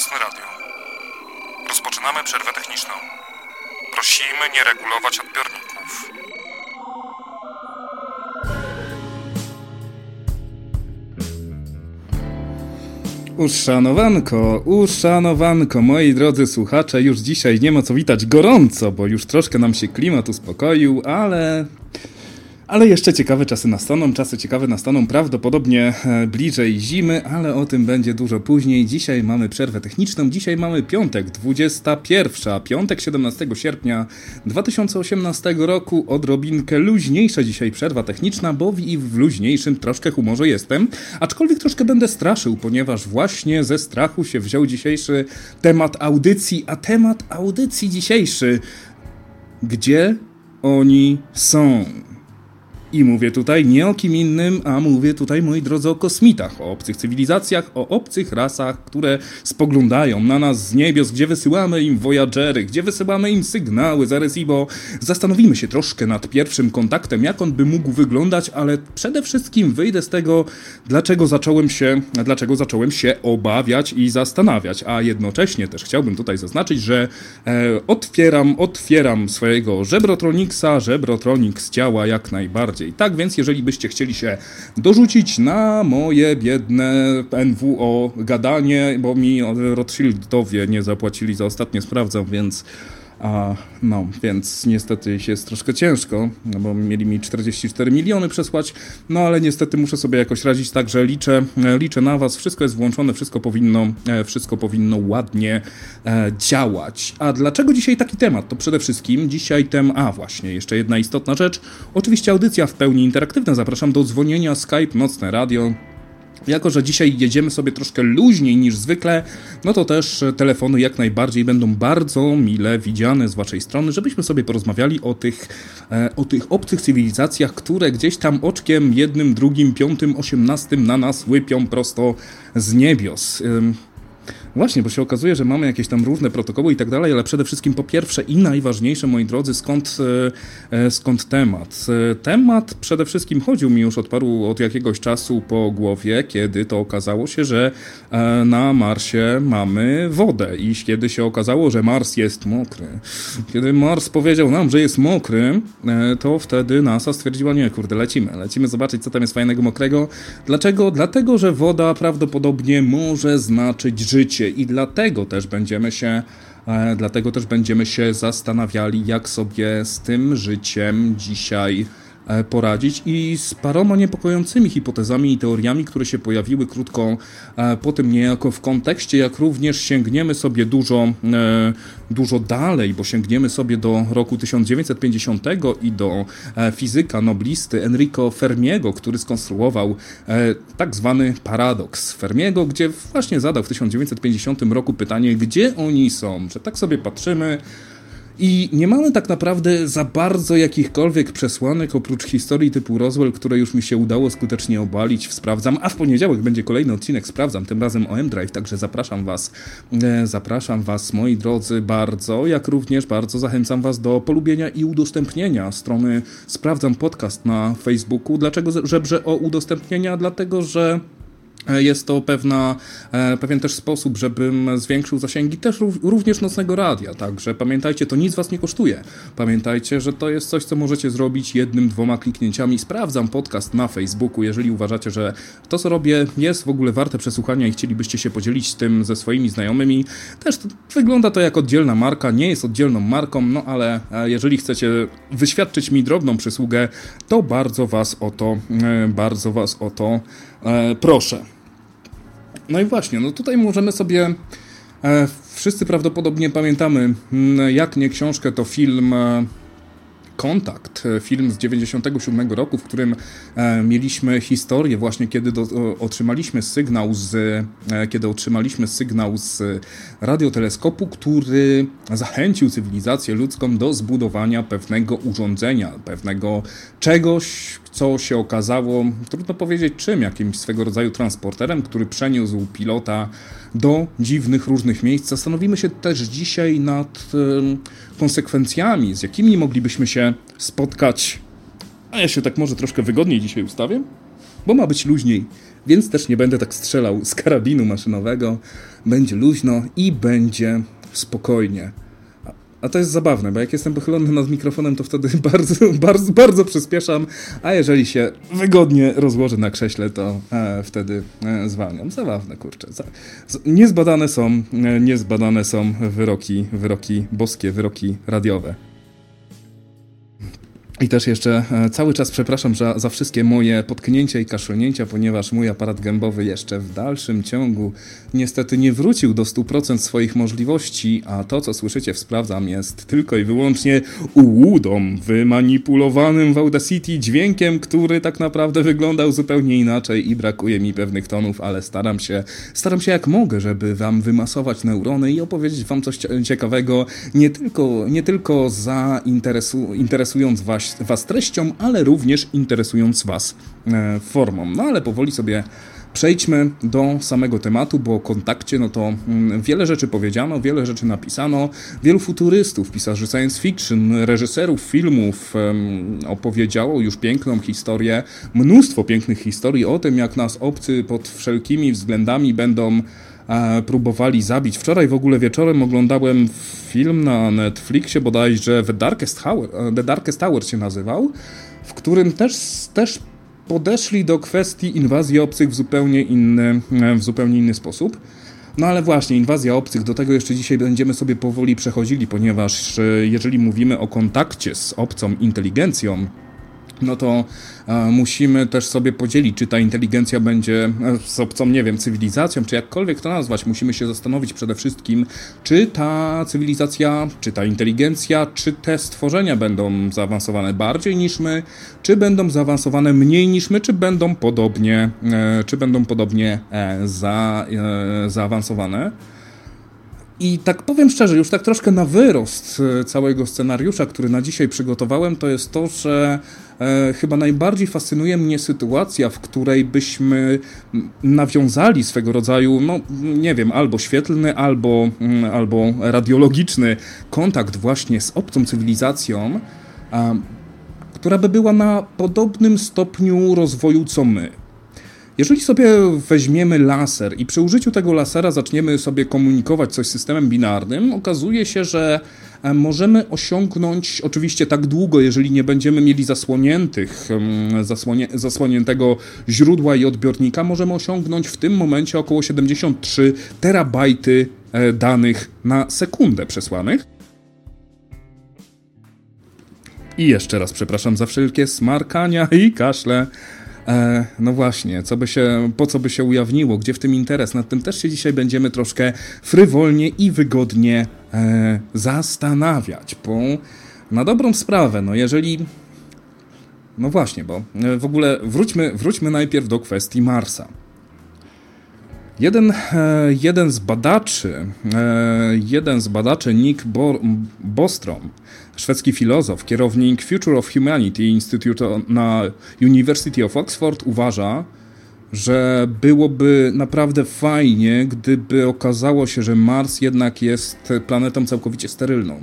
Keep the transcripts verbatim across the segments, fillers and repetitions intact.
Nocne Radio. Rozpoczynamy przerwę techniczną. Prosimy nie regulować odbiorników. Uszanowanko, uszanowanko, moi drodzy słuchacze, już dzisiaj nie ma co witać gorąco, bo już troszkę nam się klimat uspokoił, ale... Ale jeszcze ciekawe czasy nastaną, czasy ciekawe nastaną prawdopodobnie bliżej zimy, ale o tym będzie dużo później. Dzisiaj mamy przerwę techniczną, dzisiaj mamy piątek, dwudziesty pierwszy, piątek siedemnastego sierpnia dwa tysiące osiemnastego roku, odrobinkę luźniejsza dzisiaj przerwa techniczna, bo i w luźniejszym troszkę humorze jestem, aczkolwiek troszkę będę straszył, ponieważ właśnie ze strachu się wziął dzisiejszy temat audycji, a temat audycji dzisiejszy, gdzie oni są? I mówię tutaj nie o kim innym, a mówię tutaj, moi drodzy, o kosmitach, o obcych cywilizacjach, o obcych rasach, które spoglądają na nas z niebios, gdzie wysyłamy im Voyagery, gdzie wysyłamy im sygnały z Arecibo. Zastanowimy się troszkę nad pierwszym kontaktem, jak on by mógł wyglądać, ale przede wszystkim wyjdę z tego, dlaczego zacząłem się, dlaczego zacząłem się obawiać i zastanawiać, a jednocześnie też chciałbym tutaj zaznaczyć, że e, otwieram, otwieram swojego Żebrotroniksa, Żebrotroniks działa jak najbardziej. Tak więc, jeżeli byście chcieli się dorzucić na moje biedne N W O gadanie, bo mi Rothschildowie nie zapłacili za ostatnie, sprawdzam, więc a, no, więc niestety jest troszkę ciężko, no bo mieli mi czterdzieści cztery miliony przesłać, no ale niestety muszę sobie jakoś radzić, także liczę, liczę na was, wszystko jest włączone, wszystko powinno, wszystko powinno ładnie e, działać. A dlaczego dzisiaj taki temat? To przede wszystkim dzisiaj tem, a właśnie, jeszcze jedna istotna rzecz, oczywiście audycja w pełni interaktywna, zapraszam do dzwonienia, Skype, Nocne Radio. Jako że dzisiaj jedziemy sobie troszkę luźniej niż zwykle, no to też telefony jak najbardziej będą bardzo mile widziane z waszej strony, żebyśmy sobie porozmawiali o tych, e, o tych obcych cywilizacjach, które gdzieś tam oczkiem jednym, drugim, piątym, osiemnastym na nas łypią prosto z niebios. Ym. Właśnie, bo się okazuje, że mamy jakieś tam różne protokoły i tak dalej, ale przede wszystkim po pierwsze i najważniejsze, moi drodzy, skąd, e, skąd temat? E, temat przede wszystkim chodził mi już od paru, od jakiegoś czasu po głowie, kiedy to okazało się, że e, na Marsie mamy wodę i kiedy się okazało, że Mars jest mokry. Kiedy Mars powiedział nam, że jest mokry, e, to wtedy NASA stwierdziła, nie, kurde, lecimy, lecimy zobaczyć, co tam jest fajnego mokrego. Dlaczego? Dlatego, że woda prawdopodobnie może znaczyć życie. I dlatego też będziemy się, e, dlatego też będziemy się zastanawiali, jak sobie z tym życiem dzisiaj e, poradzić i z paroma niepokojącymi hipotezami i teoriami, które się pojawiły krótko e, po tym niejako w kontekście, jak również sięgniemy sobie dużo, e, dużo dalej, bo sięgniemy sobie do roku tysiąc dziewięćset pięćdziesiątego i do e, fizyka, noblisty Enrico Fermiego, który skonstruował e, tak zwany paradoks Fermiego, gdzie właśnie zadał w tysiąc dziewięćset pięćdziesiątym roku pytanie, gdzie oni są, że tak sobie patrzymy i nie mamy tak naprawdę za bardzo jakichkolwiek przesłanek oprócz historii typu Roswell, które już mi się udało skutecznie obalić w Sprawdzam, a w poniedziałek będzie kolejny odcinek Sprawdzam, tym razem o M-Drive, także zapraszam was, e, zapraszam was, moi drodzy, bardzo, jak również bardzo zachęcam was do polubienia i udostępnienia strony Sprawdzam Podcast na Facebooku. Dlaczego żebrze o udostępnienia? Dlatego, że jest to pewna, pewien też sposób, żebym zwiększył zasięgi też również Nocnego Radia, także pamiętajcie, to nic was nie kosztuje. Pamiętajcie, że to jest coś, co możecie zrobić jednym, dwoma kliknięciami. Sprawdzam podcast na Facebooku, jeżeli uważacie, że to, co robię, jest w ogóle warte przesłuchania i chcielibyście się podzielić tym ze swoimi znajomymi. Też to, wygląda to jak oddzielna marka, nie jest oddzielną marką, no ale jeżeli chcecie wyświadczyć mi drobną przysługę, to bardzo was o to, bardzo was o to e, proszę. No i właśnie, no tutaj możemy sobie, e, wszyscy prawdopodobnie pamiętamy, jak nie książkę, to film e, Kontakt, film z dziewięćdziesiątego siódmego roku, w którym e, mieliśmy historię właśnie, kiedy do, o, otrzymaliśmy sygnał z, e, kiedy otrzymaliśmy sygnał z radioteleskopu, który zachęcił cywilizację ludzką do zbudowania pewnego urządzenia, pewnego czegoś, co się okazało, trudno powiedzieć czym, jakimś swego rodzaju transporterem, który przeniósł pilota do dziwnych różnych miejsc. Zastanowimy się też dzisiaj nad y, konsekwencjami, z jakimi moglibyśmy się spotkać. A ja się tak może troszkę wygodniej dzisiaj ustawię. bo ma być luźniej, więc też nie będę tak strzelał z karabinu maszynowego. Będzie luźno i będzie spokojnie. A to jest zabawne, bo jak jestem pochylony nad mikrofonem, to wtedy bardzo, bardzo, bardzo przyspieszam, a jeżeli się wygodnie rozłożę na krześle, to e, wtedy e, zwalniam. Zabawne, kurczę. Za, z, niezbadane są, e, niezbadane są wyroki, wyroki boskie, wyroki radiowe. I też jeszcze e, cały czas przepraszam za, za wszystkie moje potknięcia i kaszlnięcia, ponieważ mój aparat gębowy jeszcze w dalszym ciągu niestety nie wrócił do stu procent swoich możliwości, a to, co słyszycie w Sprawdzam, jest tylko i wyłącznie ułudą, wymanipulowanym w Audacity dźwiękiem, który tak naprawdę wyglądał zupełnie inaczej i brakuje mi pewnych tonów, ale staram się, staram się jak mogę, żeby wam wymasować neurony i opowiedzieć wam coś ciekawego, nie tylko, nie tylko zainteresu, interesując was Was treścią, ale również interesując Was e, formą. No ale powoli sobie przejdźmy do samego tematu, bo o kontakcie, no to mm, wiele rzeczy powiedziano, wiele rzeczy napisano, wielu futurystów, pisarzy science fiction, reżyserów filmów em, opowiedziało już piękną historię, mnóstwo pięknych historii o tym, jak nas obcy pod wszelkimi względami będą e, próbowali zabić. Wczoraj w ogóle wieczorem oglądałem film na Netflixie, bodajże The Darkest Tower, The Darkest Tower się nazywał, w którym też, też podeszli do kwestii inwazji obcych w zupełnie inny, w zupełnie inny sposób. No ale właśnie, inwazja obcych, do tego jeszcze dzisiaj będziemy sobie powoli przechodzili, ponieważ jeżeli mówimy o kontakcie z obcą inteligencją, no to e, musimy też sobie podzielić, czy ta inteligencja będzie e, z obcą, nie wiem, cywilizacją, czy jakkolwiek to nazwać. Musimy się zastanowić przede wszystkim, czy ta cywilizacja, czy ta inteligencja, czy te stworzenia będą zaawansowane bardziej niż my, czy będą zaawansowane mniej niż my, czy będą podobnie, e, czy będą podobnie e, za, e, zaawansowane. I tak powiem szczerze, już tak troszkę na wyrost całego scenariusza, który na dzisiaj przygotowałem, to jest to, że e, chyba najbardziej fascynuje mnie sytuacja, w której byśmy nawiązali swego rodzaju, no nie wiem, albo świetlny, albo, albo radiologiczny kontakt właśnie z obcą cywilizacją, a, która by była na podobnym stopniu rozwoju co my. Jeżeli sobie weźmiemy laser i przy użyciu tego lasera zaczniemy sobie komunikować coś z systemem binarnym, okazuje się, że możemy osiągnąć, oczywiście tak długo, jeżeli nie będziemy mieli zasłoniętych, zasłonie, zasłoniętego źródła i odbiornika, możemy osiągnąć w tym momencie około siedemdziesiąt trzy terabajty danych na sekundę przesłanych. I jeszcze raz przepraszam za wszelkie smarkania i kaszle. E, no właśnie, co by się, po co by się ujawniło, gdzie w tym interes? Nad tym też się dzisiaj będziemy troszkę frywolnie i wygodnie e, zastanawiać, bo na dobrą sprawę, no jeżeli... No właśnie, bo w ogóle wróćmy, wróćmy najpierw do kwestii Marsa. Jeden, e, jeden z badaczy, e, jeden z badaczy Nick Bo- Bostrom, szwedzki filozof, kierownik Future of Humanity Institute na University of Oxford, uważa, że byłoby naprawdę fajnie, gdyby okazało się, że Mars jednak jest planetą całkowicie sterylną.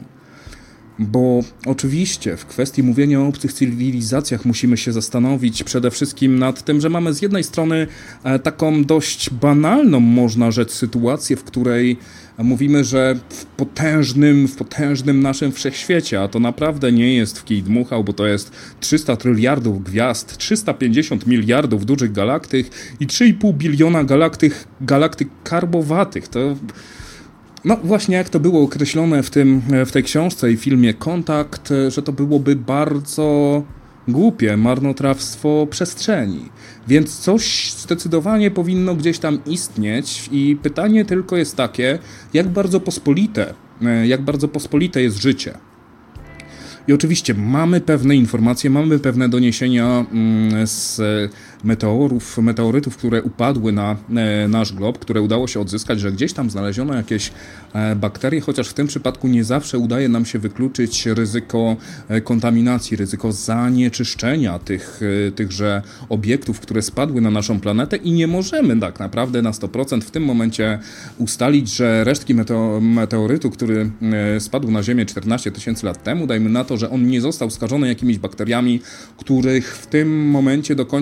Bo oczywiście w kwestii mówienia o obcych cywilizacjach musimy się zastanowić przede wszystkim nad tym, że mamy z jednej strony taką dość banalną, można rzec, sytuację, w której mówimy, że w potężnym, w potężnym naszym wszechświecie, a to naprawdę nie jest w kij dmuchał, bo to jest trzysta tryliardów gwiazd, trzysta pięćdziesiąt miliardów dużych galaktyk i trzy i pół biliona galaktyk, galaktyk karbowatych. To... No właśnie jak to było określone w, tym, w tej książce i filmie Kontakt, że to byłoby bardzo głupie marnotrawstwo przestrzeni. Więc coś zdecydowanie powinno gdzieś tam istnieć i pytanie tylko jest takie, jak bardzo pospolite, jak bardzo pospolite jest życie. I oczywiście mamy pewne informacje, mamy pewne doniesienia z meteorów, meteorytów, które upadły na nasz glob, które udało się odzyskać, że gdzieś tam znaleziono jakieś bakterie, chociaż w tym przypadku nie zawsze udaje nam się wykluczyć ryzyko kontaminacji, ryzyko zanieczyszczenia tych, tychże obiektów, które spadły na naszą planetę i nie możemy tak naprawdę na sto procent w tym momencie ustalić, że resztki meteo- meteorytu, który spadł na Ziemię czternaście tysięcy lat temu, dajmy na to, że on nie został skażony jakimiś bakteriami, których w tym momencie do końca nie znamy,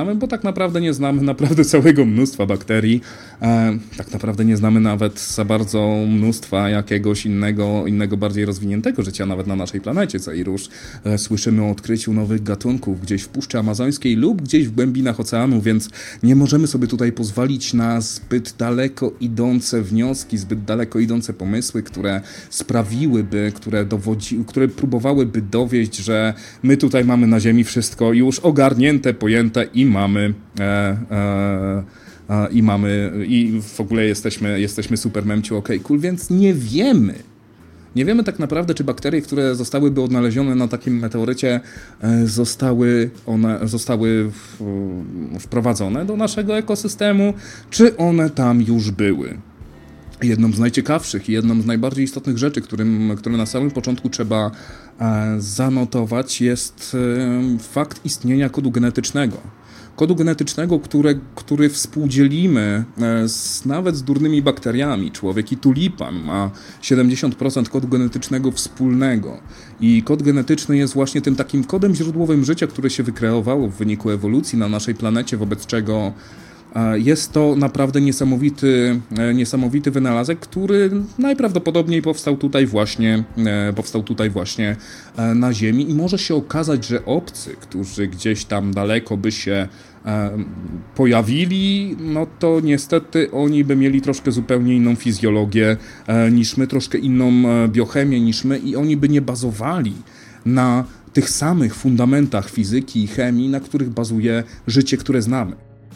znamy, bo tak naprawdę nie znamy naprawdę całego mnóstwa bakterii. E, tak naprawdę nie znamy nawet za bardzo mnóstwa jakiegoś innego, innego bardziej rozwiniętego życia nawet na naszej planecie, co i róż e, słyszymy o odkryciu nowych gatunków gdzieś w Puszczy Amazońskiej lub gdzieś w głębinach oceanu, więc nie możemy sobie tutaj pozwolić na zbyt daleko idące wnioski, zbyt daleko idące pomysły, które sprawiłyby, które dowodzi, które próbowałyby dowieść, że my tutaj mamy na Ziemi wszystko już ogarnięte, pojęte i mamy e, e, e, i mamy i w ogóle jesteśmy, jesteśmy super memciu, okej, okay, cool, więc nie wiemy. Nie wiemy tak naprawdę, czy bakterie, które zostałyby odnalezione na takim meteorycie, zostały one zostały wprowadzone do naszego ekosystemu, czy one tam już były. Jedną z najciekawszych i jedną z najbardziej istotnych rzeczy, którym, które na samym początku trzeba zanotować, jest fakt istnienia kodu genetycznego. Kodu genetycznego, które, który współdzielimy z, nawet z durnymi bakteriami. Człowiek i tulipan ma siedemdziesiąt procent kodu genetycznego wspólnego. I kod genetyczny jest właśnie tym takim kodem źródłowym życia, które się wykreowało w wyniku ewolucji na naszej planecie, wobec czego jest to naprawdę niesamowity, niesamowity wynalazek, który najprawdopodobniej powstał tutaj właśnie, powstał tutaj właśnie na Ziemi i może się okazać, że obcy, którzy gdzieś tam daleko by się pojawili, no to niestety oni by mieli troszkę zupełnie inną fizjologię niż my, troszkę inną biochemię niż my i oni by nie bazowali na tych samych fundamentach fizyki i chemii, na których bazuje życie, które znamy.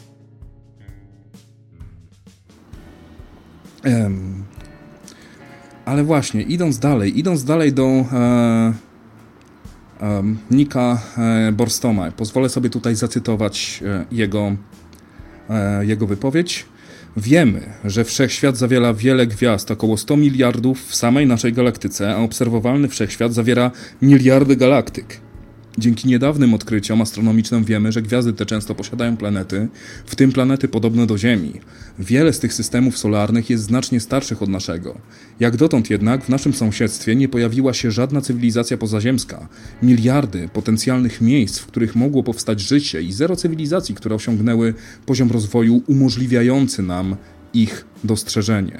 Um, ale właśnie, idąc dalej, idąc dalej do e, e, Nicka e, Borstoma, pozwolę sobie tutaj zacytować e, jego, e, jego wypowiedź. Wiemy, że wszechświat zawiera wiele gwiazd, około sto miliardów w samej naszej galaktyce, a obserwowalny wszechświat zawiera miliardy galaktyk. Dzięki niedawnym odkryciom astronomicznym wiemy, że gwiazdy te często posiadają planety, w tym planety podobne do Ziemi. Wiele z tych systemów solarnych jest znacznie starszych od naszego. Jak dotąd jednak w naszym sąsiedztwie nie pojawiła się żadna cywilizacja pozaziemska. Miliardy potencjalnych miejsc, w których mogło powstać życie i zero cywilizacji, które osiągnęły poziom rozwoju umożliwiający nam ich dostrzeżenie.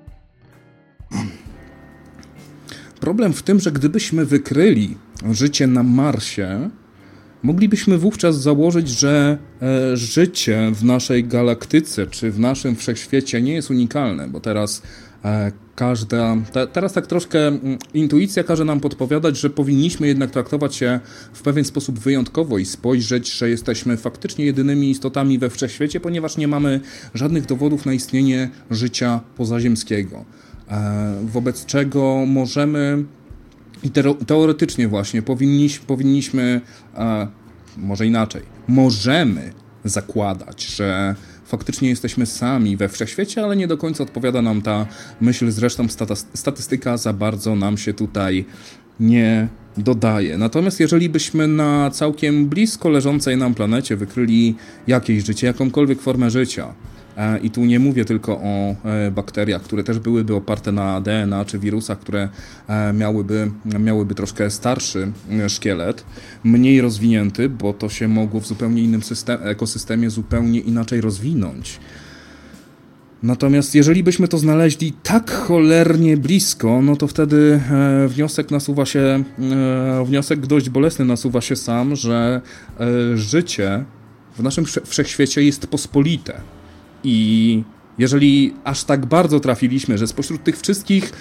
Problem w tym, że gdybyśmy wykryli życie na Marsie, moglibyśmy wówczas założyć, że e, życie w naszej galaktyce czy w naszym wszechświecie nie jest unikalne, bo teraz e, każda, te, teraz tak troszkę m, intuicja każe nam podpowiadać, że powinniśmy jednak traktować się w pewien sposób wyjątkowo i spojrzeć, że jesteśmy faktycznie jedynymi istotami we wszechświecie, ponieważ nie mamy żadnych dowodów na istnienie życia pozaziemskiego. Wobec czego możemy i teoretycznie właśnie powinniśmy, powinniśmy może inaczej, możemy zakładać, że faktycznie jesteśmy sami we wszechświecie, ale nie do końca odpowiada nam ta myśl, zresztą statystyka za bardzo nam się tutaj nie dodaje. Natomiast jeżeli byśmy na całkiem blisko leżącej nam planecie wykryli jakieś życie, jakąkolwiek formę życia, i tu nie mówię tylko o bakteriach, które też byłyby oparte na D N A, czy wirusach, które miałyby, miałyby troszkę starszy szkielet, mniej rozwinięty, bo to się mogło w zupełnie innym system, ekosystemie zupełnie inaczej rozwinąć. Natomiast jeżeli byśmy to znaleźli tak cholernie blisko, no to wtedy wniosek nasuwa się, wniosek dość bolesny nasuwa się sam, że życie w naszym wszechświecie jest pospolite. I jeżeli aż tak bardzo trafiliśmy, że spośród tych wszystkich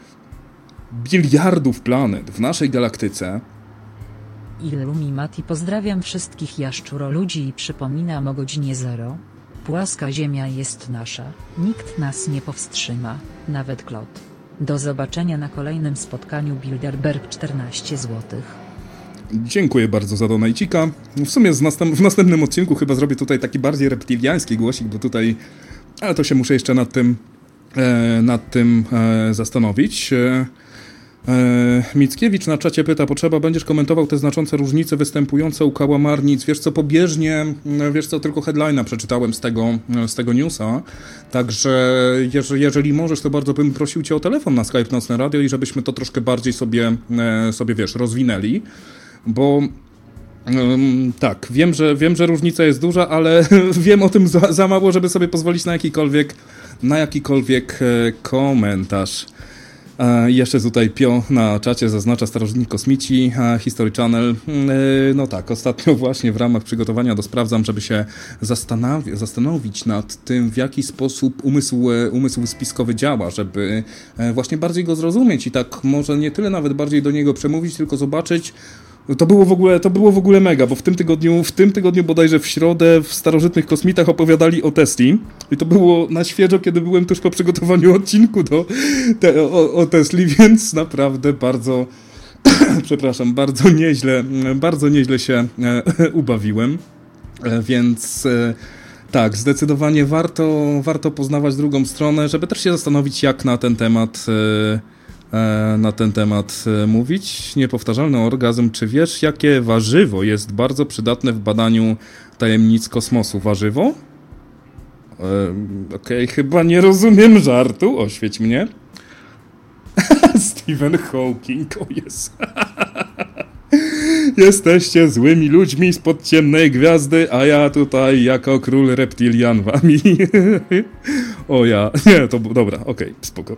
biliardów planet w naszej galaktyce... Illumimati, pozdrawiam wszystkich jaszczuroludzi i przypominam o godzinie zero. Płaska ziemia jest nasza, nikt nas nie powstrzyma, nawet Klot. Do zobaczenia na kolejnym spotkaniu Bilderberg czternaście złotych. Dziękuję bardzo za donajcika. W sumie z następ- w następnym odcinku chyba zrobię tutaj taki bardziej reptiliański głosik, bo tutaj, ale to się muszę jeszcze nad tym, e, nad tym e, zastanowić. E, e, Mickiewicz na czacie pyta, potrzeba, będziesz komentował te znaczące różnice występujące u kałamarnic. Wiesz co, pobieżnie, wiesz co, tylko headline'a przeczytałem z tego, z tego newsa, także jeżeli, jeżeli możesz, to bardzo bym prosił cię o telefon na Skype Nocne Radio i żebyśmy to troszkę bardziej sobie, e, sobie wiesz, rozwinęli. Bo Um, tak, wiem że, wiem, że różnica jest duża, ale wiem o tym za, za mało, żeby sobie pozwolić na jakikolwiek, na jakikolwiek e, komentarz. E, jeszcze tutaj Pio na czacie zaznacza Starożytni Kosmici, e, History Channel. E, no tak, ostatnio właśnie w ramach przygotowania do sprawdzam, żeby się zastanowi- zastanowić nad tym, w jaki sposób umysł, umysł spiskowy działa, żeby e, właśnie bardziej go zrozumieć i tak może nie tyle nawet bardziej do niego przemówić, tylko zobaczyć. To było w ogóle, to było w ogóle mega, bo w tym tygodniu, w tym tygodniu bodajże w środę w Starożytnych Kosmitach opowiadali o Tesli i to było na świeżo, kiedy byłem tuż po przygotowaniu odcinku do, te, o, o Tesli, więc naprawdę bardzo, przepraszam, bardzo nieźle, bardzo nieźle się e, ubawiłem, e, więc e, tak, zdecydowanie warto, warto poznawać drugą stronę, żeby też się zastanowić, jak na ten temat e, na ten temat mówić. Niepowtarzalny orgazm. Czy wiesz, jakie warzywo jest bardzo przydatne w badaniu tajemnic kosmosu? Warzywo? E, Okej, okay, chyba nie rozumiem żartu. Oświeć mnie. Stephen Hawking, o jest. Jesteście złymi ludźmi spod ciemnej gwiazdy, a ja tutaj jako król reptilian wami. O ja. Nie, to dobra, okej, okay, spoko.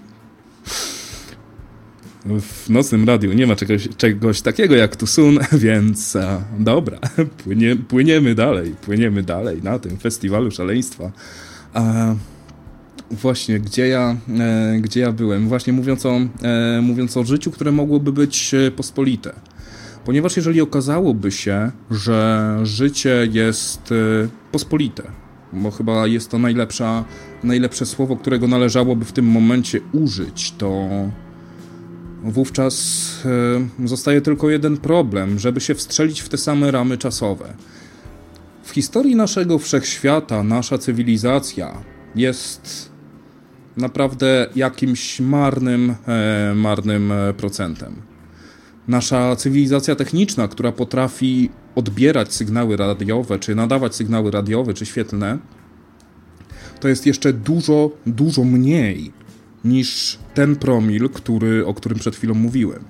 W nocnym radiu nie ma czegoś, czegoś takiego jak Tusun, więc a, dobra, płynie, płyniemy dalej, płyniemy dalej na tym festiwalu szaleństwa. A, właśnie, gdzie ja, e, gdzie ja byłem? Właśnie mówiąc o, e, mówiąc o życiu, które mogłoby być pospolite. Ponieważ jeżeli okazałoby się, że życie jest e, pospolite, bo chyba jest to najlepsza, najlepsze słowo, którego należałoby w tym momencie użyć, to wówczas e, zostaje tylko jeden problem, żeby się wstrzelić w te same ramy czasowe. W historii naszego wszechświata nasza cywilizacja jest naprawdę jakimś marnym, e, marnym procentem. Nasza cywilizacja techniczna, która potrafi odbierać sygnały radiowe, czy nadawać sygnały radiowe, czy świetlne, to jest jeszcze dużo, dużo mniej niż ten promil, który, o którym przed chwilą mówiłem.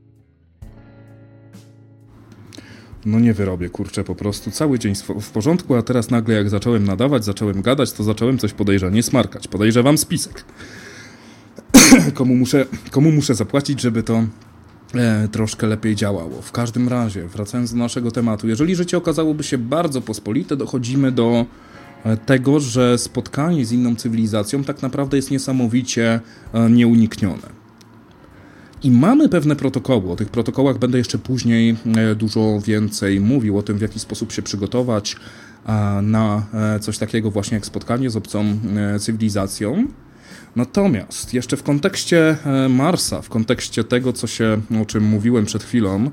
No nie wyrobię, kurczę, po prostu cały dzień w porządku, a teraz nagle jak zacząłem nadawać, zacząłem gadać, to zacząłem coś podejrzanie smarkać. Podejrzewam spisek. komu, muszę, komu muszę zapłacić, żeby to e, troszkę lepiej działało. W każdym razie, wracając do naszego tematu, jeżeli życie okazałoby się bardzo pospolite, dochodzimy do tego, że spotkanie z inną cywilizacją tak naprawdę jest niesamowicie nieuniknione. I mamy pewne protokoły. O tych protokołach będę jeszcze później dużo więcej mówił, o tym, w jaki sposób się przygotować na coś takiego właśnie jak spotkanie z obcą cywilizacją. Natomiast jeszcze w kontekście Marsa, w kontekście tego, co się, o czym mówiłem przed chwilą,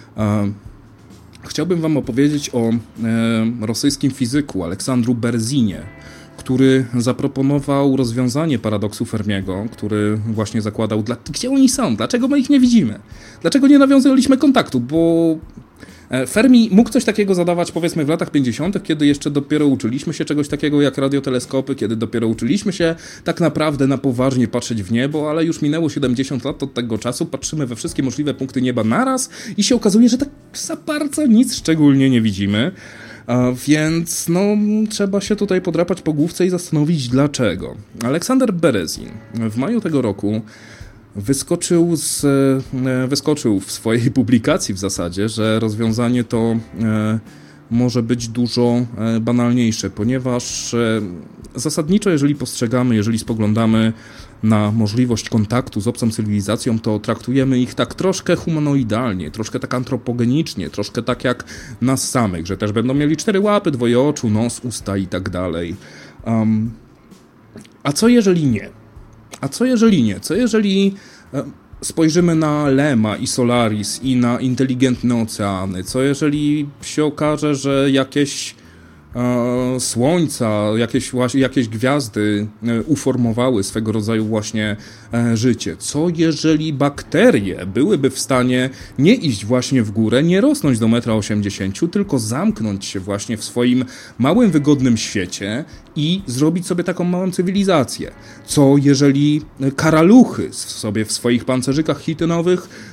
chciałbym wam opowiedzieć o e, rosyjskim fizyku Aleksandru Berezinie, który zaproponował rozwiązanie paradoksu Fermiego, który właśnie zakładał, dla, gdzie oni są, dlaczego my ich nie widzimy, dlaczego nie nawiązaliśmy kontaktu, bo Fermi mógł coś takiego zadawać powiedzmy w latach pięćdziesiątych, kiedy jeszcze dopiero uczyliśmy się czegoś takiego jak radioteleskopy, kiedy dopiero uczyliśmy się tak naprawdę na poważnie patrzeć w niebo, ale już minęło siedemdziesiąt lat od tego czasu, patrzymy we wszystkie możliwe punkty nieba naraz i się okazuje, że tak za bardzo nic szczególnie nie widzimy. A więc no, trzeba się tutaj podrapać po główce i zastanowić dlaczego. Aleksander Berezin w maju tego roku Wyskoczył, z, wyskoczył w swojej publikacji w zasadzie, że rozwiązanie to e, może być dużo e, banalniejsze, ponieważ e, zasadniczo, jeżeli postrzegamy, jeżeli spoglądamy na możliwość kontaktu z obcą cywilizacją, to traktujemy ich tak troszkę humanoidalnie, troszkę tak antropogenicznie, troszkę tak jak nas samych, że też będą mieli cztery łapy, dwoje oczu, nos, usta i tak dalej. Um, a co jeżeli nie? A co jeżeli nie? Co jeżeli spojrzymy na Lema i Solaris i na inteligentne oceany? Co jeżeli się okaże, że jakieś e, słońca, jakieś, jakieś gwiazdy uformowały swego rodzaju właśnie e, życie? Co jeżeli bakterie byłyby w stanie nie iść właśnie w górę, nie rosnąć do metra osiemdziesięciu, tylko zamknąć się właśnie w swoim małym, wygodnym świecie i zrobić sobie taką małą cywilizację? Co jeżeli karaluchy sobie w swoich pancerzykach chitynowych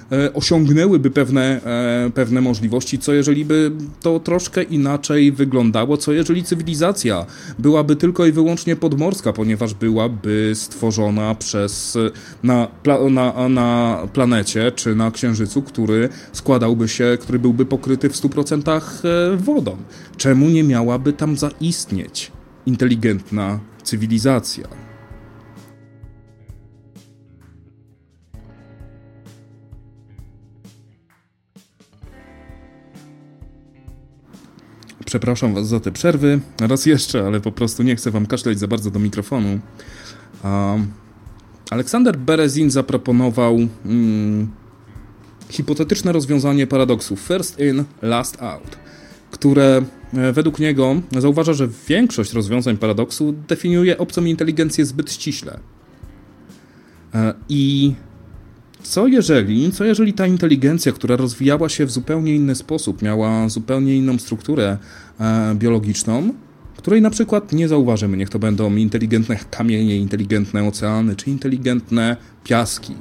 e, osiągnęłyby pewne, e, pewne możliwości, co jeżeli by to troszkę inaczej wyglądało, co jeżeli cywilizacja byłaby tylko i wyłącznie podmorska, ponieważ byłaby stworzona przez, na, na, na planecie czy na Księżycu, który składałby się, który byłby pokryty w stu procentach wodą. Czemu nie miałaby tam zaistnieć inteligentna cywilizacja? Przepraszam was za te przerwy. Raz jeszcze, ale po prostu nie chcę wam kaszleć za bardzo do mikrofonu. Um, Aleksander Berezin zaproponował um, hipotetyczne rozwiązanie paradoksu first in, last out, które e, według niego zauważa, że większość rozwiązań paradoksu definiuje obcą inteligencję zbyt ściśle. E, I co jeżeli, co jeżeli ta inteligencja, która rozwijała się w zupełnie inny sposób, miała zupełnie inną strukturę e, biologiczną, której na przykład nie zauważymy, niech to będą inteligentne kamienie, inteligentne oceany, czy inteligentne piaski.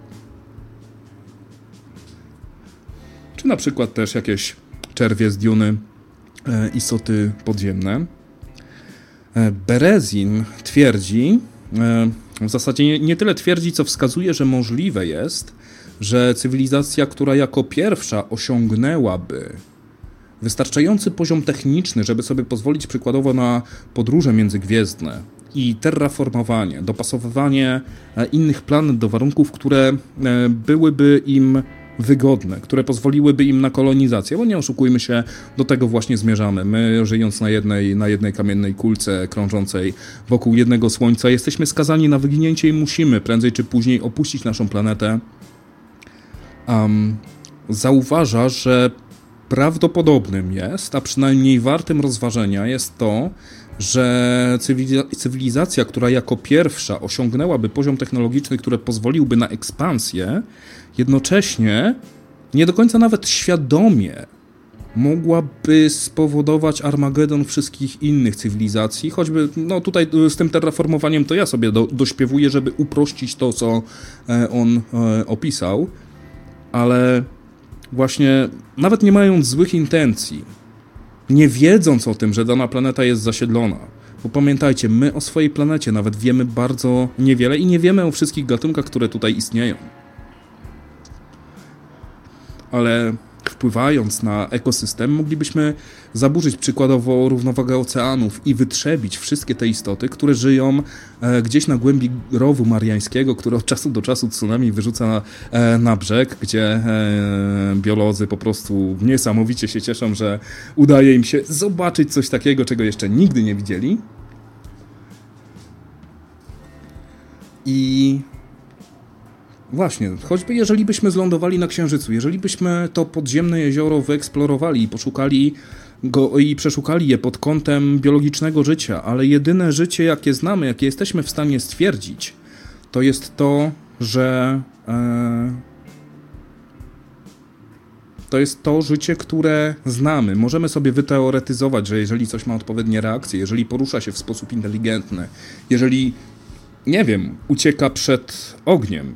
Czy na przykład też jakieś czerwie z Duny, e, istoty podziemne. E, Berezin twierdzi, e, w zasadzie nie, nie tyle twierdzi, co wskazuje, że możliwe jest, że cywilizacja, która jako pierwsza osiągnęłaby wystarczający poziom techniczny, żeby sobie pozwolić przykładowo na podróże międzygwiezdne i terraformowanie, dopasowywanie innych planet do warunków, które byłyby im wygodne, które pozwoliłyby im na kolonizację, bo nie oszukujmy się, do tego właśnie zmierzamy. My, żyjąc na jednej, na jednej kamiennej kulce krążącej wokół jednego słońca, jesteśmy skazani na wyginięcie i musimy prędzej czy później opuścić naszą planetę. Um, zauważa, że prawdopodobnym jest, a przynajmniej wartym rozważenia jest to, że cywilizacja, która jako pierwsza osiągnęłaby poziom technologiczny, który pozwoliłby na ekspansję, jednocześnie nie do końca nawet świadomie mogłaby spowodować Armagedon wszystkich innych cywilizacji, choćby no tutaj z tym terraformowaniem to ja sobie do, dośpiewuję, żeby uprościć to, co on e, opisał, ale właśnie nawet nie mając złych intencji, nie wiedząc o tym, że dana planeta jest zasiedlona. Bo pamiętajcie, my o swojej planecie nawet wiemy bardzo niewiele i nie wiemy o wszystkich gatunkach, które tutaj istnieją. Ale wpływając na ekosystem, moglibyśmy zaburzyć przykładowo równowagę oceanów i wytrzebić wszystkie te istoty, które żyją e, gdzieś na głębi rowu mariańskiego, który od czasu do czasu tsunami wyrzuca na, e, na brzeg, gdzie e, biolodzy po prostu niesamowicie się cieszą, że udaje im się zobaczyć coś takiego, czego jeszcze nigdy nie widzieli. I właśnie, choćby jeżeli byśmy zlądowali na Księżycu, jeżeli byśmy to podziemne jezioro wyeksplorowali i poszukali go i przeszukali je pod kątem biologicznego życia, ale jedyne życie, jakie znamy, jakie jesteśmy w stanie stwierdzić, to jest to, że e, to jest to życie, które znamy. Możemy sobie wyteoretyzować, że jeżeli coś ma odpowiednie reakcje, jeżeli porusza się w sposób inteligentny, jeżeli, nie wiem, ucieka przed ogniem,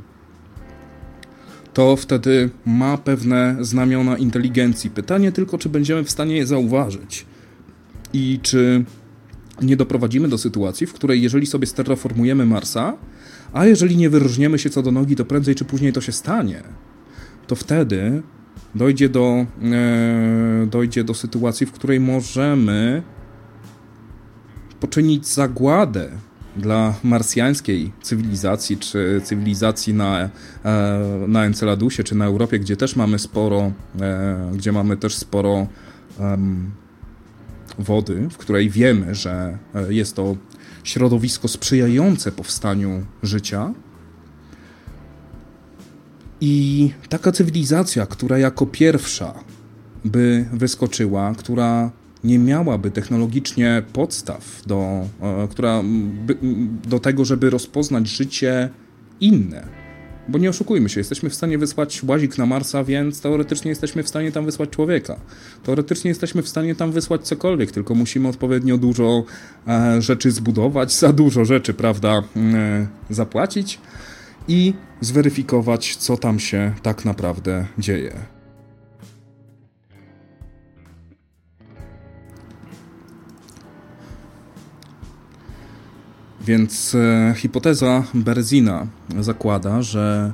to wtedy ma pewne znamiona inteligencji. Pytanie tylko, czy będziemy w stanie je zauważyć i czy nie doprowadzimy do sytuacji, w której jeżeli sobie sterraformujemy Marsa, a jeżeli nie wyróżniemy się co do nogi, to prędzej czy później to się stanie, to wtedy dojdzie do, e, dojdzie do sytuacji, w której możemy poczynić zagładę dla marsjańskiej cywilizacji, czy cywilizacji na, na Enceladusie, czy na Europie, gdzie też mamy sporo, gdzie mamy też sporo um, wody, w której wiemy, że jest to środowisko sprzyjające powstaniu życia. I taka cywilizacja, która jako pierwsza by wyskoczyła, która nie miałaby technologicznie podstaw do, która, do tego, żeby rozpoznać życie inne. Bo nie oszukujmy się, jesteśmy w stanie wysłać łazik na Marsa, więc teoretycznie jesteśmy w stanie tam wysłać człowieka. Teoretycznie jesteśmy w stanie tam wysłać cokolwiek, tylko musimy odpowiednio dużo rzeczy zbudować, za dużo rzeczy, prawda, zapłacić i zweryfikować, co tam się tak naprawdę dzieje. Więc e, hipoteza Berzina zakłada, że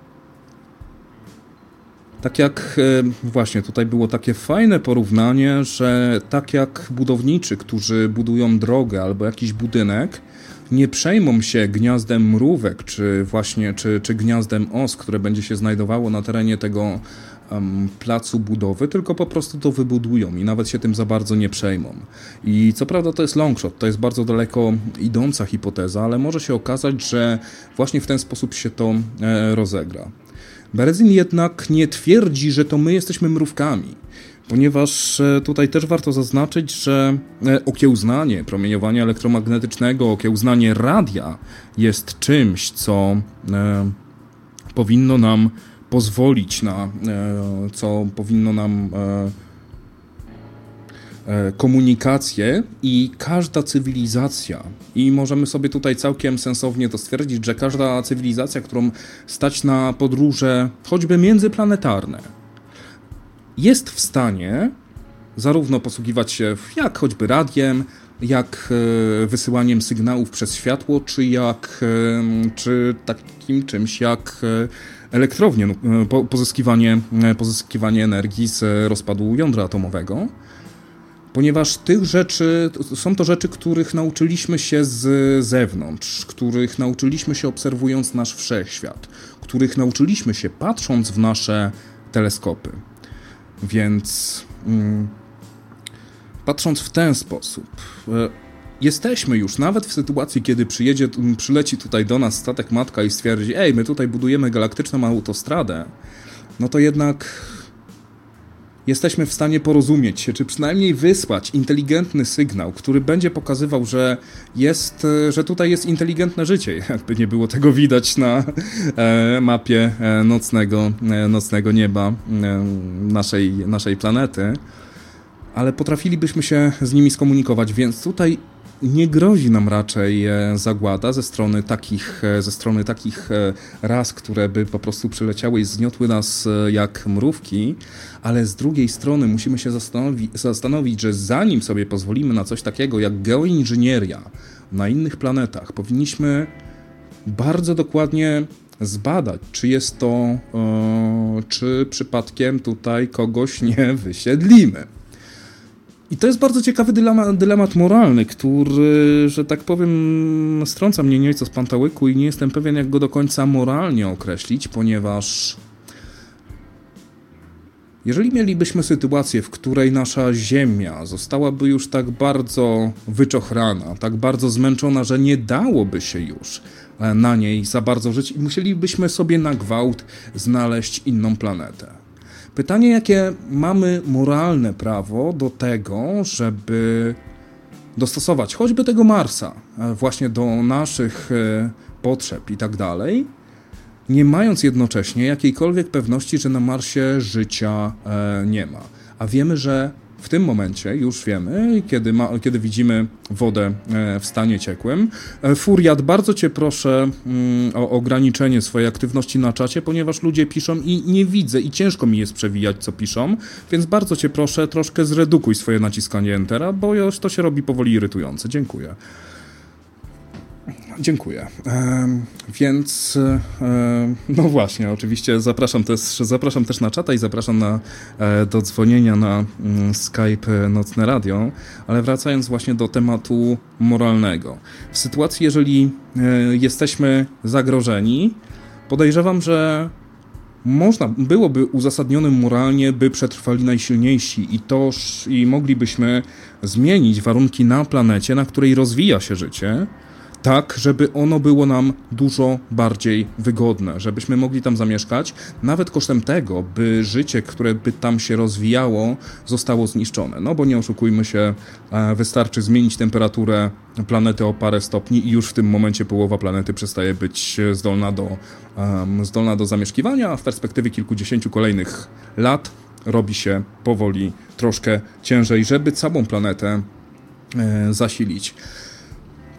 tak jak e, właśnie tutaj było takie fajne porównanie, że tak jak budowniczy, którzy budują drogę albo jakiś budynek, nie przejmą się gniazdem mrówek, czy właśnie, czy, czy gniazdem os, które będzie się znajdowało na terenie tego um, placu budowy, tylko po prostu to wybudują i nawet się tym za bardzo nie przejmą. I co prawda to jest longshot, to jest bardzo daleko idąca hipoteza, ale może się okazać, że właśnie w ten sposób się to e, rozegra. Berzin jednak nie twierdzi, że to my jesteśmy mrówkami, ponieważ tutaj też warto zaznaczyć, że okiełznanie promieniowania elektromagnetycznego, okiełznanie radia jest czymś, co e, powinno nam pozwolić na, e, co powinno nam e, e, komunikację i każda cywilizacja, i możemy sobie tutaj całkiem sensownie to stwierdzić, że każda cywilizacja, którą stać na podróże choćby międzyplanetarne, jest w stanie zarówno posługiwać się jak choćby radiem, jak wysyłaniem sygnałów przez światło, czy jak czy takim czymś jak elektrownie, pozyskiwanie, pozyskiwanie energii z rozpadu jądra atomowego. Ponieważ tych rzeczy, są to rzeczy, których nauczyliśmy się z zewnątrz, których nauczyliśmy się obserwując nasz wszechświat, których nauczyliśmy się patrząc w nasze teleskopy. Więc mm, patrząc w ten sposób, e, jesteśmy już nawet w sytuacji, kiedy przyjedzie, przyleci tutaj do nas statek matka i stwierdzi, ej, my tutaj budujemy galaktyczną autostradę, no to jednak jesteśmy w stanie porozumieć się, czy przynajmniej wysłać inteligentny sygnał, który będzie pokazywał, że jest, że tutaj jest inteligentne życie, jakby nie było tego widać na e, mapie e, nocnego, e, nocnego nieba e, naszej, naszej planety, ale potrafilibyśmy się z nimi skomunikować, więc tutaj nie grozi nam raczej zagłada ze strony takich, ze strony takich ras, które by po prostu przyleciały i zgniotły nas jak mrówki, ale z drugiej strony musimy się zastanowi- zastanowić, że zanim sobie pozwolimy na coś takiego jak geoinżynieria na innych planetach, powinniśmy bardzo dokładnie zbadać, czy jest to, e, czy przypadkiem tutaj kogoś nie wysiedlimy. I to jest bardzo ciekawy dylemat, dylemat moralny, który, że tak powiem, strąca mnie nieco z pantałyku i nie jestem pewien, jak go do końca moralnie określić, ponieważ jeżeli mielibyśmy sytuację, w której nasza Ziemia zostałaby już tak bardzo wyczochrana, tak bardzo zmęczona, że nie dałoby się już na niej za bardzo żyć i musielibyśmy sobie na gwałt znaleźć inną planetę. Pytanie, jakie mamy moralne prawo do tego, żeby dostosować choćby tego Marsa właśnie do naszych potrzeb i tak dalej, nie mając jednocześnie jakiejkolwiek pewności, że na Marsie życia nie ma. A wiemy, że w tym momencie, już wiemy, kiedy, ma, kiedy widzimy wodę w stanie ciekłym. Furiat, bardzo Cię proszę o ograniczenie swojej aktywności na czacie, ponieważ ludzie piszą i nie widzę i ciężko mi jest przewijać, co piszą, więc bardzo Cię proszę, troszkę zredukuj swoje naciskanie Entera, bo już to się robi powoli irytujące. Dziękuję. Dziękuję. E, więc e, no właśnie, oczywiście zapraszam też, zapraszam też na czata i zapraszam na, e, do dzwonienia na mm, Skype Nocne Radio, ale wracając właśnie do tematu moralnego. W sytuacji, jeżeli e, jesteśmy zagrożeni, podejrzewam, że można byłoby uzasadnionym moralnie, by przetrwali najsilniejsi i toż i moglibyśmy zmienić warunki na planecie, na której rozwija się życie, tak, żeby ono było nam dużo bardziej wygodne, żebyśmy mogli tam zamieszkać, nawet kosztem tego, by życie, które by tam się rozwijało, zostało zniszczone. No bo nie oszukujmy się, wystarczy zmienić temperaturę planety o parę stopni i już w tym momencie połowa planety przestaje być zdolna do, um, zdolna do zamieszkiwania, a w perspektywie kilkudziesięciu kolejnych lat robi się powoli troszkę ciężej, żeby całą planetę e, zasilić.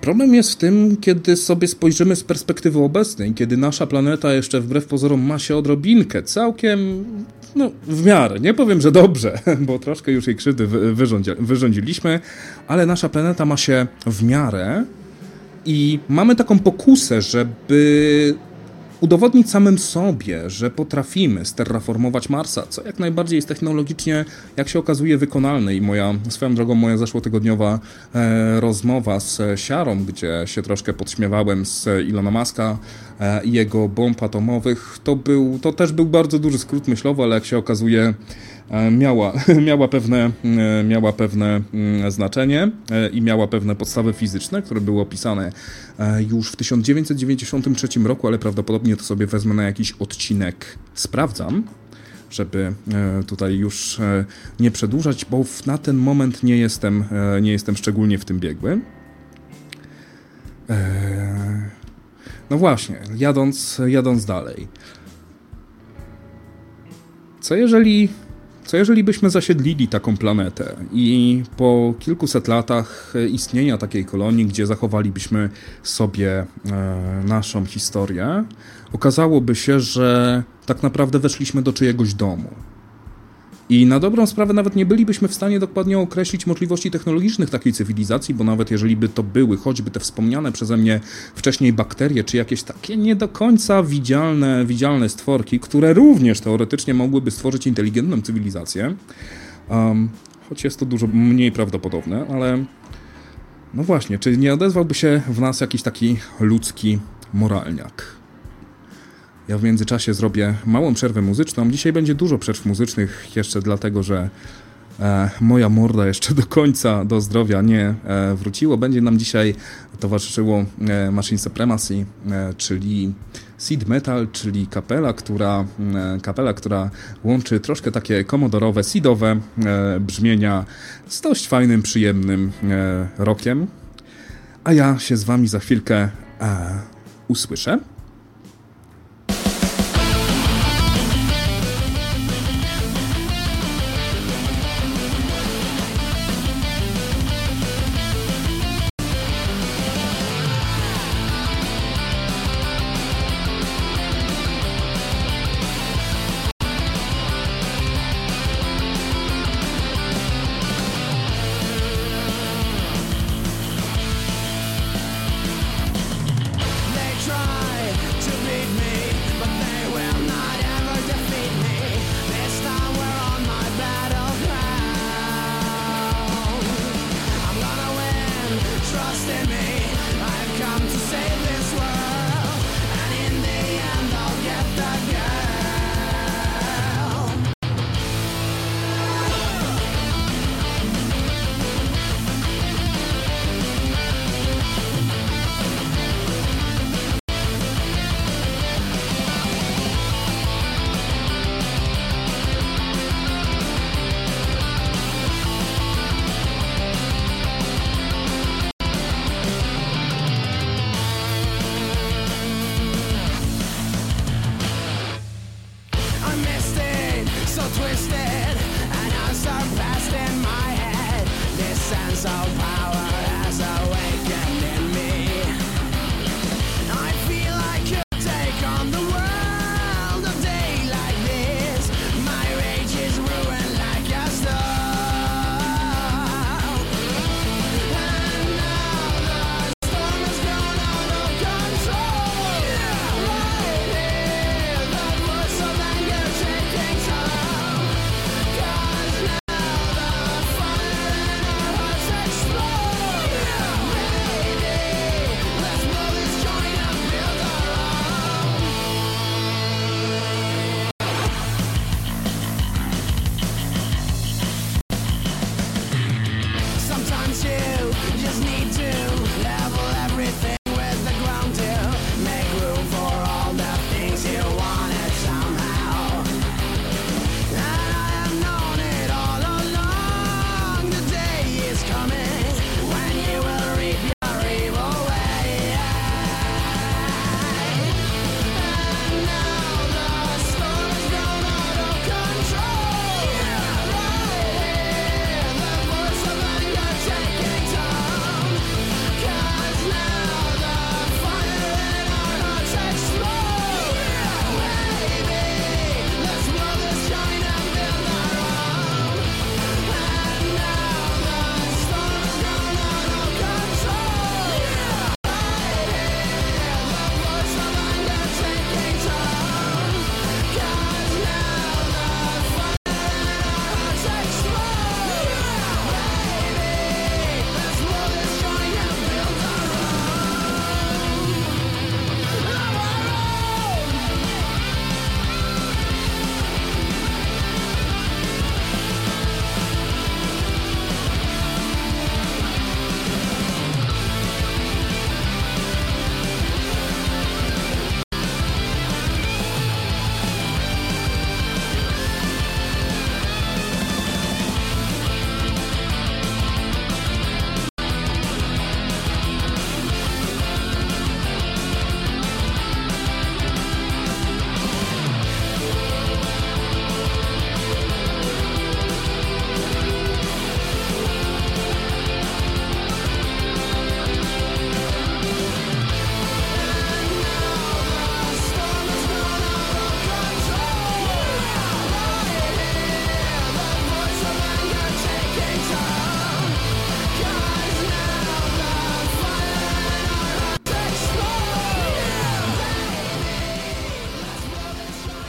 Problem jest w tym, kiedy sobie spojrzymy z perspektywy obecnej, kiedy nasza planeta jeszcze wbrew pozorom ma się odrobinkę, całkiem, no w miarę, nie powiem, że dobrze, bo troszkę już jej krzywdy wyrządzi, wyrządziliśmy, ale nasza planeta ma się w miarę i mamy taką pokusę, żeby udowodnić samym sobie, że potrafimy sterraformować Marsa, co jak najbardziej jest technologicznie, jak się okazuje, wykonalne. I moja, swoją drogą, moja zeszłotygodniowa e, rozmowa z Siarą, gdzie się troszkę podśmiewałem z Ilona Muska e, i jego bomb atomowych, to, był, to też był bardzo duży skrót myślowy, ale jak się okazuje, Miała, miała, pewne, miała pewne znaczenie i miała pewne podstawy fizyczne, które były opisane już w tysiąc dziewięćset dziewięćdziesiątym trzecim roku, ale prawdopodobnie to sobie wezmę na jakiś odcinek, sprawdzam, żeby tutaj już nie przedłużać, bo na ten moment nie jestem, nie jestem szczególnie w tym biegły. No właśnie, jadąc, jadąc dalej. Co jeżeli... Co jeżeli byśmy zasiedlili taką planetę i po kilkuset latach istnienia takiej kolonii, gdzie zachowalibyśmy sobie e, naszą historię, okazałoby się, że tak naprawdę weszliśmy do czyjegoś domu. I na dobrą sprawę nawet nie bylibyśmy w stanie dokładnie określić możliwości technologicznych takiej cywilizacji, bo nawet jeżeli by to były choćby te wspomniane przeze mnie wcześniej bakterie, czy jakieś takie nie do końca widzialne, widzialne stworki, które również teoretycznie mogłyby stworzyć inteligentną cywilizację, um, choć jest to dużo mniej prawdopodobne, ale no właśnie, czy nie odezwałby się w nas jakiś taki ludzki moralniak? Ja w międzyczasie zrobię małą przerwę muzyczną. Dzisiaj będzie dużo przerw muzycznych, jeszcze dlatego, że e, moja morda jeszcze do końca do zdrowia nie e, wróciło. Będzie nam dzisiaj towarzyszyło e, Machine Supremacy, e, czyli Seed Metal, czyli kapela, która, e, kapela, która łączy troszkę takie komodorowe, seedowe e, brzmienia z dość fajnym, przyjemnym e, rockiem. A ja się z wami za chwilkę e, usłyszę.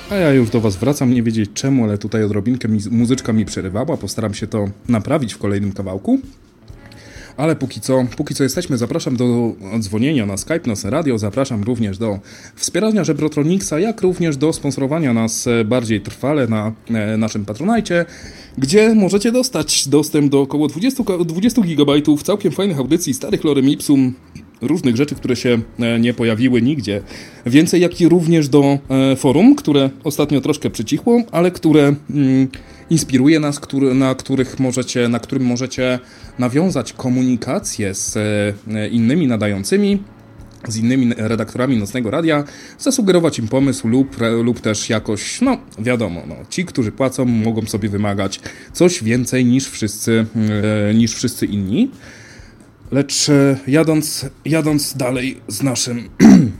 A ja już do was wracam, nie wiedzieć czemu, ale tutaj odrobinkę mi, muzyczka mi przerywała. Postaram się to naprawić w kolejnym kawałku. Ale póki co, póki co jesteśmy, zapraszam do dzwonienia na Skype, na radio, zapraszam również do wspierania Żebrotroniksa, jak również do sponsorowania nas bardziej trwale na e, naszym Patronajcie, gdzie możecie dostać dostęp do około dwadzieścia gigabajtów całkiem fajnych audycji, starych lorem ipsum, różnych rzeczy, które się e, nie pojawiły nigdzie. Więcej jak i również do e, forum, które ostatnio troszkę przycichło, ale które mm, inspiruje nas, który, na, których możecie, na którym możecie nawiązać komunikację z e, innymi nadającymi, z innymi redaktorami Nocnego Radia, zasugerować im pomysł lub, lub też jakoś, no wiadomo, no, ci, którzy płacą, mogą sobie wymagać coś więcej niż wszyscy, e, niż wszyscy inni. Lecz e, jadąc, jadąc dalej z naszym...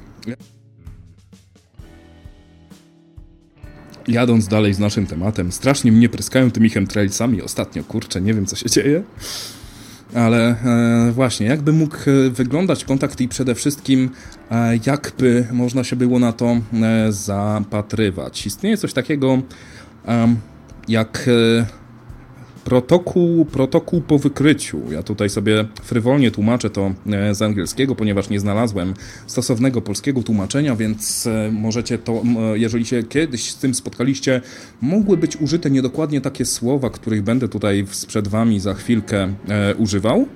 Jadąc dalej z naszym tematem, strasznie mnie pryskają tymi chemtrailsami ostatnio, kurczę, nie wiem co się dzieje. Ale e, właśnie, jakby mógł wyglądać kontakt i przede wszystkim e, jakby można się było na to e, zapatrywać. Istnieje coś takiego e, jak e, protokół, protokół po wykryciu. Ja tutaj sobie frywolnie tłumaczę to e, z angielskiego, ponieważ nie znalazłem stosownego polskiego tłumaczenia, więc e, możecie to, e, jeżeli się kiedyś z tym spotkaliście, mogły być użyte niedokładnie takie słowa, których będę tutaj przed wami za chwilkę e, używał.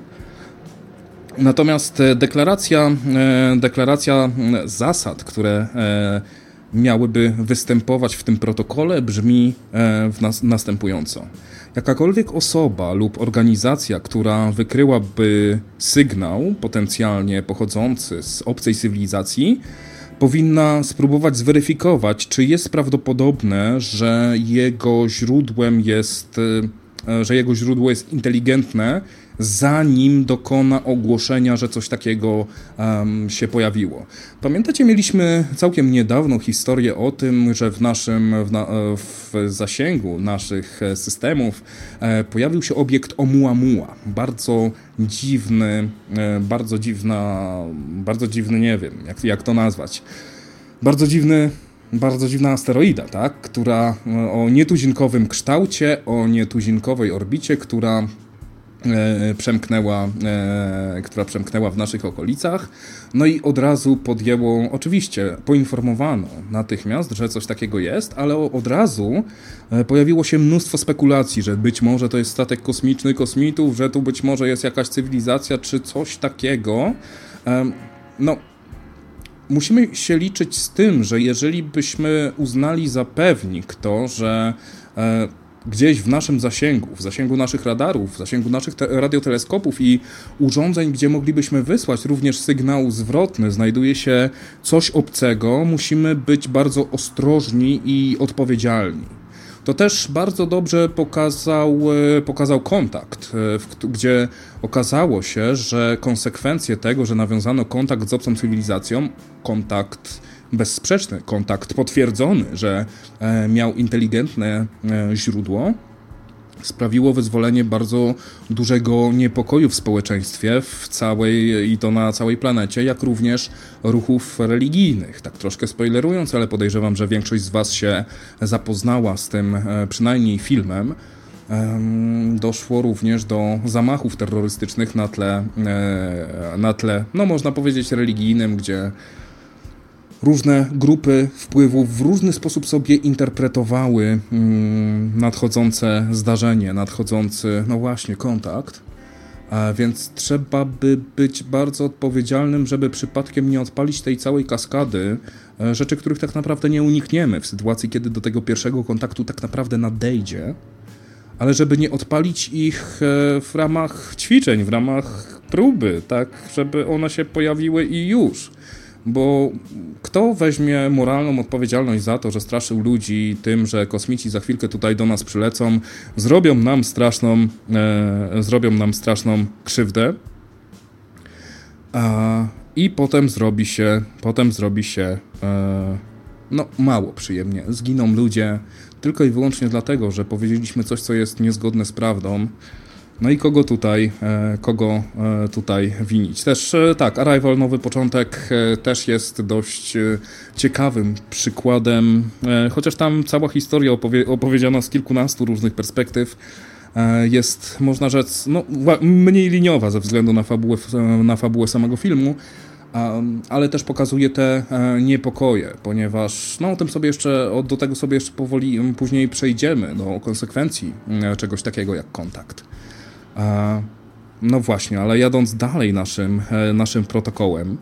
Natomiast deklaracja, e, deklaracja zasad, które e, miałyby występować w tym protokole, brzmi e, w nas, następująco. Jakakolwiek osoba lub organizacja, która wykryłaby sygnał potencjalnie pochodzący z obcej cywilizacji, powinna spróbować zweryfikować, czy jest prawdopodobne, że jego źródłem jest, że jego źródło jest inteligentne, zanim dokona ogłoszenia, że coś takiego um, się pojawiło. Pamiętacie, mieliśmy całkiem niedawno historię o tym, że w naszym, w, na, w zasięgu naszych systemów e, pojawił się obiekt Oumuamua. Bardzo dziwny, e, bardzo dziwna, bardzo dziwny, nie wiem, jak, jak to nazwać. Bardzo dziwny, bardzo dziwna asteroida, tak? Która o nietuzinkowym kształcie, o nietuzinkowej orbicie, która E, przemknęła, e, która przemknęła w naszych okolicach, no i od razu podjęło, oczywiście poinformowano natychmiast, że coś takiego jest, ale od razu e, pojawiło się mnóstwo spekulacji, że być może to jest statek kosmiczny kosmitów, że tu być może jest jakaś cywilizacja, czy coś takiego. E, no, musimy się liczyć z tym, że jeżeli byśmy uznali za pewnik to, że e, gdzieś w naszym zasięgu, w zasięgu naszych radarów, w zasięgu naszych te- radioteleskopów i urządzeń, gdzie moglibyśmy wysłać również sygnał zwrotny, znajduje się coś obcego, musimy być bardzo ostrożni i odpowiedzialni. To też bardzo dobrze pokazał, pokazał kontakt, gdzie okazało się, że konsekwencje tego, że nawiązano kontakt z obcą cywilizacją, kontakt bezsprzeczny, kontakt potwierdzony, że e, miał inteligentne e, źródło, sprawiło wyzwolenie bardzo dużego niepokoju w społeczeństwie w całej, i to na całej planecie, jak również ruchów religijnych. Tak troszkę spoilerując, ale podejrzewam, że większość z was się zapoznała z tym e, przynajmniej filmem. E, doszło również do zamachów terrorystycznych na tle, e, na tle, no można powiedzieć religijnym, gdzie różne grupy wpływów w różny sposób sobie interpretowały mm, nadchodzące zdarzenie, nadchodzący, no właśnie, kontakt. A więc trzeba by być bardzo odpowiedzialnym, żeby przypadkiem nie odpalić tej całej kaskady e, rzeczy, których tak naprawdę nie unikniemy w sytuacji, kiedy do tego pierwszego kontaktu tak naprawdę nadejdzie, ale żeby nie odpalić ich e, w ramach ćwiczeń, w ramach próby, tak, żeby one się pojawiły i już. Bo kto weźmie moralną odpowiedzialność za to, że straszył ludzi tym, że kosmici za chwilkę tutaj do nas przylecą, zrobią nam straszną, e, zrobią nam straszną krzywdę, a, i potem zrobi się, potem zrobi się e, no mało przyjemnie. Zginą ludzie tylko i wyłącznie dlatego, że powiedzieliśmy coś, co jest niezgodne z prawdą. No i kogo tutaj, kogo tutaj winić? Też tak, Arrival, Nowy Początek też jest dość ciekawym przykładem, chociaż tam cała historia opowie- opowiedziana z kilkunastu różnych perspektyw jest, można rzec, no, mniej liniowa ze względu na fabułę, na fabułę samego filmu, ale też pokazuje te niepokoje, ponieważ no, o tym sobie jeszcze, do tego sobie jeszcze powoli później przejdziemy, do konsekwencji czegoś takiego jak kontakt. No właśnie, ale jadąc dalej naszym, naszym protokołem,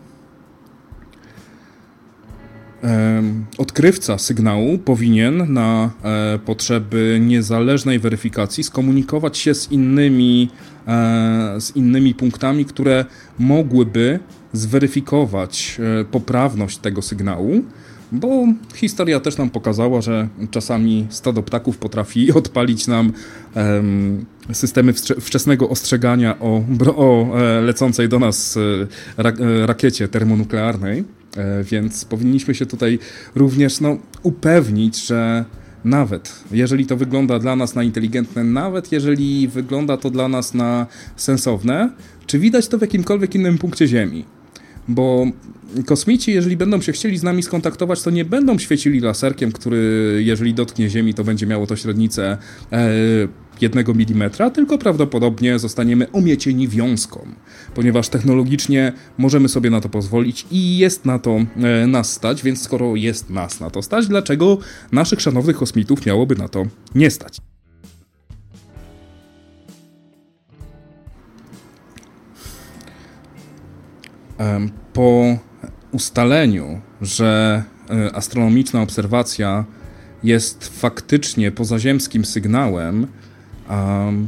odkrywca sygnału powinien na potrzeby niezależnej weryfikacji skomunikować się z innymi, z innymi punktami, które mogłyby zweryfikować poprawność tego sygnału, bo historia też nam pokazała, że czasami stado ptaków potrafi odpalić nam um, systemy wczesnego ostrzegania o, o lecącej do nas ra rakiecie termonuklearnej, więc powinniśmy się tutaj również no, upewnić, że nawet jeżeli to wygląda dla nas na inteligentne, nawet jeżeli wygląda to dla nas na sensowne, czy widać to w jakimkolwiek innym punkcie Ziemi. Bo kosmici, jeżeli będą się chcieli z nami skontaktować, to nie będą świecili laserkiem, który jeżeli dotknie Ziemi, to będzie miało to średnicę e, jednego milimetra, tylko prawdopodobnie zostaniemy omiecieni wiązką, ponieważ technologicznie możemy sobie na to pozwolić i jest na to e, nas stać, więc skoro jest nas na to stać, dlaczego naszych szanownych kosmitów miałoby na to nie stać? Po ustaleniu, że astronomiczna obserwacja jest faktycznie pozaziemskim sygnałem, um,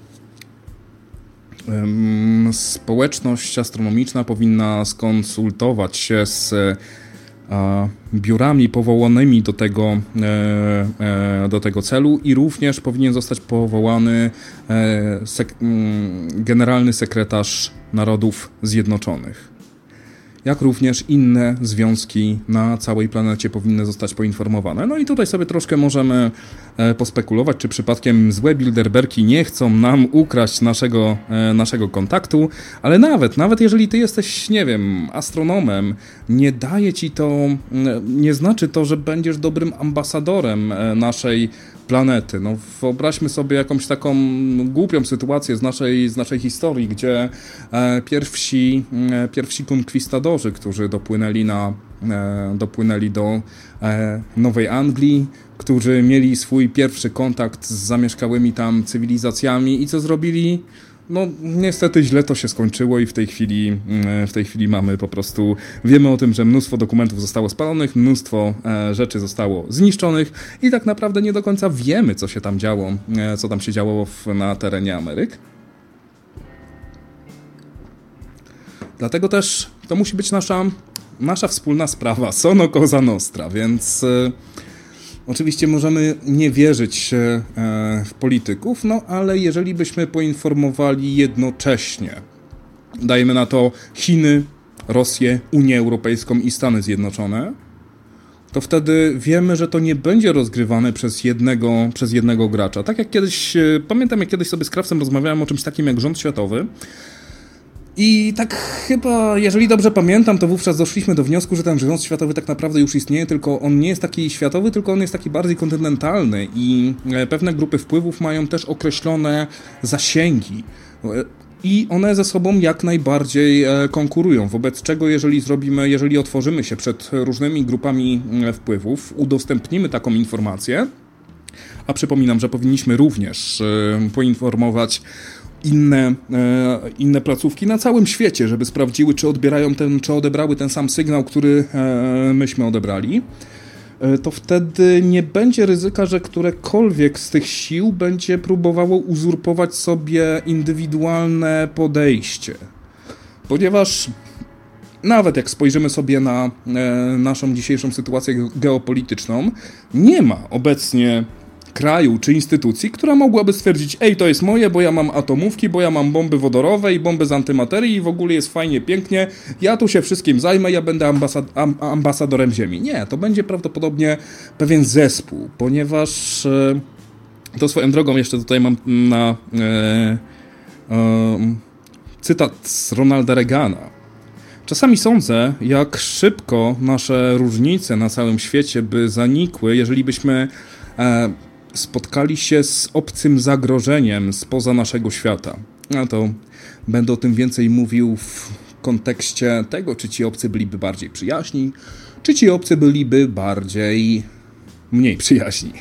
um, społeczność astronomiczna powinna skonsultować się z a, biurami powołanymi do tego, e, e, do tego celu i również powinien zostać powołany e, sek- generalny sekretarz Narodów Zjednoczonych. Jak również inne związki na całej planecie powinny zostać poinformowane. No i tutaj sobie troszkę możemy pospekulować, czy przypadkiem złe Bilderbergi nie chcą nam ukraść naszego, naszego kontaktu, ale nawet, nawet jeżeli ty jesteś, nie wiem, astronomem, nie daje ci to, nie znaczy to, że będziesz dobrym ambasadorem naszej planety. No, wyobraźmy sobie jakąś taką głupią sytuację z naszej, z naszej historii, gdzie e, pierwsi, e, pierwsi konkwistadorzy, którzy dopłynęli, na, e, dopłynęli do e, Nowej Anglii, którzy mieli swój pierwszy kontakt z zamieszkałymi tam cywilizacjami i co zrobili? No niestety źle to się skończyło i w tej chwili w tej chwili mamy po prostu, wiemy o tym, że mnóstwo dokumentów zostało spalonych, mnóstwo e, rzeczy zostało zniszczonych i tak naprawdę nie do końca wiemy, co się tam działo, e, co tam się działo w, na terenie Ameryk. Dlatego też to musi być nasza, nasza wspólna sprawa, sono cosa nostra, więc e, oczywiście możemy nie wierzyć e, w polityków, no ale jeżeli byśmy poinformowali jednocześnie, dajmy na to Chiny, Rosję, Unię Europejską i Stany Zjednoczone, to wtedy wiemy, że to nie będzie rozgrywane przez jednego, przez jednego gracza. Tak jak kiedyś, e, pamiętam jak kiedyś sobie z Krawcem rozmawiałem o czymś takim jak rząd światowy. I tak chyba, jeżeli dobrze pamiętam, to wówczas doszliśmy do wniosku, że ten rząd światowy tak naprawdę już istnieje, tylko on nie jest taki światowy, tylko on jest taki bardziej kontynentalny i pewne grupy wpływów mają też określone zasięgi i one ze sobą jak najbardziej konkurują, wobec czego jeżeli zrobimy, jeżeli otworzymy się przed różnymi grupami wpływów, udostępnimy taką informację, a przypominam, że powinniśmy również poinformować Inne, e, inne placówki na całym świecie, żeby sprawdziły, czy odbierają ten, czy odebrały ten sam sygnał, który e, myśmy odebrali, e, to wtedy nie będzie ryzyka, że którekolwiek z tych sił będzie próbowało uzurpować sobie indywidualne podejście. Ponieważ nawet jak spojrzymy sobie na e, naszą dzisiejszą sytuację geopolityczną, nie ma obecnie kraju czy instytucji, która mogłaby stwierdzić, ej, to jest moje, bo ja mam atomówki, bo ja mam bomby wodorowe i bomby z antymaterii i w ogóle jest fajnie, pięknie, ja tu się wszystkim zajmę, ja będę ambasad- amb- ambasadorem Ziemi. Nie, to będzie prawdopodobnie pewien zespół, ponieważ e, to swoją drogą jeszcze tutaj mam na, e, Um, cytat z Ronalda Reagana. Czasami sądzę, jak szybko nasze różnice na całym świecie by zanikły, jeżeli byśmy e, spotkali się z obcym zagrożeniem spoza naszego świata. No to będę o tym więcej mówił w kontekście tego, czy ci obcy byliby bardziej przyjaźni, czy ci obcy byliby bardziej mniej przyjaźni.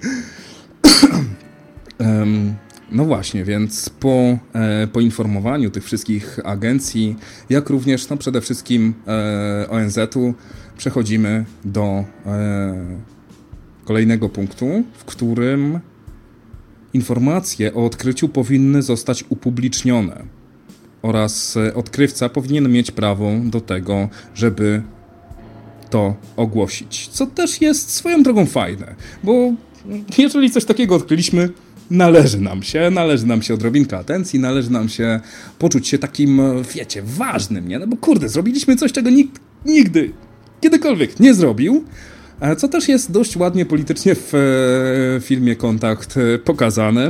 um, No właśnie, więc po e, poinformowaniu tych wszystkich agencji, jak również no przede wszystkim e, O N Z-u, przechodzimy do e, kolejnego punktu, w którym informacje o odkryciu powinny zostać upublicznione oraz odkrywca powinien mieć prawo do tego, żeby to ogłosić. Co też jest swoją drogą fajne, bo jeżeli coś takiego odkryliśmy, należy nam się, należy nam się odrobinka atencji, należy nam się poczuć się takim, wiecie, ważnym, nie? No bo kurde, zrobiliśmy coś, czego nikt nigdy, kiedykolwiek nie zrobił, co też jest dość ładnie politycznie w filmie Kontakt pokazane.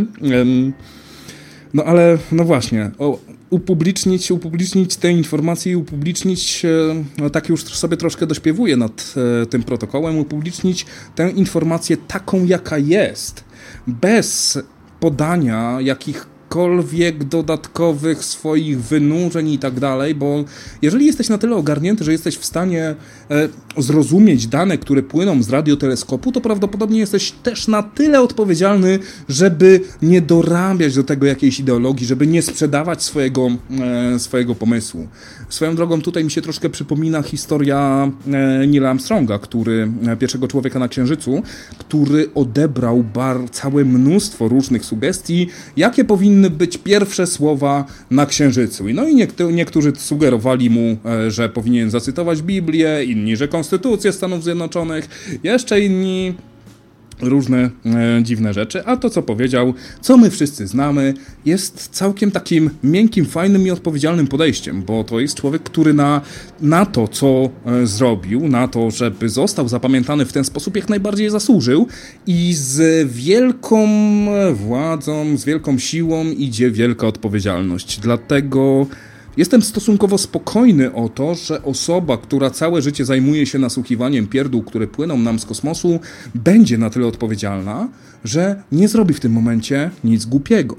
No ale, no właśnie, o, upublicznić, upublicznić te informacje i upublicznić, no tak już sobie troszkę dośpiewuję nad e, tym protokołem, upublicznić tę informację taką, jaka jest, bez podania jakichkolwiek dodatkowych swoich wynurzeń i tak dalej, bo jeżeli jesteś na tyle ogarnięty, że jesteś w stanie e, zrozumieć dane, które płyną z radioteleskopu, to prawdopodobnie jesteś też na tyle odpowiedzialny, żeby nie dorabiać do tego jakiejś ideologii, żeby nie sprzedawać swojego, e, swojego pomysłu. Swoją drogą tutaj mi się troszkę przypomina historia e, Neila Armstronga, który, e, pierwszego człowieka na Księżycu, który odebrał bar, całe mnóstwo różnych sugestii, jakie powinny być pierwsze słowa na Księżycu. No i niektórzy, niektórzy sugerowali mu, e, że powinien zacytować Biblię, inni, że Konstytucję Stanów Zjednoczonych, jeszcze inni różne e, dziwne rzeczy, a to, co powiedział, co my wszyscy znamy, jest całkiem takim miękkim, fajnym i odpowiedzialnym podejściem, bo to jest człowiek, który na, na to, co e, zrobił, na to, żeby został zapamiętany w ten sposób, jak najbardziej zasłużył i z wielką władzą, z wielką siłą idzie wielka odpowiedzialność. Dlatego jestem stosunkowo spokojny o to, że osoba, która całe życie zajmuje się nasłuchiwaniem pierdół, które płyną nam z kosmosu, będzie na tyle odpowiedzialna, że nie zrobi w tym momencie nic głupiego.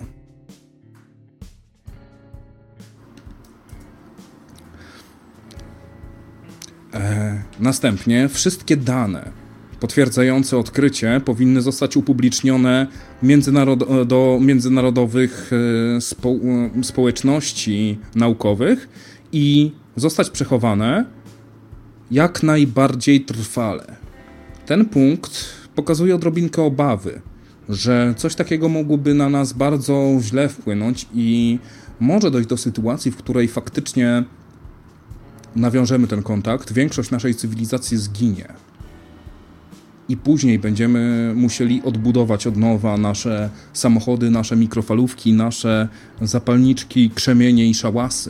E, następnie wszystkie dane potwierdzające odkrycie powinny zostać upublicznione międzynarod- do międzynarodowych spo- społeczności naukowych i zostać przechowane jak najbardziej trwale. Ten punkt pokazuje odrobinkę obawy, że coś takiego mogłoby na nas bardzo źle wpłynąć i może dojść do sytuacji, w której faktycznie nawiążemy ten kontakt, większość naszej cywilizacji zginie. I później będziemy musieli odbudować od nowa nasze samochody, nasze mikrofalówki, nasze zapalniczki, krzemienie i szałasy.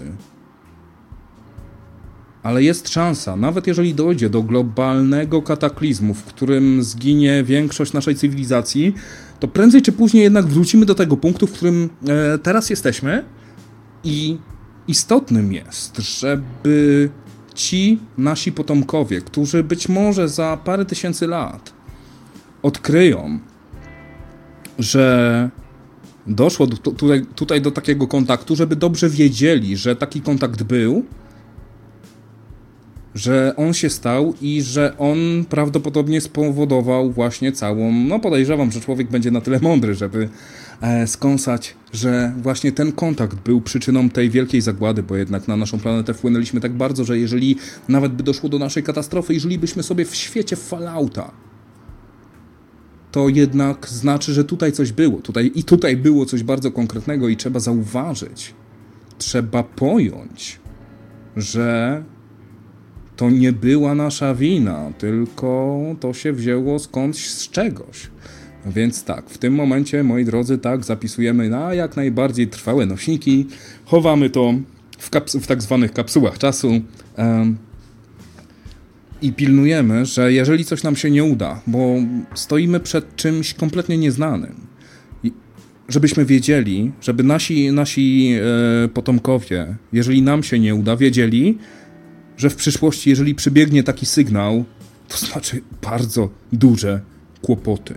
Ale jest szansa, nawet jeżeli dojdzie do globalnego kataklizmu, w którym zginie większość naszej cywilizacji, to prędzej czy później jednak wrócimy do tego punktu, w którym e, teraz jesteśmy i istotnym jest, żeby ci nasi potomkowie, którzy być może za parę tysięcy lat odkryją, że doszło do, tutaj, tutaj do takiego kontaktu, żeby dobrze wiedzieli, że taki kontakt był, że on się stał i że on prawdopodobnie spowodował właśnie całą, no podejrzewam, że człowiek będzie na tyle mądry, żeby e, skąsać, że właśnie ten kontakt był przyczyną tej wielkiej zagłady, bo jednak na naszą planetę wpłynęliśmy tak bardzo, że jeżeli nawet by doszło do naszej katastrofy i żylibyśmy sobie w świecie Fallouta, to jednak znaczy, że tutaj coś było. Tutaj, I tutaj było coś bardzo konkretnego i trzeba zauważyć, trzeba pojąć, że to nie była nasza wina, tylko to się wzięło skądś z czegoś. Więc tak, w tym momencie, moi drodzy, tak, zapisujemy na jak najbardziej trwałe nośniki, chowamy to w, kaps- w tak zwanych kapsułach czasu um, i pilnujemy, że jeżeli coś nam się nie uda, bo stoimy przed czymś kompletnie nieznanym, i żebyśmy wiedzieli, żeby nasi, nasi e, potomkowie, jeżeli nam się nie uda, wiedzieli, że w przyszłości, jeżeli przybiegnie taki sygnał, to znaczy bardzo duże kłopoty.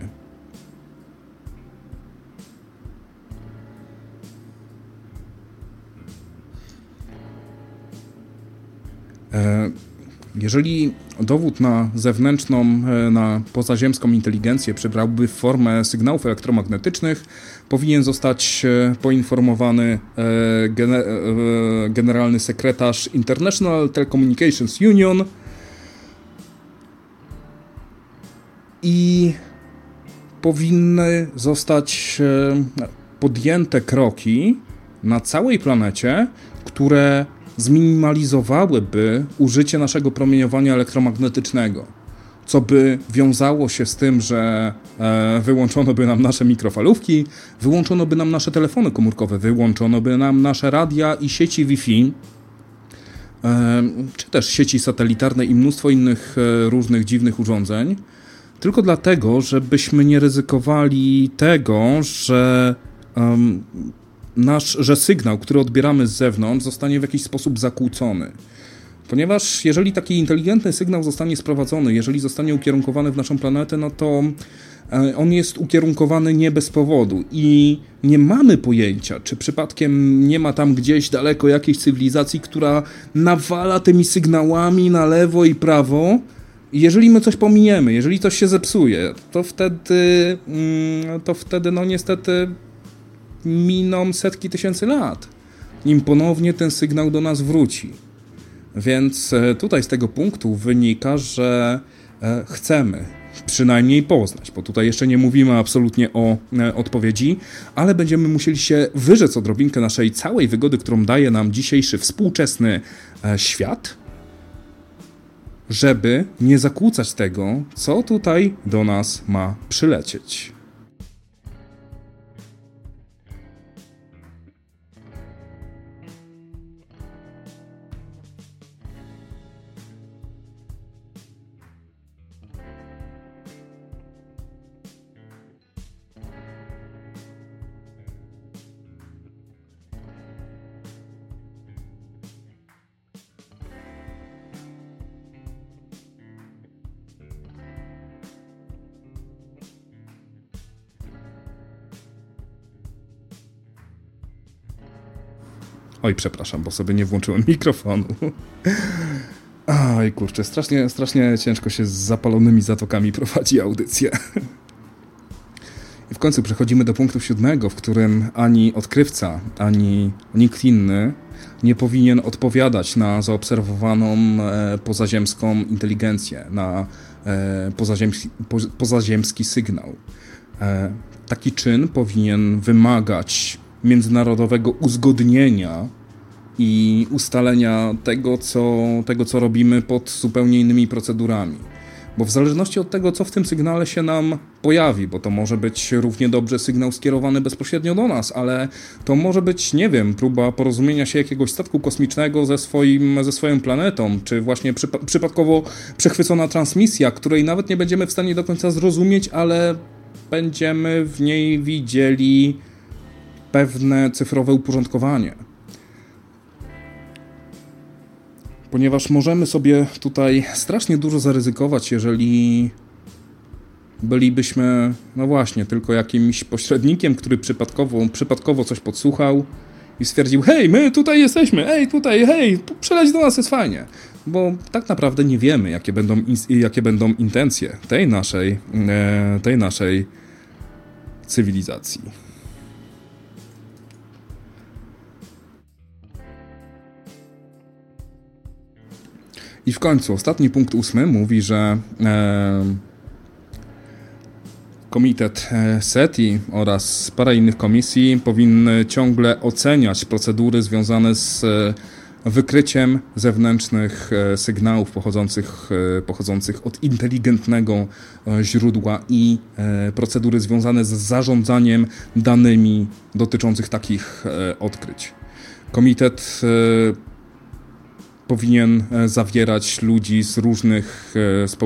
E, Jeżeli dowód na zewnętrzną, na pozaziemską inteligencję przybrałby formę sygnałów elektromagnetycznych, powinien zostać poinformowany generalny sekretarz International Telecommunications Union i powinny zostać podjęte kroki na całej planecie, które zminimalizowałyby użycie naszego promieniowania elektromagnetycznego, co by wiązało się z tym, że e, wyłączono by nam nasze mikrofalówki, wyłączono by nam nasze telefony komórkowe, wyłączono by nam nasze radia i sieci Wi-Fi, e, czy też sieci satelitarne i mnóstwo innych e, różnych dziwnych urządzeń, tylko dlatego, żebyśmy nie ryzykowali tego, że um, Nasz, że sygnał, który odbieramy z zewnątrz, zostanie w jakiś sposób zakłócony. Ponieważ jeżeli taki inteligentny sygnał zostanie sprowadzony, jeżeli zostanie ukierunkowany w naszą planetę, no to on jest ukierunkowany nie bez powodu i nie mamy pojęcia, czy przypadkiem nie ma tam gdzieś daleko jakiejś cywilizacji, która nawala tymi sygnałami na lewo i prawo. I jeżeli my coś pominiemy, jeżeli coś się zepsuje, to wtedy, to wtedy no niestety miną setki tysięcy lat, nim ponownie ten sygnał do nas wróci. Więc tutaj z tego punktu wynika, że chcemy przynajmniej poznać, bo tutaj jeszcze nie mówimy absolutnie o odpowiedzi, ale będziemy musieli się wyrzec odrobinkę naszej całej wygody, którą daje nam dzisiejszy współczesny świat, żeby nie zakłócać tego, co tutaj do nas ma przylecieć. Oj, przepraszam, bo sobie nie włączyłem mikrofonu. Oj, kurczę, strasznie, strasznie ciężko się z zapalonymi zatokami prowadzi audycję. I w końcu przechodzimy do punktu siódmego, w którym ani odkrywca, ani nikt inny nie powinien odpowiadać na zaobserwowaną e, pozaziemską inteligencję, na e, pozaziemski, po, pozaziemski sygnał. E, taki czyn powinien wymagać międzynarodowego uzgodnienia i ustalenia tego co, tego, co robimy pod zupełnie innymi procedurami. Bo w zależności od tego, co w tym sygnale się nam pojawi, bo to może być równie dobrze sygnał skierowany bezpośrednio do nas, ale to może być, nie wiem, próba porozumienia się jakiegoś statku kosmicznego ze, swoim, ze swoją planetą, czy właśnie przypa- przypadkowo przechwycona transmisja, której nawet nie będziemy w stanie do końca zrozumieć, ale będziemy w niej widzieli pewne cyfrowe uporządkowanie. Ponieważ możemy sobie tutaj strasznie dużo zaryzykować, jeżeli bylibyśmy, no właśnie, tylko jakimś pośrednikiem, który przypadkowo, przypadkowo coś podsłuchał i stwierdził: hej, my tutaj jesteśmy, hej, tutaj, hej, przeleć do nas, jest fajnie. Bo tak naprawdę nie wiemy, jakie będą, jakie będą intencje tej naszej, tej naszej cywilizacji. I w końcu ostatni punkt ósmy mówi, że e, Komitet SETI oraz parę innych komisji powinny ciągle oceniać procedury związane z wykryciem zewnętrznych sygnałów pochodzących, pochodzących od inteligentnego źródła i procedury związane z zarządzaniem danymi dotyczących takich odkryć. Komitet powinien zawierać ludzi z różnych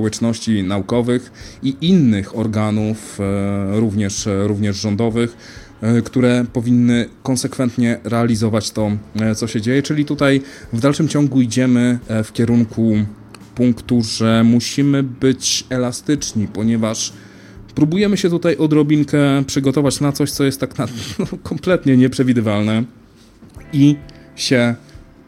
społeczności naukowych i innych organów, również, również rządowych, które powinny konsekwentnie realizować to, co się dzieje, czyli tutaj w dalszym ciągu idziemy w kierunku punktu, że musimy być elastyczni, ponieważ próbujemy się tutaj odrobinkę przygotować na coś, co jest tak na, no, kompletnie nieprzewidywalne i się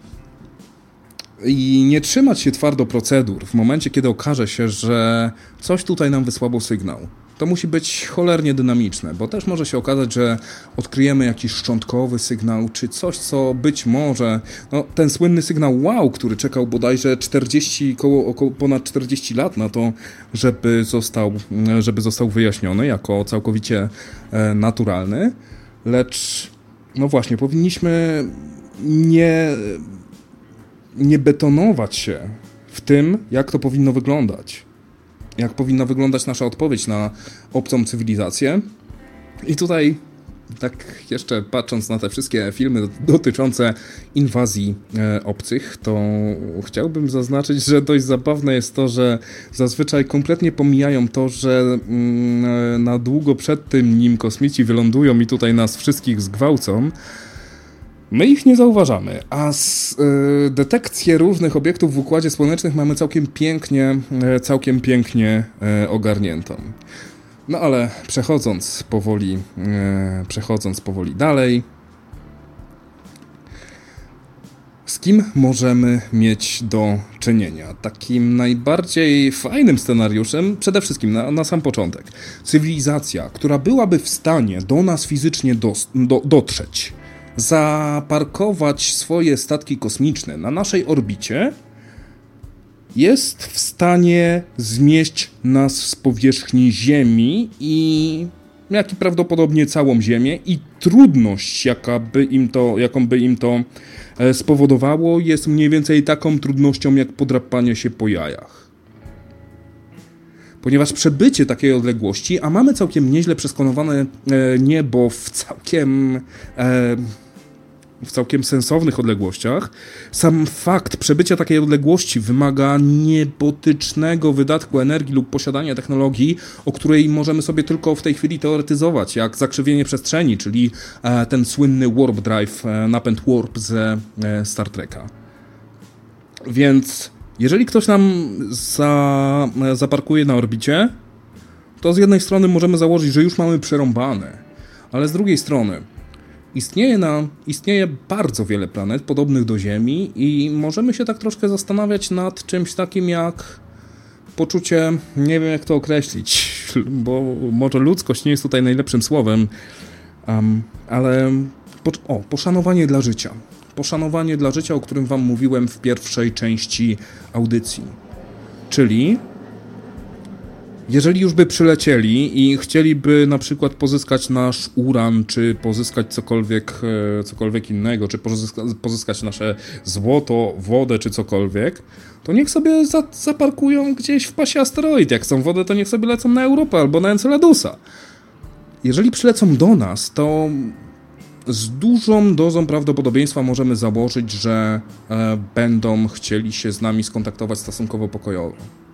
i nie trzymać się twardo procedur w momencie, kiedy okaże się, że coś tutaj nam wysłabo sygnał. To musi być cholernie dynamiczne, bo też może się okazać, że odkryjemy jakiś szczątkowy sygnał, czy coś, co być może, no ten słynny sygnał wow, który czekał bodajże czterdzieści, około, około ponad czterdzieści lat na to, żeby został, żeby został wyjaśniony jako całkowicie e, naturalny, lecz no właśnie, powinniśmy nie, nie betonować się w tym, jak to powinno wyglądać. Jak powinna wyglądać nasza odpowiedź na obcą cywilizację. I tutaj, tak jeszcze patrząc na te wszystkie filmy dotyczące inwazji e, obcych, to chciałbym zaznaczyć, że dość zabawne jest to, że zazwyczaj kompletnie pomijają to, że mm, na długo przed tym, nim kosmici wylądują i tutaj nas wszystkich zgwałcą, my ich nie zauważamy, a z, y, detekcję różnych obiektów w Układzie Słonecznym mamy całkiem pięknie, y, całkiem pięknie y, ogarniętą. No ale przechodząc powoli, y, przechodząc powoli dalej, z kim możemy mieć do czynienia? Takim najbardziej fajnym scenariuszem, przede wszystkim na, na sam początek, cywilizacja, która byłaby w stanie do nas fizycznie dos, do, dotrzeć, zaparkować swoje statki kosmiczne na naszej orbicie, jest w stanie zmieść nas z powierzchni Ziemi i jak i prawdopodobnie całą Ziemię, i trudność, jaka by im to, jaką by im to spowodowało, jest mniej więcej taką trudnością jak podrapanie się po jajach. Ponieważ przebycie takiej odległości, a mamy całkiem nieźle przeskonowane niebo w całkiem... E, w całkiem sensownych odległościach, sam fakt przebycia takiej odległości wymaga niebotycznego wydatku energii lub posiadania technologii, o której możemy sobie tylko w tej chwili teoretyzować, jak zakrzywienie przestrzeni, czyli ten słynny warp drive, napęd warp ze Star Treka. Więc jeżeli ktoś nam za, zaparkuje na orbicie, to z jednej strony możemy założyć, że już mamy przerąbane, ale z drugiej strony Istnieje, na, istnieje bardzo wiele planet podobnych do Ziemi i możemy się tak troszkę zastanawiać nad czymś takim jak poczucie, nie wiem jak to określić, bo może ludzkość nie jest tutaj najlepszym słowem, um, ale po, o, poszanowanie dla życia. Poszanowanie dla życia, o którym wam mówiłem w pierwszej części audycji. Czyli jeżeli już by przylecieli i chcieliby na przykład pozyskać nasz uran, czy pozyskać cokolwiek, cokolwiek innego, czy pozyska, pozyskać nasze złoto, wodę, czy cokolwiek, to niech sobie za, zaparkują gdzieś w pasie asteroid. Jak chcą wodę, to niech sobie lecą na Europę albo na Enceladusa. Jeżeli przylecą do nas, to z dużą dozą prawdopodobieństwa możemy założyć, że e, będą chcieli się z nami skontaktować stosunkowo pokojowo.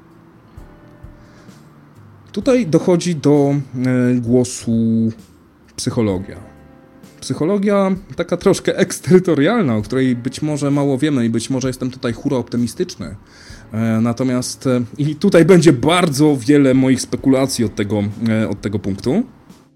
Tutaj dochodzi do e, głosu psychologia. Psychologia taka troszkę eksterytorialna, o której być może mało wiemy i być może jestem tutaj hura optymistyczny. E, natomiast e, i tutaj będzie bardzo wiele moich spekulacji od tego, e, od tego punktu.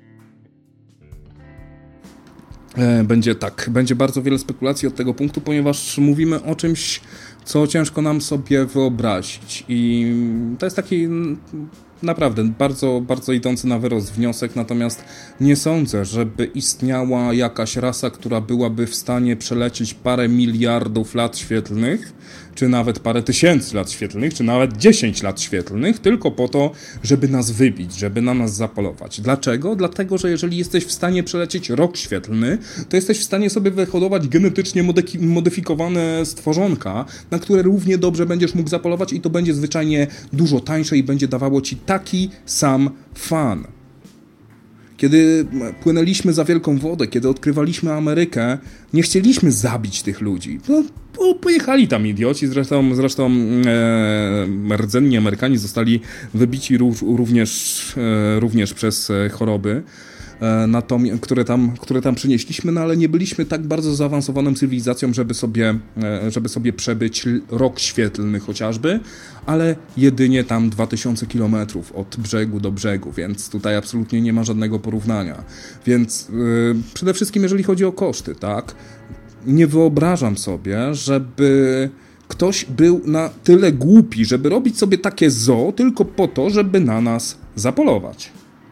E, będzie tak, będzie bardzo wiele spekulacji od tego punktu, ponieważ mówimy o czymś, co ciężko nam sobie wyobrazić. I to jest taki naprawdę bardzo, bardzo idący na wyrost wniosek, natomiast nie sądzę, żeby istniała jakaś rasa, która byłaby w stanie przelecieć parę miliardów lat świetlnych, czy nawet parę tysięcy lat świetlnych, czy nawet dziesięć lat świetlnych, tylko po to, żeby nas wybić, żeby na nas zapolować. Dlaczego? Dlatego, że jeżeli jesteś w stanie przelecieć rok świetlny, to jesteś w stanie sobie wyhodować genetycznie modyfikowane stworzonka, na które równie dobrze będziesz mógł zapolować i to będzie zwyczajnie dużo tańsze i będzie dawało ci taki sam fan. Kiedy płynęliśmy za wielką wodę, kiedy odkrywaliśmy Amerykę, nie chcieliśmy zabić tych ludzi. No, bo pojechali tam idioci, zresztą, zresztą e, rdzenni Amerykanie zostali wybici rów, również, e, również przez choroby. natomiast, które tam, które tam przynieśliśmy, no ale nie byliśmy tak bardzo zaawansowaną cywilizacją, żeby sobie, żeby sobie przebyć rok świetlny chociażby, ale jedynie tam dwa tysiące kilometrów od brzegu do brzegu, więc tutaj absolutnie nie ma żadnego porównania. Więc yy, przede wszystkim jeżeli chodzi o koszty, tak, nie wyobrażam sobie, żeby ktoś był na tyle głupi, żeby robić sobie takie zoo tylko po to, żeby na nas zapolować.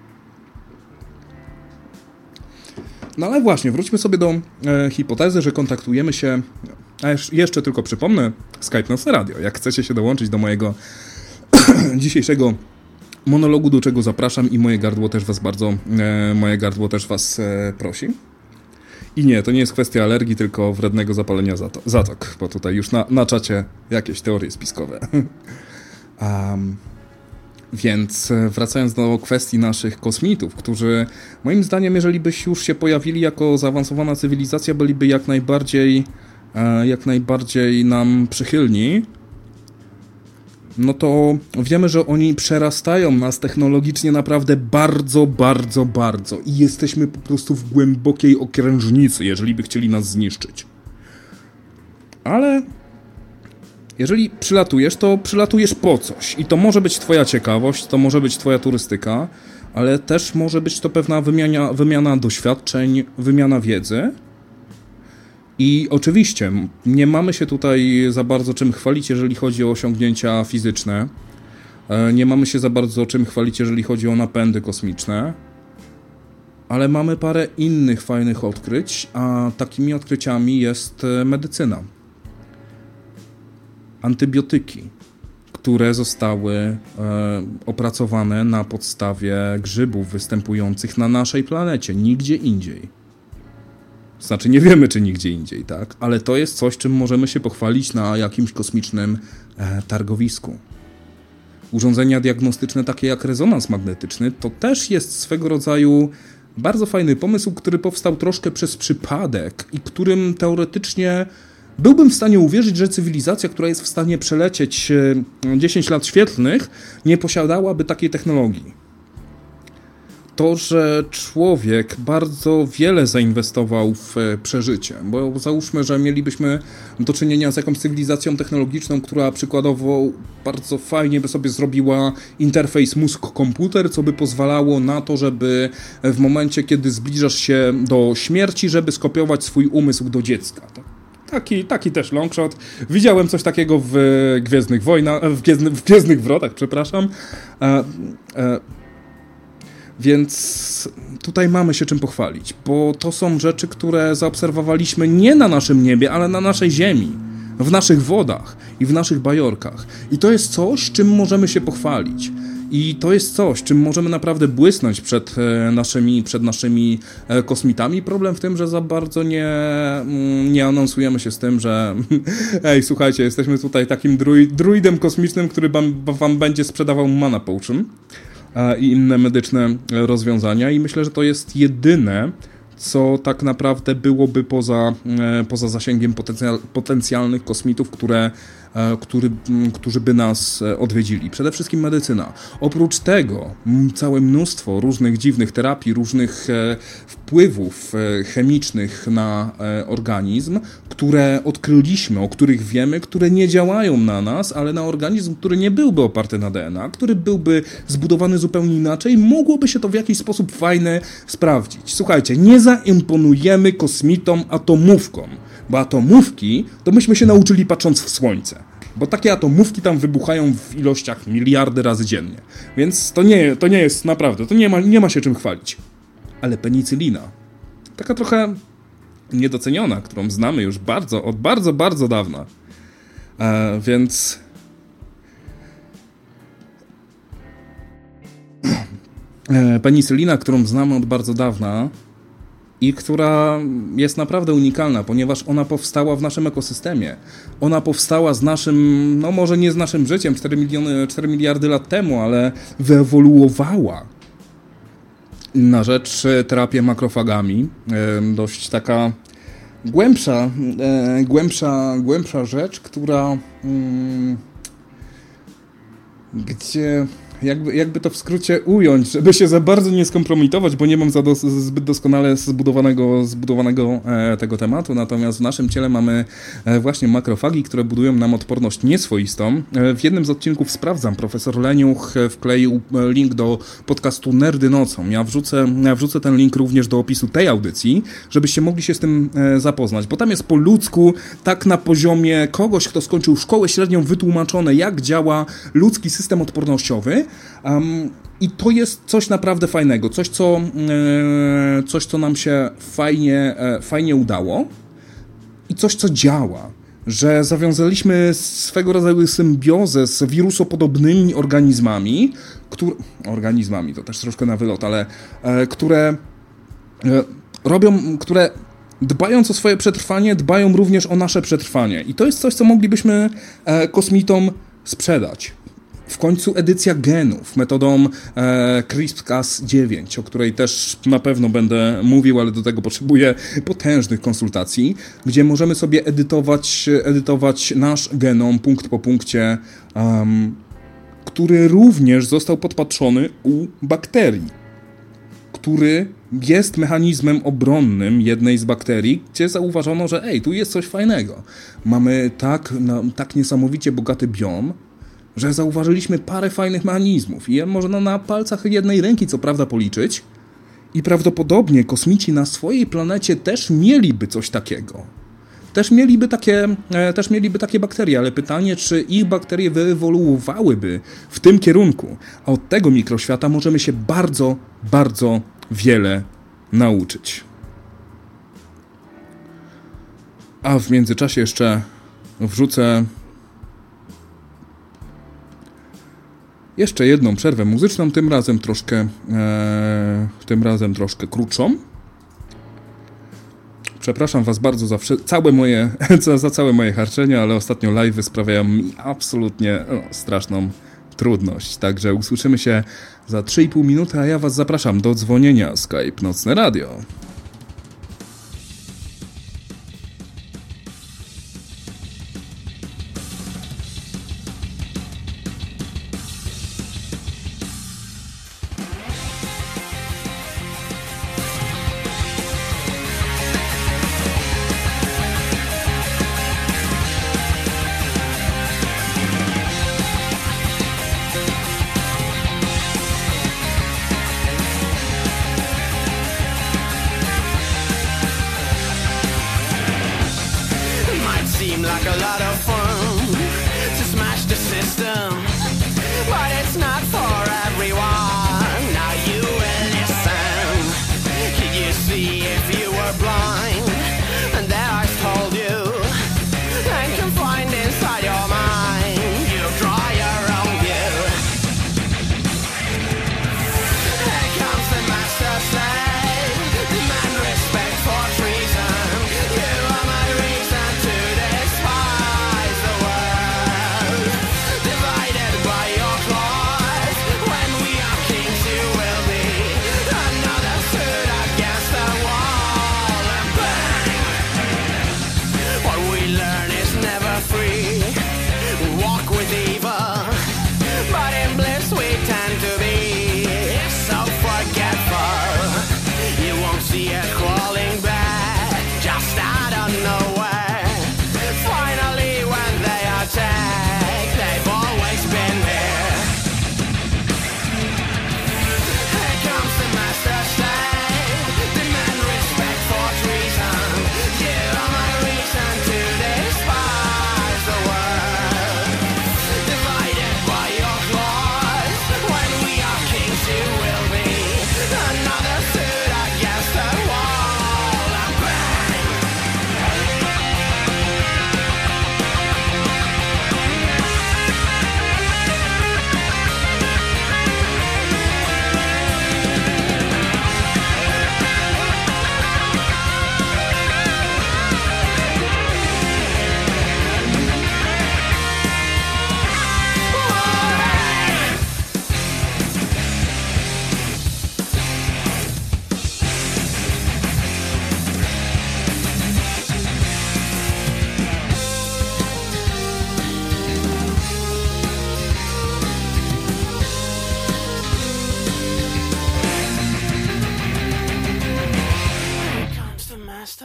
No ale właśnie, wróćmy sobie do e, hipotezy, że kontaktujemy się, a jeszcze tylko przypomnę, Skype Nocne Radio. Jak chcecie się dołączyć do mojego dzisiejszego monologu, do czego zapraszam i moje gardło też was bardzo, e, moje gardło też was e, prosi. I nie, to nie jest kwestia alergii, tylko wrednego zapalenia zato- zatok, bo tutaj już na, na czacie jakieś teorie spiskowe. um, Więc wracając do kwestii naszych kosmitów, którzy moim zdaniem, jeżeli byś już się pojawili jako zaawansowana cywilizacja, byliby jak najbardziej, jak najbardziej nam przychylni, no to wiemy, że oni przerastają nas technologicznie naprawdę bardzo, bardzo, bardzo i jesteśmy po prostu w głębokiej okrężnicy, jeżeli by chcieli nas zniszczyć. Ale jeżeli przylatujesz, to przylatujesz po coś i to może być twoja ciekawość, to może być twoja turystyka, ale też może być to pewna wymiana, wymiana doświadczeń, wymiana wiedzy. I oczywiście nie mamy się tutaj za bardzo czym chwalić, jeżeli chodzi o osiągnięcia fizyczne. Nie mamy się za bardzo czym chwalić, jeżeli chodzi o napędy kosmiczne. Ale mamy parę innych fajnych odkryć, a takimi odkryciami jest medycyna. Antybiotyki, które zostały e, opracowane na podstawie grzybów występujących na naszej planecie, nigdzie indziej. Znaczy nie wiemy, czy nigdzie indziej, tak? Ale to jest coś, czym możemy się pochwalić na jakimś kosmicznym e, targowisku. Urządzenia diagnostyczne takie jak rezonans magnetyczny to też jest swego rodzaju bardzo fajny pomysł, który powstał troszkę przez przypadek i którym teoretycznie byłbym w stanie uwierzyć, że cywilizacja, która jest w stanie przelecieć dziesięć lat świetlnych, nie posiadałaby takiej technologii. To, że człowiek bardzo wiele zainwestował w przeżycie, bo załóżmy, że mielibyśmy do czynienia z jakąś cywilizacją technologiczną, która przykładowo bardzo fajnie by sobie zrobiła interfejs mózg-komputer, co by pozwalało na to, żeby w momencie, kiedy zbliżasz się do śmierci, żeby skopiować swój umysł do dziecka, tak? Taki, taki też longshot. Widziałem coś takiego w Gwiezdnych Wojnach, w, Gwiezdny, w Gwiezdnych Wrotach, przepraszam. E, e, więc tutaj mamy się czym pochwalić, bo to są rzeczy, które zaobserwowaliśmy nie na naszym niebie, ale na naszej ziemi, w naszych wodach i w naszych bajorkach. I to jest coś, czym możemy się pochwalić. I to jest coś, czym możemy naprawdę błysnąć przed naszymi, przed naszymi kosmitami. Problem w tym, że za bardzo nie, nie anonsujemy się z tym, że ej, słuchajcie, jesteśmy tutaj takim druid, druidem kosmicznym, który wam, wam będzie sprzedawał mana potion i inne medyczne rozwiązania. I myślę, że to jest jedyne, co tak naprawdę byłoby poza, poza zasięgiem potencjal, potencjalnych kosmitów, które, który, którzy by nas odwiedzili. Przede wszystkim medycyna. Oprócz tego całe mnóstwo różnych dziwnych terapii, różnych wpływów chemicznych na organizm, które odkryliśmy, o których wiemy, które nie działają na nas, ale na organizm, który nie byłby oparty na D N A, który byłby zbudowany zupełnie inaczej, mogłoby się to w jakiś sposób fajny sprawdzić. Słuchajcie, nie zaimponujemy kosmitom atomówką, bo atomówki to myśmy się nauczyli patrząc w słońce. Bo takie atomówki tam wybuchają w ilościach miliardy razy dziennie. Więc to nie, to nie jest naprawdę, to nie ma, nie ma się czym chwalić. Ale penicylina, taka trochę niedoceniona, którą znamy już bardzo, od bardzo, bardzo dawna. E, więc... E, penicylina, którą znamy od bardzo dawna i która jest naprawdę unikalna, ponieważ ona powstała w naszym ekosystemie. Ona powstała z naszym, no może nie z naszym życiem cztery miliony, cztery miliardy lat temu, ale wyewoluowała na rzecz terapii makrofagami. Dość taka głębsza, głębsza, głębsza rzecz, która gdzie jakby, jakby to w skrócie ująć, żeby się za bardzo nie skompromitować, bo nie mam za dos- zbyt doskonale zbudowanego, zbudowanego e, tego tematu, natomiast w naszym ciele mamy e, właśnie makrofagi, które budują nam odporność nieswoistą. E, w jednym z odcinków Sprawdzam, profesor Leniuch wkleił link do podcastu Nerdy Nocą. Ja wrzucę, ja wrzucę ten link również do opisu tej audycji, żebyście mogli się z tym e, zapoznać, bo tam jest po ludzku, tak na poziomie kogoś, kto skończył szkołę średnią, wytłumaczone, jak działa ludzki system odpornościowy. Um, I to jest coś naprawdę fajnego, coś, co, e, coś, co nam się fajnie, e, fajnie udało i coś, co działa. Że zawiązaliśmy swego rodzaju symbiozę z wirusopodobnymi organizmami, które, organizmami, to też troszkę na wylot, ale e, które e, robią, które dbając o swoje przetrwanie, dbają również o nasze przetrwanie. I to jest coś, co moglibyśmy e, kosmitom sprzedać. W końcu edycja genów metodą e, CRISPR Cas dziewięć, o której też na pewno będę mówił, ale do tego potrzebuję potężnych konsultacji, gdzie możemy sobie edytować, edytować nasz genom punkt po punkcie, um, który również został podpatrzony u bakterii, który jest mechanizmem obronnym jednej z bakterii, gdzie zauważono, że ej, tu jest coś fajnego. Mamy tak, no, tak niesamowicie bogaty biom, że zauważyliśmy parę fajnych mechanizmów i je można na palcach jednej ręki co prawda policzyć i prawdopodobnie kosmici na swojej planecie też mieliby coś takiego. Też mieliby takie, e, też mieliby takie bakterie, ale pytanie, czy ich bakterie wyewoluowałyby w tym kierunku, a od tego mikroświata możemy się bardzo, bardzo wiele nauczyć. A w międzyczasie jeszcze wrzucę jeszcze jedną przerwę muzyczną, tym razem troszkę, e, tym razem troszkę krótszą. Przepraszam was bardzo za wszy- całe moje, za, za całe moje harczenie, ale ostatnio live'y sprawiają mi absolutnie no, straszną trudność. Także usłyszymy się za trzy i pół minuty, a ja was zapraszam do dzwonienia Skype Nocne Radio. Divide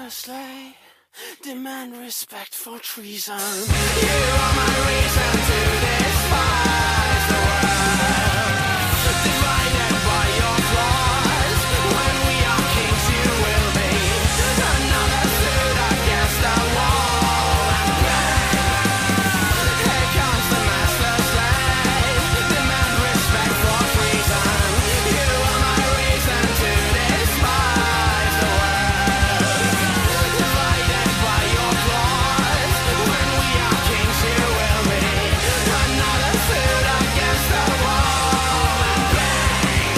slay. Demand respect for treason. You are my reason to despise the world. Divided by your flaws. When we are kings, you will be another suit against the wall. And bang, here comes the master slave. Demand respect for treason. You are my reason to despise the world. Divided by your flaws. When we are kings, you will be another suit against the wall. And bang.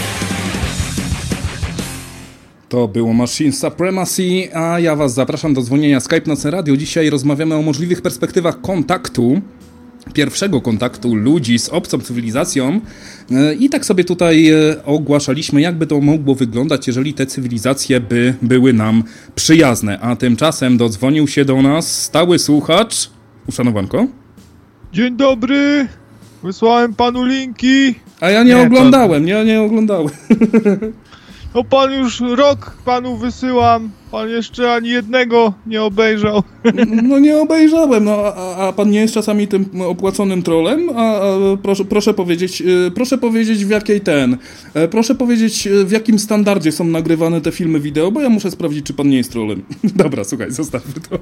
To było Machine Supremacy, a ja was zapraszam do dzwonienia Skype Nocne Radio. Dzisiaj rozmawiamy o możliwych perspektywach kontaktu, pierwszego kontaktu ludzi z obcą cywilizacją i tak sobie tutaj ogłaszaliśmy, jakby to mogło wyglądać, jeżeli te cywilizacje by były nam przyjazne. A tymczasem dodzwonił się do nas stały słuchacz. Uszanowanko? Dzień dobry, wysłałem panu linki. A ja nie, Nie, to- oglądałem, ja nie oglądałem. No pan już rok panu wysyłam, pan jeszcze ani jednego nie obejrzał. No nie obejrzałem, no a, a pan nie jest czasami tym opłaconym trolem? A, a proszę, proszę powiedzieć, e, proszę powiedzieć w jakiej ten, e, proszę powiedzieć e, w jakim standardzie są nagrywane te filmy wideo, bo ja muszę sprawdzić, czy pan nie jest trolem. Dobra, słuchaj, zostawmy to.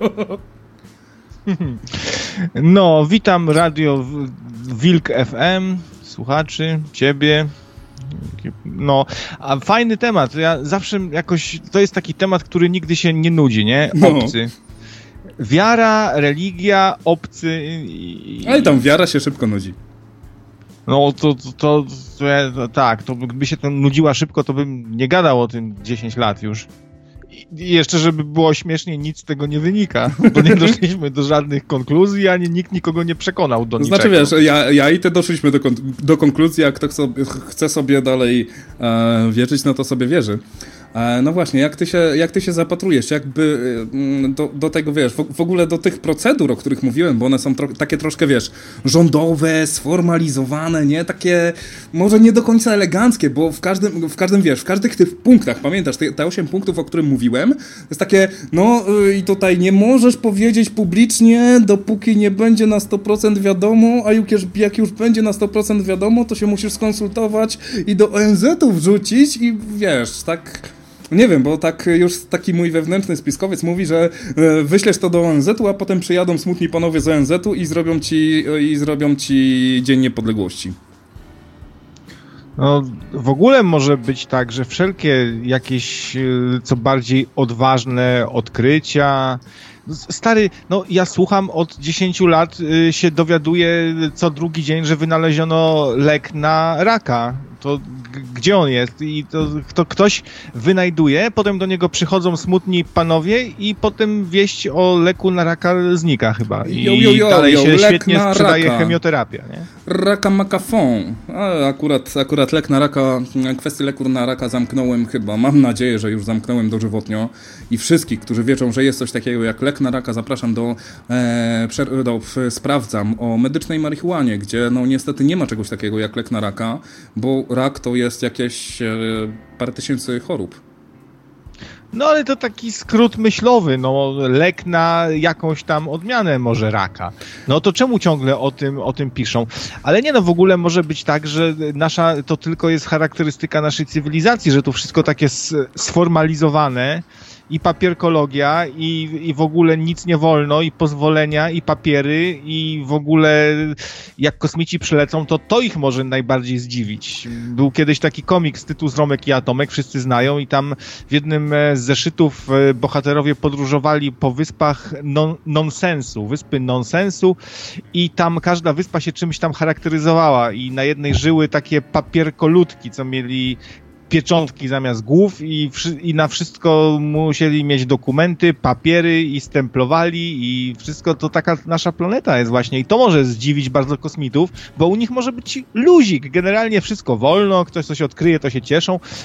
No, witam Radio W- Wilk F M, słuchaczy, ciebie. No, a fajny temat, ja zawsze jakoś, to jest taki temat, który nigdy się nie nudzi, nie? No. Obcy. Wiara, religia, obcy i... Ale tam wiara się szybko nudzi. No to, to, to, to, ja, to tak, to gdyby się to nudziła szybko, to bym nie gadał o tym dziesięć lat już. I jeszcze, żeby było śmiesznie, nic z tego nie wynika, bo nie doszliśmy do żadnych konkluzji, ani nikt nikogo nie przekonał do To niczego. znaczy, wiesz, ja, ja i ty doszliśmy do, kon- do konkluzji, jak ktoś sobie, chce sobie dalej e, wierzyć, no to sobie wierzy. E, no właśnie, jak ty się, jak ty się zapatrujesz, jakby e, do, do tego, wiesz, w, w ogóle do tych procedur, o których mówiłem, bo one są tro- takie troszkę, wiesz, rządowe, sformalizowane, nie? Takie może nie do końca eleganckie, bo w każdym, w każdym, wiesz, w każdych tych punktach, pamiętasz, te, te osiem punktów, o którym mówiłem, to jest takie, no y, i tutaj nie możesz powiedzieć publicznie, dopóki nie będzie na sto procent wiadomo, a jak już, jak już będzie na sto procent wiadomo, to się musisz skonsultować i do O N Z-u wrzucić i wiesz, tak... Nie wiem, bo tak już taki mój wewnętrzny spiskowiec mówi, że e, wyślesz to do O N Z-u, a potem przyjadą smutni panowie z O N Z-u i zrobią ci, i zrobią ci Dzień Niepodległości. No, w ogóle może być tak, że wszelkie jakieś y, co bardziej odważne odkrycia... Stary, no ja słucham od dziesięciu lat, y, się dowiaduję co drugi dzień, że wynaleziono lek na raka. To g- gdzie on jest? I to, to ktoś wynajduje, potem do niego przychodzą smutni panowie i potem wieść o leku na raka znika chyba. I Jo, jo, jo, dalej jo, się lek świetnie na sprzedaje raka. chemioterapia, nie? Raka makafon. A akurat, akurat lek na raka, kwestię leku na raka zamknąłem chyba. Mam nadzieję, że już zamknąłem dożywotnio. I wszystkich, którzy wiedzą, że jest coś takiego jak lek na raka, zapraszam do, e, przer- do w, sprawdzam o medycznej marihuanie, gdzie no niestety nie ma czegoś takiego jak lek na raka, bo rak to jest jakieś e, parę tysięcy chorób. No ale to taki skrót myślowy, no lek na jakąś tam odmianę może raka. No to czemu ciągle o tym, o tym piszą? Ale nie no, w ogóle może być tak, że nasza, to tylko jest charakterystyka naszej cywilizacji, że tu wszystko takie s- sformalizowane i papierkologia i, i w ogóle nic nie wolno i pozwolenia i papiery i w ogóle jak kosmici przylecą, to to ich może najbardziej zdziwić. Był kiedyś taki komiks Tytus, Romek i Atomek, wszyscy znają i tam w jednym z zeszytów bohaterowie podróżowali po wyspach non- nonsensu, wyspy nonsensu i tam każda wyspa się czymś tam charakteryzowała i na jednej żyły takie papierkoludki, co mieli pieczątki zamiast głów i, wszy- i na wszystko musieli mieć dokumenty, papiery i stemplowali i wszystko to taka nasza planeta jest właśnie i to może zdziwić bardzo kosmitów, bo u nich może być luzik, generalnie wszystko wolno, ktoś coś odkryje, to się cieszą,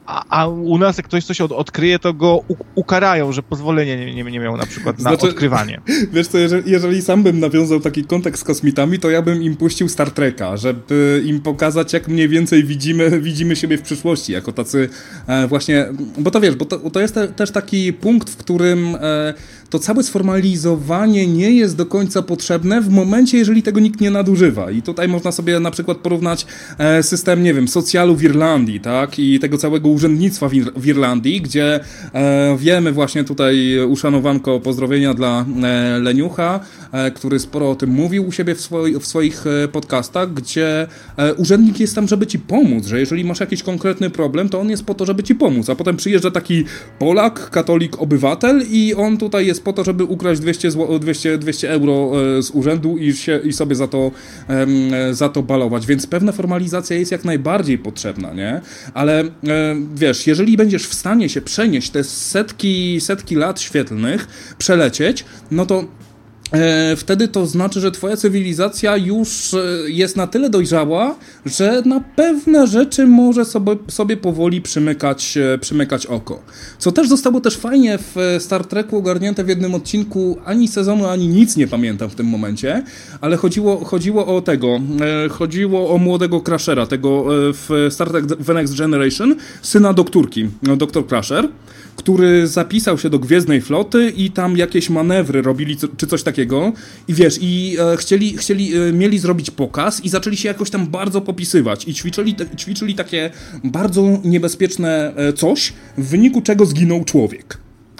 a, a u nas jak ktoś coś od, odkryje, to go u, ukarają, że pozwolenia nie, nie, nie miał na przykład na Znaczy, odkrywanie. Wiesz co, jeżeli, jeżeli sam bym nawiązał taki kontakt z kosmitami, to ja bym im puścił Star Treka, żeby im pokazać, jak mniej więcej widzimy, widzimy siebie w przyszłości, jako tacy e, właśnie, bo to wiesz, bo to, to jest te, też taki punkt, w którym e, to całe sformalizowanie nie jest do końca potrzebne w momencie, jeżeli tego nikt nie nadużywa. I tutaj można sobie na przykład porównać e, system, nie wiem, socjalu w Irlandii, tak, i tego całego urzędnictwa w, Ir- w Irlandii, gdzie e, wiemy właśnie tutaj, uszanowanko, pozdrowienia dla e, Leniucha, e, który sporo o tym mówił u siebie w, swoi, w swoich e, podcastach, gdzie e, urzędnik jest tam, żeby ci pomóc, że jeżeli masz jakiś konkretny problem, to on jest po to, żeby ci pomóc, a potem przyjeżdża taki Polak, katolik, obywatel i on tutaj jest po to, żeby ukraść dwieście, dwieście, dwieście euro e, z urzędu i, się, i sobie za to, e, za to balować, więc pewna formalizacja jest jak najbardziej potrzebna, nie? Ale e, wiesz, jeżeli będziesz w stanie się przenieść te setki, setki lat świetlnych, przelecieć, no to E, wtedy to znaczy, że twoja cywilizacja już e, jest na tyle dojrzała, że na pewne rzeczy może sobie, sobie powoli przymykać, e, przymykać oko. Co też zostało też fajnie w Star Treku ogarnięte w jednym odcinku, ani sezonu, ani nic nie pamiętam w tym momencie, ale chodziło, chodziło o tego, e, chodziło o młodego Crashera, tego e, w Star Trek The Next Generation, syna doktorki, no, doktor Crusher, który zapisał się do Gwiezdnej Floty i tam jakieś manewry robili, czy coś takiego. I wiesz, i e, chcieli, chcieli e, mieli zrobić pokaz i zaczęli się jakoś tam bardzo popisywać. I ćwiczyli, te, ćwiczyli takie bardzo niebezpieczne e, coś, w wyniku czego zginął człowiek.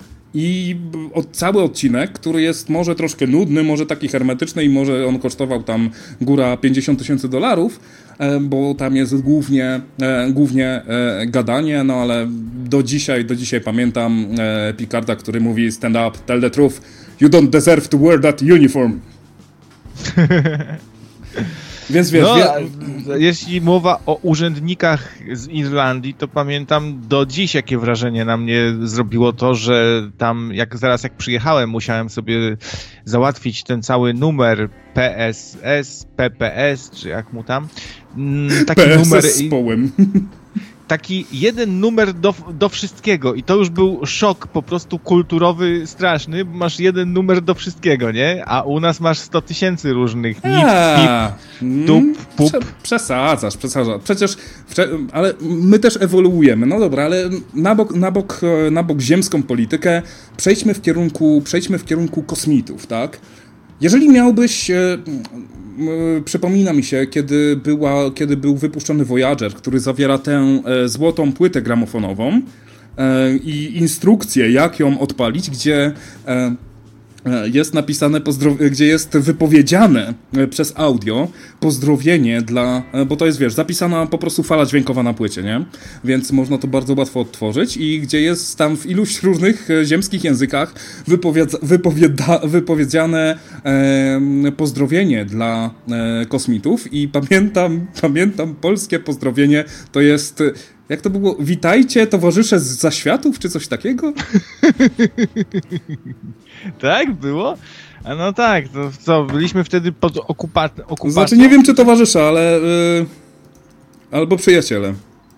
I od, cały odcinek, który jest może troszkę nudny, może taki hermetyczny i może on kosztował tam góra pięćdziesiąt tysięcy dolarów, e, bo tam jest głównie, e, głównie e, gadanie, no ale do dzisiaj, do dzisiaj pamiętam e, Picarda, który mówi stand up, tell the truth, you don't deserve to wear that uniform. Więc wiesz, no, wie... jeśli mowa o urzędnikach z Irlandii, to pamiętam do dziś, jakie wrażenie na mnie zrobiło to, że tam, jak zaraz jak przyjechałem, musiałem sobie załatwić ten cały numer P S S, P P S, czy jak mu tam, taki P S S numer... z połem. Taki jeden numer do, do wszystkiego i to już był szok po prostu kulturowy straszny, bo masz jeden numer do wszystkiego, nie? A u nas masz sto tysięcy różnych nip, pip, dup, pup. Prze- przesadzasz, przesadzasz. Przecież, wcze- ale my też ewoluujemy. No dobra, ale na bok, na bok, na bok ziemską politykę przejdźmy w kierunku, przejdźmy w kierunku kosmitów, tak? Jeżeli miałbyś, e, e, przypomina mi się, kiedy, była, kiedy był wypuszczony Voyager, który zawiera tę e, złotą płytę gramofonową e, i instrukcję, jak ją odpalić, gdzie e, jest napisane, pozdrow- gdzie jest wypowiedziane przez audio pozdrowienie dla, bo to jest, wiesz, zapisana po prostu fala dźwiękowa na płycie, nie? Więc można to bardzo łatwo odtworzyć i gdzie jest tam w iluś różnych ziemskich językach wypowiedza- wypowieda- wypowiedziane e, pozdrowienie dla e, kosmitów i pamiętam, pamiętam polskie pozdrowienie, to jest... Jak to było? Witajcie, towarzysze z zaświatów, czy coś takiego? Tak było? A no tak, to co, byliśmy wtedy pod okupa- okupacją. Znaczy nie wiem, czy towarzysze, ale... Yy, albo przyjaciele.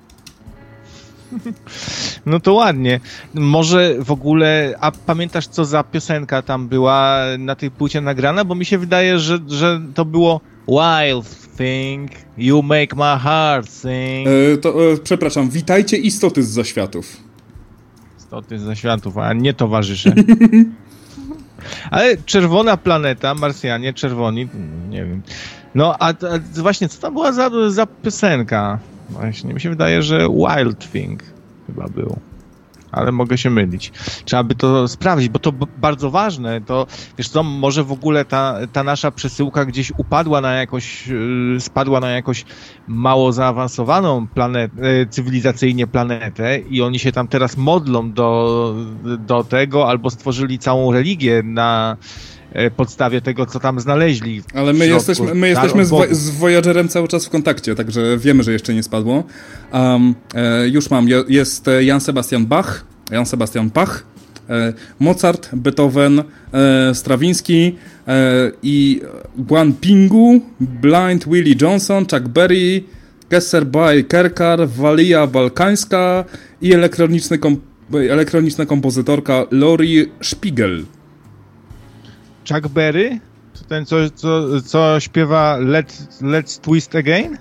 No to ładnie. Może w ogóle, a pamiętasz, co za piosenka tam była na tej płycie nagrana? Bo mi się wydaje, że, że to było Wild Thing, You Make My Heart Sing. Yy, to, yy, przepraszam, witajcie istoty z zaświatów. Istoty z zaświatów, a nie towarzysze. Ale czerwona planeta, Marsjanie, czerwoni, nie wiem. No, a, a właśnie, co tam była za, za piosenka? Właśnie, mi się wydaje, że Wild Thing chyba było. Ale mogę się mylić. Trzeba by to sprawdzić, bo to b- bardzo ważne. To, wiesz co, może w ogóle ta, ta nasza przesyłka gdzieś upadła na jakąś, yy, spadła na jakąś mało zaawansowaną planetę, yy, cywilizacyjnie planetę i oni się tam teraz modlą do, do tego, albo stworzyli całą religię na podstawie tego, co tam znaleźli. Ale my jesteśmy, my jesteśmy z, wo- z Voyagerem cały czas w kontakcie, także wiemy, że jeszcze nie spadło. Um, e, już mam, je, jest Jan Sebastian Bach, Jan Sebastian Bach, e, Mozart, Beethoven, e, Strawinsky e, i Guan Pingu, Blind Willie Johnson, Chuck Berry Kesser by Kerkar, Walia Balkańska i elektroniczny kom- elektroniczna kompozytorka Lori Spiegel. Chuck Berry? To ten, co, co, co śpiewa Let, Let's Twist Again?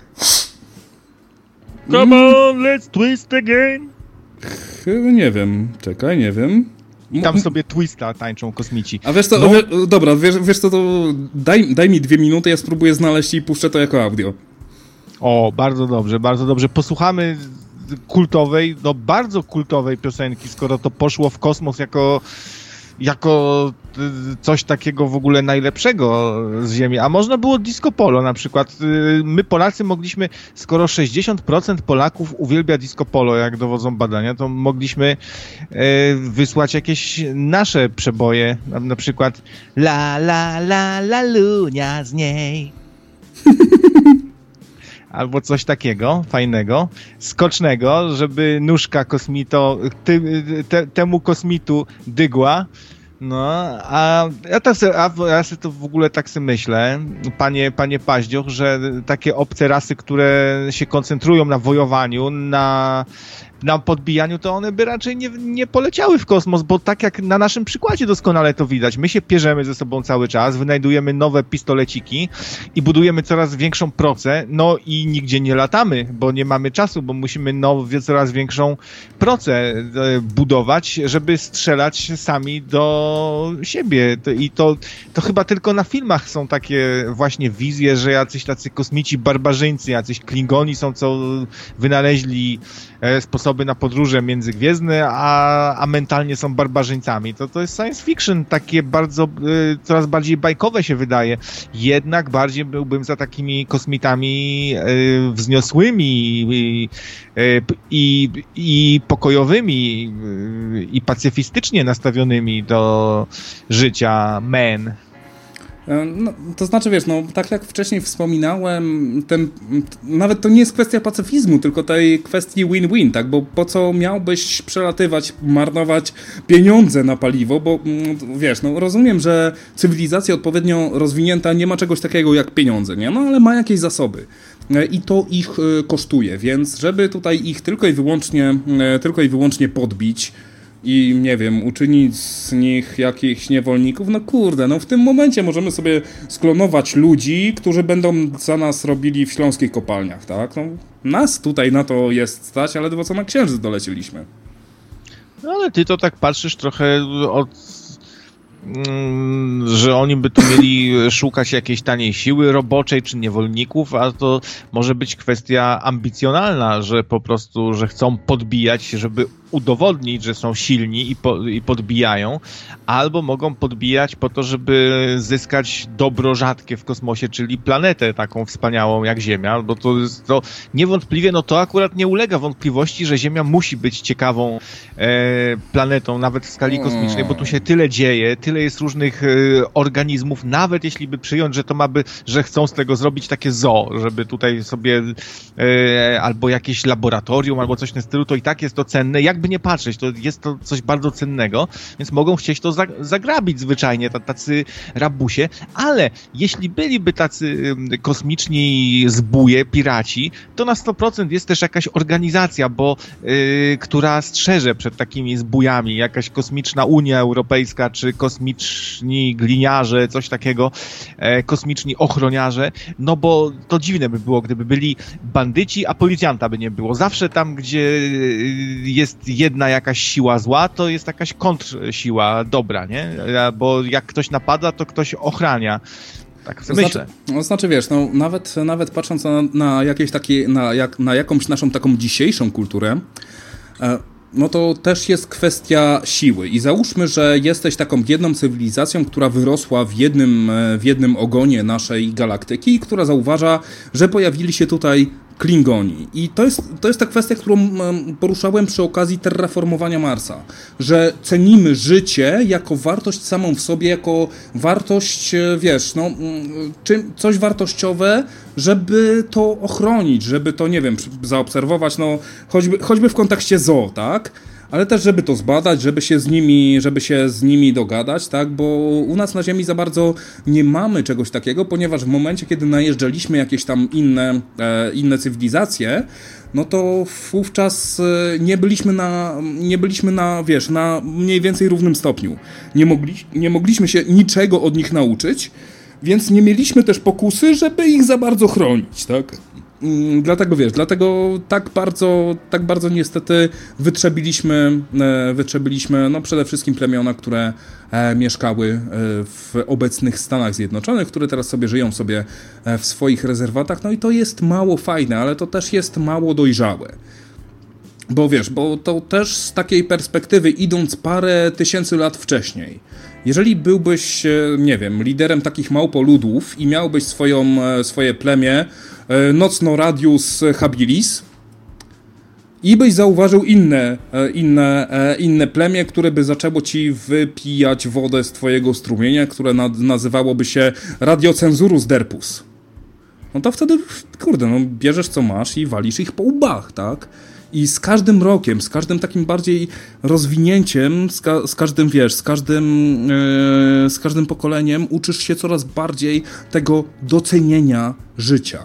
Come on, let's twist again! Nie wiem, czekaj, nie wiem. I tam sobie twista tańczą kosmici. A wiesz co, no. wie, dobra, wiesz, wiesz co, to daj, daj mi dwie minuty, ja spróbuję znaleźć i puszczę to jako audio. O, bardzo dobrze, bardzo dobrze. Posłuchamy kultowej, no bardzo kultowej piosenki, skoro to poszło w kosmos jako, jako coś takiego w ogóle najlepszego z Ziemi. A można było disco polo na przykład. My Polacy mogliśmy, skoro sześćdziesiąt procent Polaków uwielbia disco polo, jak dowodzą badania, to mogliśmy wysłać jakieś nasze przeboje, na, na przykład la la la la lunia z niej. Albo coś takiego fajnego, skocznego, żeby nóżka kosmito, ty, te, temu kosmitu dygła. No, a ja, tak se, a ja sobie to w ogóle tak sobie myślę, panie, panie Paździoch, że takie obce rasy, które się koncentrują na wojowaniu, na, na podbijaniu, to one by raczej nie, nie poleciały w kosmos, bo tak jak na naszym przykładzie doskonale to widać, my się pierzemy ze sobą cały czas, wynajdujemy nowe pistoleciki i budujemy coraz większą procę, no i nigdzie nie latamy, bo nie mamy czasu, bo musimy nowe, coraz większą procę budować, żeby strzelać sami do siebie. I to, to chyba tylko na filmach są takie właśnie wizje, że jacyś tacy kosmici barbarzyńcy, jacyś Klingoni są, co wynaleźli sposoby na podróże międzygwiezdne, a, a mentalnie są barbarzyńcami. To, to jest science fiction, takie bardzo, y, coraz bardziej bajkowe się wydaje. Jednak bardziej byłbym za takimi kosmitami y, wzniosłymi i, y, i, i pokojowymi y, i pacyfistycznie nastawionymi do życia men. No, to znaczy, wiesz, no tak jak wcześniej wspominałem, ten, nawet to nie jest kwestia pacyfizmu, tylko tej kwestii win-win, tak, bo po co miałbyś przelatywać, marnować pieniądze na paliwo, bo wiesz, no rozumiem, że cywilizacja odpowiednio rozwinięta nie ma czegoś takiego jak pieniądze, nie, no ale ma jakieś zasoby i to ich kosztuje, więc żeby tutaj ich tylko i wyłącznie, tylko i wyłącznie podbić i, nie wiem, uczynić z nich jakichś niewolników, no kurde, no w tym momencie możemy sobie sklonować ludzi, którzy będą za nas robili w śląskich kopalniach, tak? No, nas tutaj na to jest stać, ale ledwo co na Księżyc dolecieliśmy. No ale ty to tak patrzysz trochę od... że oni by tu mieli szukać jakiejś taniej siły roboczej czy niewolników, a to może być kwestia ambicjonalna, że po prostu, że chcą podbijać, żeby udowodnić, że są silni i, po, i podbijają, albo mogą podbijać po to, żeby zyskać dobro rzadkie w kosmosie, czyli planetę taką wspaniałą jak Ziemia, bo to jest to niewątpliwie, no to akurat nie ulega wątpliwości, że Ziemia musi być ciekawą e, planetą, nawet w skali kosmicznej, bo tu się tyle dzieje, tyle jest różnych e, organizmów, nawet jeśli by przyjąć, że to ma by, że chcą z tego zrobić takie zoo, żeby tutaj sobie e, albo jakieś laboratorium, albo coś w tym stylu, to i tak jest to cenne, jak jakby nie patrzeć, to jest to coś bardzo cennego, więc mogą chcieć to zagrabić zwyczajnie, tacy rabusie, ale jeśli byliby tacy kosmiczni zbóje, piraci, to na sto procent jest też jakaś organizacja, bo yy, która strzeże przed takimi zbójami, jakaś kosmiczna Unia Europejska, czy kosmiczni gliniarze, coś takiego, e, kosmiczni ochroniarze, no bo to dziwne by było, gdyby byli bandyci, a policjanta by nie było. Zawsze tam, gdzie jest jedna jakaś siła zła, to jest jakaś kontrsiła dobra, nie? Bo jak ktoś napada, to ktoś ochrania. Tak sobie myślę. Znaczy, no, znaczy wiesz, no, nawet, nawet patrząc na, na jakieś takie, na, jak, na jakąś naszą taką dzisiejszą kulturę, e, no to też jest kwestia siły. I załóżmy, że jesteś taką jedną cywilizacją, która wyrosła w jednym, w jednym ogonie naszej galaktyki, która zauważa, że pojawili się tutaj Klingoni. I to jest, to jest ta kwestia, którą poruszałem przy okazji terraformowania Marsa. Że cenimy życie jako wartość samą w sobie, jako wartość, wiesz, no, czym, coś wartościowe, żeby to ochronić, żeby to, nie wiem, zaobserwować, no, choćby, choćby w kontekście zoo, tak? ale też żeby to zbadać, żeby się z nimi, żeby się z nimi dogadać, tak, bo u nas na Ziemi za bardzo nie mamy czegoś takiego, ponieważ w momencie, kiedy najeżdżaliśmy jakieś tam inne, e, inne cywilizacje, no to wówczas nie byliśmy na, nie byliśmy na, wiesz, na mniej więcej równym stopniu. Nie, mogli, nie mogliśmy się niczego od nich nauczyć, więc nie mieliśmy też pokusy, żeby ich za bardzo chronić, tak? Dlatego, wiesz, dlatego tak bardzo, tak bardzo niestety wytrzebiliśmy, wytrzebiliśmy no przede wszystkim plemiona, które mieszkały w obecnych Stanach Zjednoczonych, które teraz sobie żyją sobie w swoich rezerwatach, no i to jest mało fajne, ale to też jest mało dojrzałe. Bo wiesz, bo to też z takiej perspektywy, idąc parę tysięcy lat wcześniej, jeżeli byłbyś, nie wiem, liderem takich małpoludów i miałbyś swoją, swoje plemię Nocno Radius Habilis i byś zauważył inne, inne, inne plemię, które by zaczęło ci wypijać wodę z twojego strumienia, które na, nazywałoby się Radiocenzurus Derpus, no to wtedy, kurde, no bierzesz co masz i walisz ich po łbach, tak? I z każdym rokiem, z każdym takim bardziej rozwinięciem, z, ka- z każdym, wiesz, z każdym, yy, z każdym pokoleniem uczysz się coraz bardziej tego docenienia życia.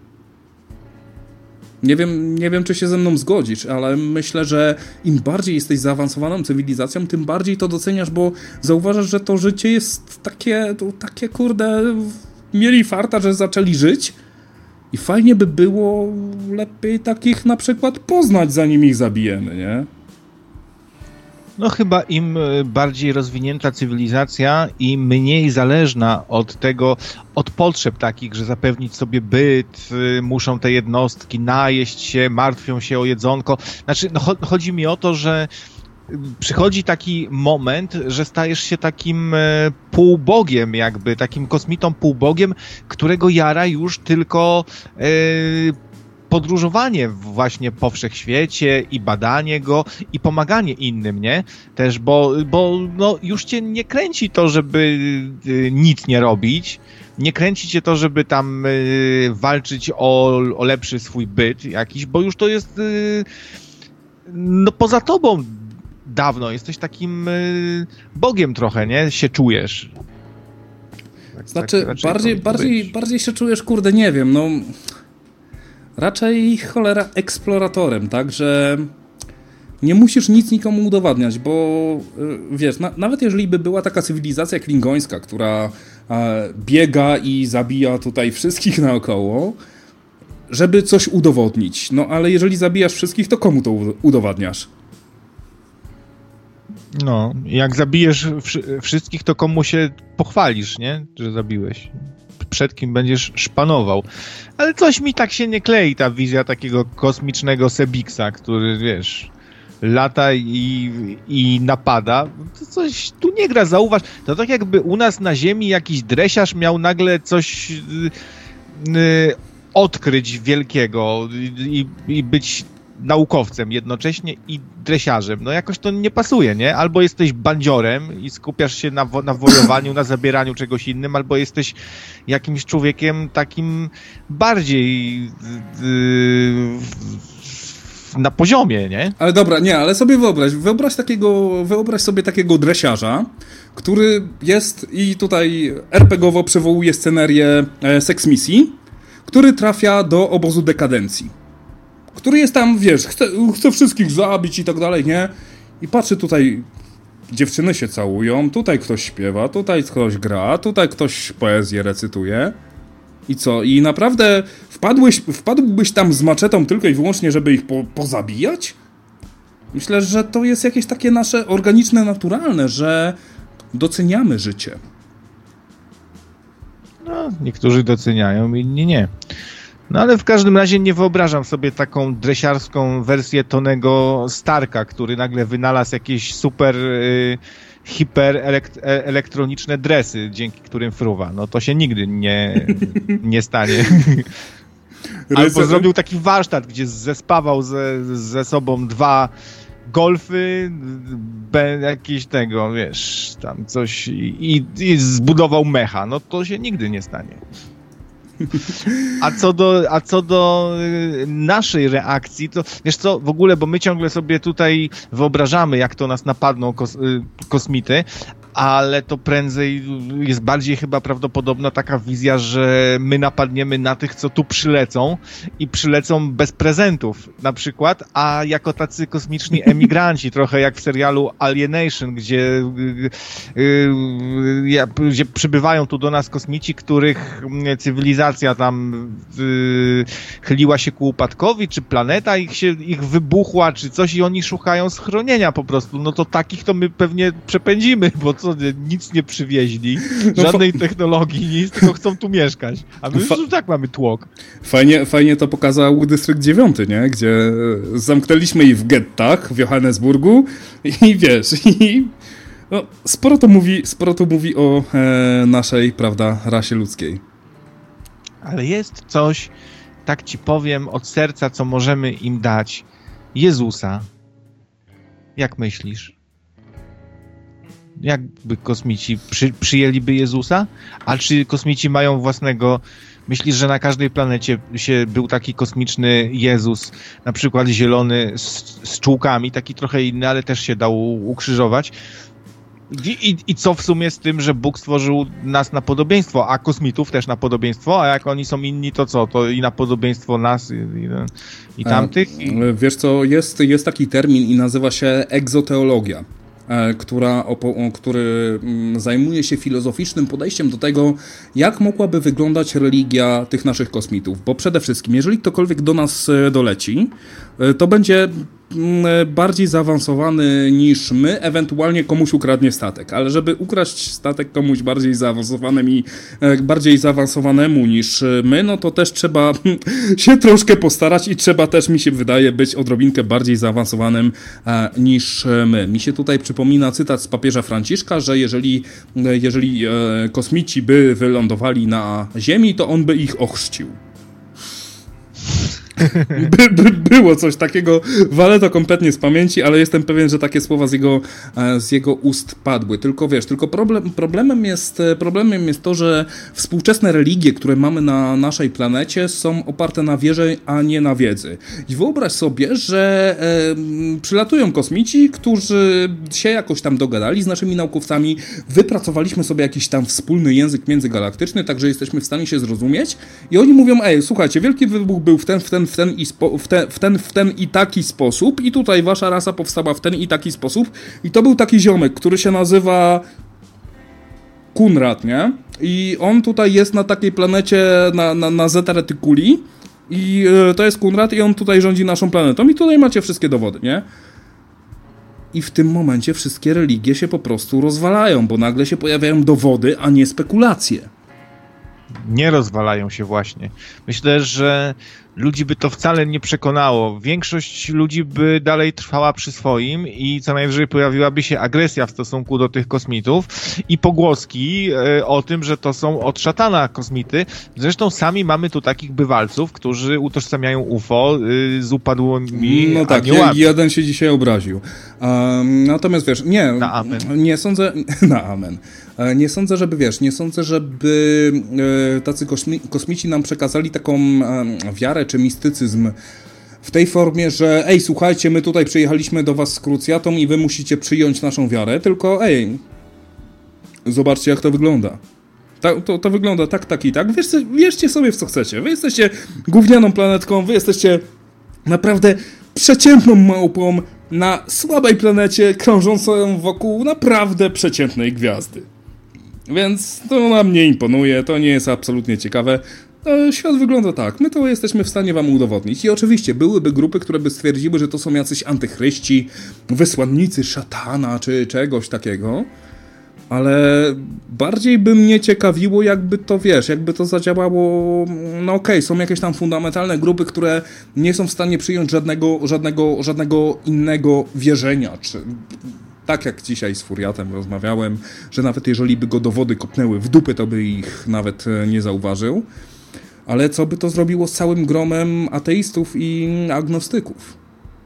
Nie wiem, nie wiem, czy się ze mną zgodzisz, ale myślę, że im bardziej jesteś zaawansowaną cywilizacją, tym bardziej to doceniasz, bo zauważasz, że to życie jest takie, to takie kurde, mieli farta, że zaczęli żyć. I fajnie by było lepiej takich na przykład poznać, zanim ich zabijemy, nie? No chyba im bardziej rozwinięta cywilizacja i mniej zależna od tego, od potrzeb takich, że zapewnić sobie byt, muszą te jednostki najeść się, martwią się o jedzonko. Znaczy, no, chodzi mi o to, że przychodzi taki moment, że stajesz się takim e, półbogiem jakby, takim kosmitą półbogiem, którego jara już tylko e, podróżowanie właśnie po wszechświecie i badanie go i pomaganie innym, nie? Też, bo, bo no, już cię nie kręci to, żeby e, nic nie robić, nie kręci cię to, żeby tam e, walczyć o, o lepszy swój byt jakiś, bo już to jest e, no poza tobą dawno, jesteś takim y, bogiem trochę, nie? Się czujesz. Tak, znaczy, tak, bardziej, bardziej, bardziej się czujesz, kurde, nie wiem, no raczej cholera eksploratorem, tak, że nie musisz nic nikomu udowadniać, bo y, wiesz, na, nawet jeżeli by była taka cywilizacja klingońska, która e, biega i zabija tutaj wszystkich naokoło, żeby coś udowodnić, no ale jeżeli zabijasz wszystkich, to komu to udowadniasz? No, jak zabijesz wszy- wszystkich, to komu się pochwalisz, nie? Że zabiłeś. Przed kim będziesz szpanował. Ale coś mi tak się nie klei, ta wizja takiego kosmicznego Sebiksa, który, wiesz, lata i, i napada. To coś tu nie gra, zauważ. To tak jakby u nas na Ziemi jakiś dresiarz miał nagle coś yy, yy, odkryć wielkiego i, i być naukowcem jednocześnie i dresiarzem. No jakoś to nie pasuje, nie? Albo jesteś bandziorem i skupiasz się na, wo- na wojowaniu, na zabieraniu czegoś innym, albo jesteś jakimś człowiekiem takim bardziej yy, na poziomie, nie? Ale dobra, nie, ale sobie wyobraź, wyobraź takiego, wyobraź sobie takiego dresiarza, który jest i tutaj er pe gie owo przywołuje scenerię e, Sex Misji, który trafia do obozu dekadencji. Który jest tam, wiesz, chce, chce wszystkich zabić i tak dalej, nie? I patrzy tutaj, dziewczyny się całują, tutaj ktoś śpiewa, tutaj ktoś gra, tutaj ktoś poezję recytuje. I co? I naprawdę wpadłeś, wpadłbyś tam z maczetą tylko i wyłącznie, żeby ich po, pozabijać? Myślę, że to jest jakieś takie nasze organiczne, naturalne, że doceniamy życie. No, niektórzy doceniają, inni nie. No ale w każdym razie nie wyobrażam sobie taką dresiarską wersję Tonego Starka, który nagle wynalazł jakieś super y, hiper elekt- elektroniczne dresy, dzięki którym fruwa. No to się nigdy nie, nie stanie. Albo zrobił taki warsztat, gdzie zespawał ze, ze sobą dwa golfy, be, jakieś tego, wiesz, tam coś i, i zbudował mecha. No to się nigdy nie stanie. A co do, a co do naszej reakcji, to wiesz co, w ogóle, bo my ciągle sobie tutaj wyobrażamy, jak to nas napadną kos, kosmity, ale to prędzej jest bardziej chyba prawdopodobna taka wizja, że my napadniemy na tych, co tu przylecą i przylecą bez prezentów na przykład, a jako tacy kosmiczni emigranci, trochę jak w serialu Alienation, gdzie, gdzie przybywają tu do nas kosmici, których cywilizacja tam chyliła się ku upadkowi, czy planeta ich się ich wybuchła, czy coś i oni szukają schronienia po prostu. No to takich to my pewnie przepędzimy, bo co, nic nie przywieźli, żadnej no, technologii, nic, tylko chcą tu mieszkać. A my już tak mamy tłok. Fajnie, fajnie to pokazał Dystrykt dziewiąty, nie? Gdzie zamknęliśmy ich w gettach w Johannesburgu i wiesz, i no, sporo to mówi, sporo to mówi o e, naszej, prawda, rasie ludzkiej. Ale jest coś, tak ci powiem, od serca, co możemy im dać. Jezusa. Jak myślisz? Jakby kosmici przy, przyjęliby Jezusa? A czy kosmici mają własnego... Myślisz, że na każdej planecie się był taki kosmiczny Jezus, na przykład zielony z, z czułkami, taki trochę inny, ale też się dał ukrzyżować? I, i, I co w sumie z tym, że Bóg stworzył nas na podobieństwo, a kosmitów też na podobieństwo, a jak oni są inni, to co? To i na podobieństwo nas i, i, i tamtych? I... Wiesz co, jest, jest taki termin i nazywa się egzoteologia, która, który zajmuje się filozoficznym podejściem do tego, jak mogłaby wyglądać religia tych naszych kosmitów. Bo przede wszystkim, jeżeli ktokolwiek do nas doleci, to będzie bardziej zaawansowany niż my, ewentualnie komuś ukradnie statek. Ale żeby ukraść statek komuś bardziej zaawansowanemu i bardziej zaawansowanemu niż my, no to też trzeba się troszkę postarać i trzeba też, mi się wydaje, być odrobinkę bardziej zaawansowanym niż my. Mi się tutaj przypomina cytat z papieża Franciszka, że jeżeli, jeżeli kosmici by wylądowali na Ziemi, to on by ich ochrzcił. By, by, było coś takiego, walę to kompletnie z pamięci, ale jestem pewien, że takie słowa z jego, z jego ust padły. Tylko wiesz, tylko problem, problemem, jest, problemem jest to, że współczesne religie, które mamy na naszej planecie, są oparte na wierze, a nie na wiedzy. I wyobraź sobie, że e, przylatują kosmici, którzy się jakoś tam dogadali z naszymi naukowcami, wypracowaliśmy sobie jakiś tam wspólny język międzygalaktyczny, także jesteśmy w stanie się zrozumieć i oni mówią, ej, słuchajcie, wielki wybuch był w ten, w ten w ten, i spo, w, te, w, ten, w ten i taki sposób i tutaj wasza rasa powstała w ten i taki sposób i to był taki ziomek, który się nazywa Kunrad, nie? I on tutaj jest na takiej planecie na, na, na Zeta Reticuli i yy, to jest Kunrad i on tutaj rządzi naszą planetą i tutaj macie wszystkie dowody, nie? I w tym momencie wszystkie religie się po prostu rozwalają, bo nagle się pojawiają dowody, a nie spekulacje. Nie rozwalają się właśnie. Myślę, że ludzi by to wcale nie przekonało. Większość ludzi by dalej trwała przy swoim i co najwyżej pojawiłaby się agresja w stosunku do tych kosmitów i pogłoski e, o tym, że to są od szatana kosmity. Zresztą sami mamy tu takich bywalców, którzy utożsamiają U F O y, z upadłymi No tak, aniołami. jeden się dzisiaj obraził. Um, natomiast wiesz, nie, na amen. nie sądzę, na amen. Nie sądzę, żeby, wiesz, nie sądzę, żeby e, tacy kosmi, kosmici nam przekazali taką e, wiarę czy mistycyzm w tej formie, że ej, słuchajcie, my tutaj przyjechaliśmy do was z krucjatą i wy musicie przyjąć naszą wiarę, tylko ej, zobaczcie, jak to wygląda. Ta, to, to wygląda tak, tak i tak. Wierzcie, wierzcie sobie w co chcecie. Wy jesteście gównianą planetką, wy jesteście naprawdę przeciętną małpą na słabej planecie krążącą wokół naprawdę przeciętnej gwiazdy. Więc to nam nie imponuje, to nie jest absolutnie ciekawe. No, świat wygląda tak, my to jesteśmy w stanie wam udowodnić. I oczywiście byłyby grupy, które by stwierdziły, że to są jacyś antychryści, wysłannicy szatana, czy czegoś takiego. Ale bardziej by mnie ciekawiło, jakby to, wiesz, jakby to zadziałało, no okej, okay, są jakieś tam fundamentalne grupy, które nie są w stanie przyjąć żadnego, żadnego, żadnego innego wierzenia, czy... Tak jak dzisiaj z Furiatem rozmawiałem, że nawet jeżeli by go dowody kopnęły w dupy, to by ich nawet nie zauważył. Ale co by to zrobiło z całym gromem ateistów i agnostyków?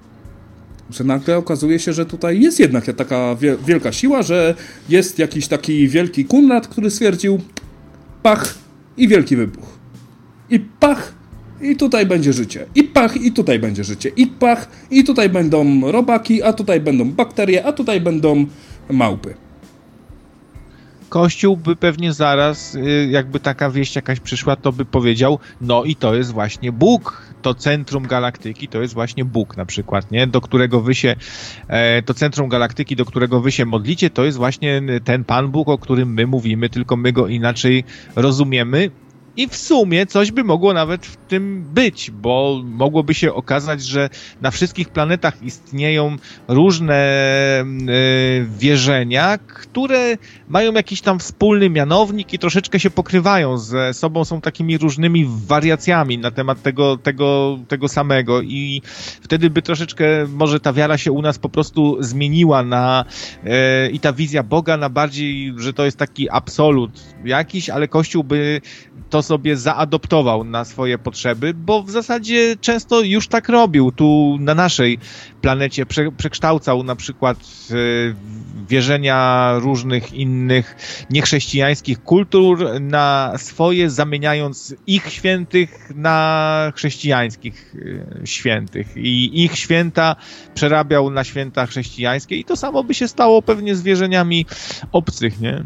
Że nagle okazuje się, że tutaj jest jednak taka wielka siła, że jest jakiś taki wielki Kunrad, który stwierdził pach i wielki wybuch. I pach, i tutaj będzie życie. I pach, i tutaj będzie życie. I pach, i tutaj będą robaki, a tutaj będą bakterie, a tutaj będą małpy. Kościół by pewnie zaraz, jakby taka wieść jakaś przyszła, to by powiedział, no i to jest właśnie Bóg, to centrum galaktyki, to jest właśnie Bóg na przykład, nie? Do którego wy się, to centrum galaktyki, do którego wy się modlicie, to jest właśnie ten Pan Bóg, o którym my mówimy, tylko my go inaczej rozumiemy. I w sumie coś by mogło nawet w tym być, bo mogłoby się okazać, że na wszystkich planetach istnieją różne y, wierzenia, które mają jakiś tam wspólny mianownik i troszeczkę się pokrywają ze sobą, są takimi różnymi wariacjami na temat tego, tego, tego samego i wtedy by troszeczkę może ta wiara się u nas po prostu zmieniła na y, i ta wizja Boga na bardziej, że to jest taki absolut jakiś, ale Kościół by to sobie zaadoptował na swoje potrzeby, bo w zasadzie często już tak robił. Tu na naszej planecie prze, przekształcał na przykład e, wierzenia różnych innych niechrześcijańskich kultur na swoje, zamieniając ich świętych na chrześcijańskich e, świętych. I ich święta przerabiał na święta chrześcijańskie i to samo by się stało pewnie z wierzeniami obcych, nie?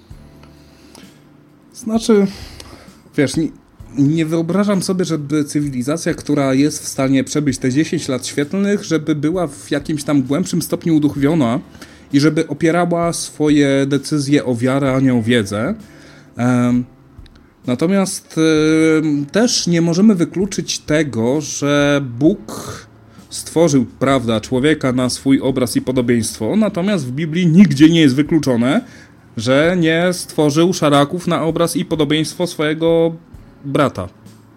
Znaczy... Wiesz, nie, nie wyobrażam sobie, żeby cywilizacja, która jest w stanie przebyć te dziesięć lat świetlnych, żeby była w jakimś tam głębszym stopniu uduchowiona i żeby opierała swoje decyzje o wiarę, a nie o wiedzę. Um, natomiast um, też nie możemy wykluczyć tego, że Bóg stworzył, prawda, człowieka na swój obraz i podobieństwo, natomiast w Biblii nigdzie nie jest wykluczone, że nie stworzył szaraków na obraz i podobieństwo swojego brata.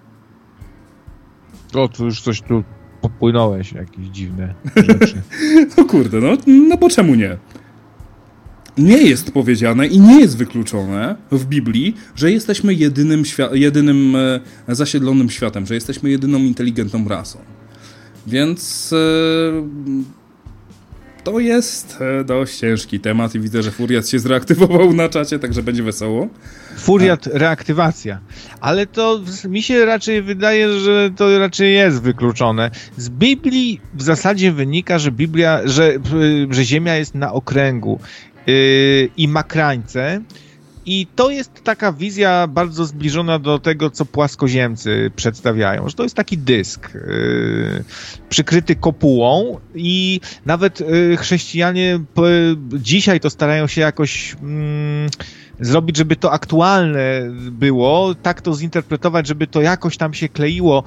O, tu już coś tu popłynąłeś, jakieś dziwne rzeczy. No kurde, no, no bo czemu nie? Nie jest powiedziane i nie jest wykluczone w Biblii, że jesteśmy jedynym, świa- jedynym e, zasiedlonym światem, że jesteśmy jedyną inteligentną rasą. Więc... E, To jest dość ciężki temat i widzę, że Furiat się zreaktywował na czacie, także będzie wesoło. Furiat, reaktywacja. Ale to mi się raczej wydaje, że to raczej jest wykluczone. Z Biblii w zasadzie wynika, że Biblia, że, że Ziemia jest na okręgu yy, i ma krańce. I to jest taka wizja bardzo zbliżona do tego, co płaskoziemcy przedstawiają, że to jest taki dysk yy, przykryty kopułą i nawet yy, chrześcijanie p- dzisiaj to starają się jakoś yy, zrobić, żeby to aktualne było, tak to zinterpretować, żeby to jakoś tam się kleiło,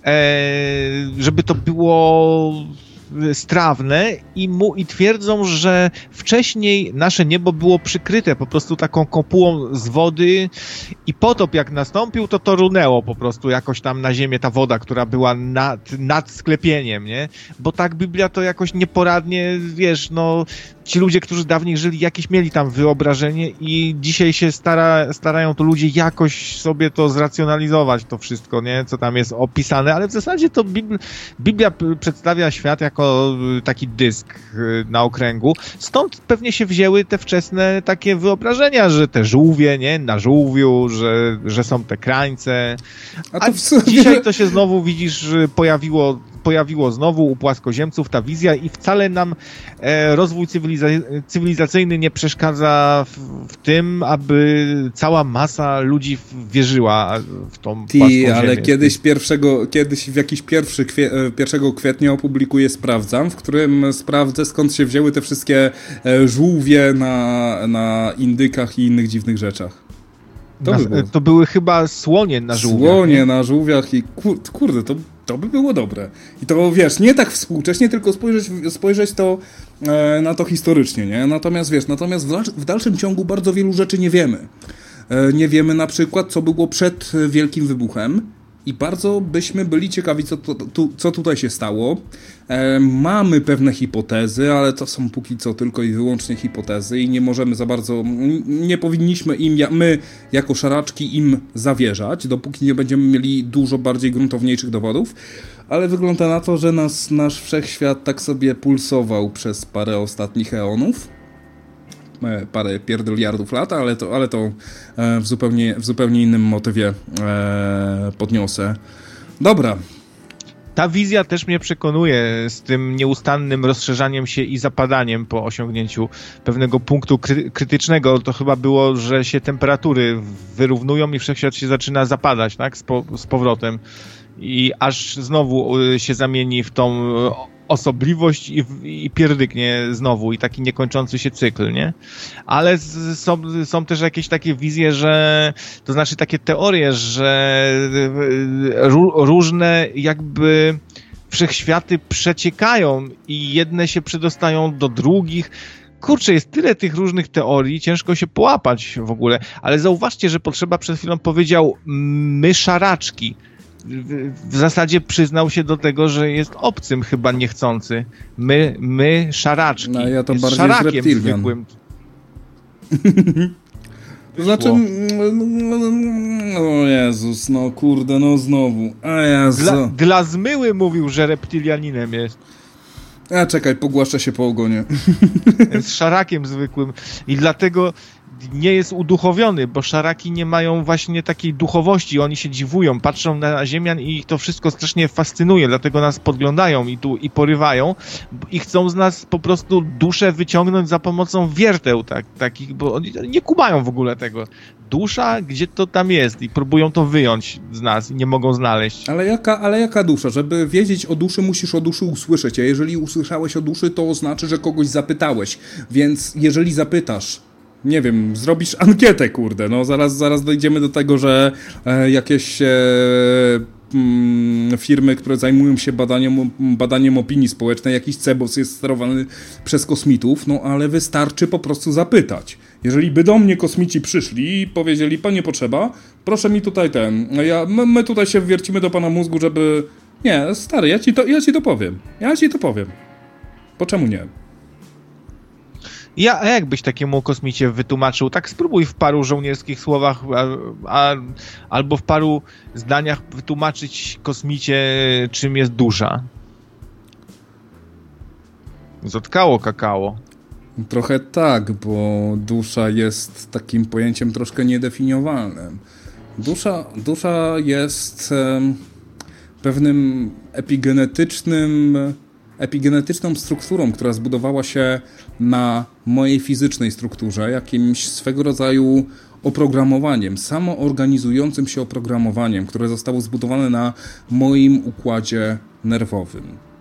yy, żeby to było... strawne i, mu, i twierdzą, że wcześniej nasze niebo było przykryte po prostu taką kopułą z wody i potop jak nastąpił, to to runęło po prostu jakoś tam na ziemię ta woda, która była nad, nad sklepieniem, nie? Bo tak Biblia to jakoś nieporadnie, wiesz, no ci ludzie, którzy dawniej żyli, jakieś mieli tam wyobrażenie i dzisiaj się stara, starają to ludzie jakoś sobie to zracjonalizować, to wszystko, nie? Co tam jest opisane, ale w zasadzie to Biblia, Biblia przedstawia świat jako taki dysk na okręgu. Stąd pewnie się wzięły te wczesne takie wyobrażenia, że te żółwie, nie? Na żółwiu, że, że są te krańce. A, to w sumie... dzisiaj to się znowu, widzisz, pojawiło pojawiło znowu u płaskoziemców ta wizja i wcale nam e, rozwój cywiliza- cywilizacyjny nie przeszkadza w, w tym, aby cała masa ludzi wierzyła w tą Ty, płaską ziemię. ale kiedyś pierwszego, kiedyś w jakiś pierwszy kwie, pierwszego kwietnia opublikuję Sprawdzam, w którym sprawdzę, skąd się wzięły te wszystkie e, żółwie na, na indykach i innych dziwnych rzeczach. To, na, by to były chyba słonie na żółwiach. Słonie nie? na żółwiach i kur, kurde, to, to by było dobre. I to, wiesz, nie tak współcześnie, tylko spojrzeć, spojrzeć to e, na to historycznie, nie? Natomiast, wiesz, natomiast w, dal, w dalszym ciągu bardzo wielu rzeczy nie wiemy. E, nie wiemy na przykład, co było przed Wielkim Wybuchem i bardzo byśmy byli ciekawi, co, to, tu, co tutaj się stało. E, mamy pewne hipotezy, ale to są póki co tylko i wyłącznie hipotezy i nie możemy za bardzo, nie powinniśmy im, my jako szaraczki im zawierzać, dopóki nie będziemy mieli dużo bardziej gruntowniejszych dowodów, ale wygląda na to, że nas, nasz wszechświat tak sobie pulsował przez parę ostatnich eonów e, parę pierdoliardów lat, ale to, ale to e, w, zupełnie, w zupełnie innym motywie e, podniosę. Dobra. Ta wizja też mnie przekonuje z tym nieustannym rozszerzaniem się i zapadaniem po osiągnięciu pewnego punktu kry- krytycznego. To chyba było, że się temperatury wyrównują i wszechświat się zaczyna zapadać, tak, z, po- z powrotem. I aż znowu się zamieni w tą osobliwość i, i pierdyknie znowu i taki niekończący się cykl, nie? Ale z, są, są też jakieś takie wizje, że to znaczy takie teorie, że ró, różne jakby wszechświaty przeciekają i jedne się przedostają do drugich. Kurczę, jest tyle tych różnych teorii, ciężko się połapać w ogóle, ale zauważcie, że Potrzeba przed chwilą powiedział my szaraczki. W zasadzie przyznał się do tego, że jest obcym chyba niechcący. My, my szaraczki. No ja to jest bardziej szarakiem z reptilian. zwykłym. To znaczy, o Jezus, no kurde, no znowu. A Jezu. Dla, dla zmyły mówił, że reptilianinem jest. A czekaj, pogłaszczę się po ogonie. Jest szarakiem zwykłym. I dlatego nie jest uduchowiony, bo szaraki nie mają właśnie takiej duchowości. Oni się dziwują, patrzą na Ziemian i ich to wszystko strasznie fascynuje, dlatego nas podglądają i tu i porywają i chcą z nas po prostu duszę wyciągnąć za pomocą wierteł tak, takich, bo oni nie kumają w ogóle tego. Dusza, gdzie to tam jest i próbują to wyjąć z nas i nie mogą znaleźć. Ale jaka, ale jaka dusza? Żeby wiedzieć o duszy, musisz o duszy usłyszeć, a jeżeli usłyszałeś o duszy, to znaczy, że kogoś zapytałeś, więc jeżeli zapytasz, nie wiem, zrobisz ankietę, kurde, no zaraz, zaraz dojdziemy do tego, że e, jakieś e, mm, firmy, które zajmują się badaniem, badaniem opinii społecznej, jakiś cebos jest sterowany przez kosmitów, no ale wystarczy po prostu zapytać. Jeżeli by do mnie kosmici przyszli i powiedzieli, panie Potrzeba, proszę mi tutaj ten, ja, my, my tutaj się wwiercimy do pana mózgu, żeby... Nie, stary, ja ci to, ja ci to powiem, ja ci to powiem. Po czemu nie? Ja, a jakbyś takiemu kosmicie wytłumaczył? Tak spróbuj w paru żołnierskich słowach a, a, albo w paru zdaniach wytłumaczyć kosmicie, czym jest dusza. Zotkało kakao. Trochę tak, bo dusza jest takim pojęciem troszkę niedefiniowalnym. Dusza, dusza jest um, pewnym epigenetycznym... epigenetyczną strukturą, która zbudowała się na mojej fizycznej strukturze, jakimś swego rodzaju oprogramowaniem, samoorganizującym się oprogramowaniem, które zostało zbudowane na moim układzie nerwowym.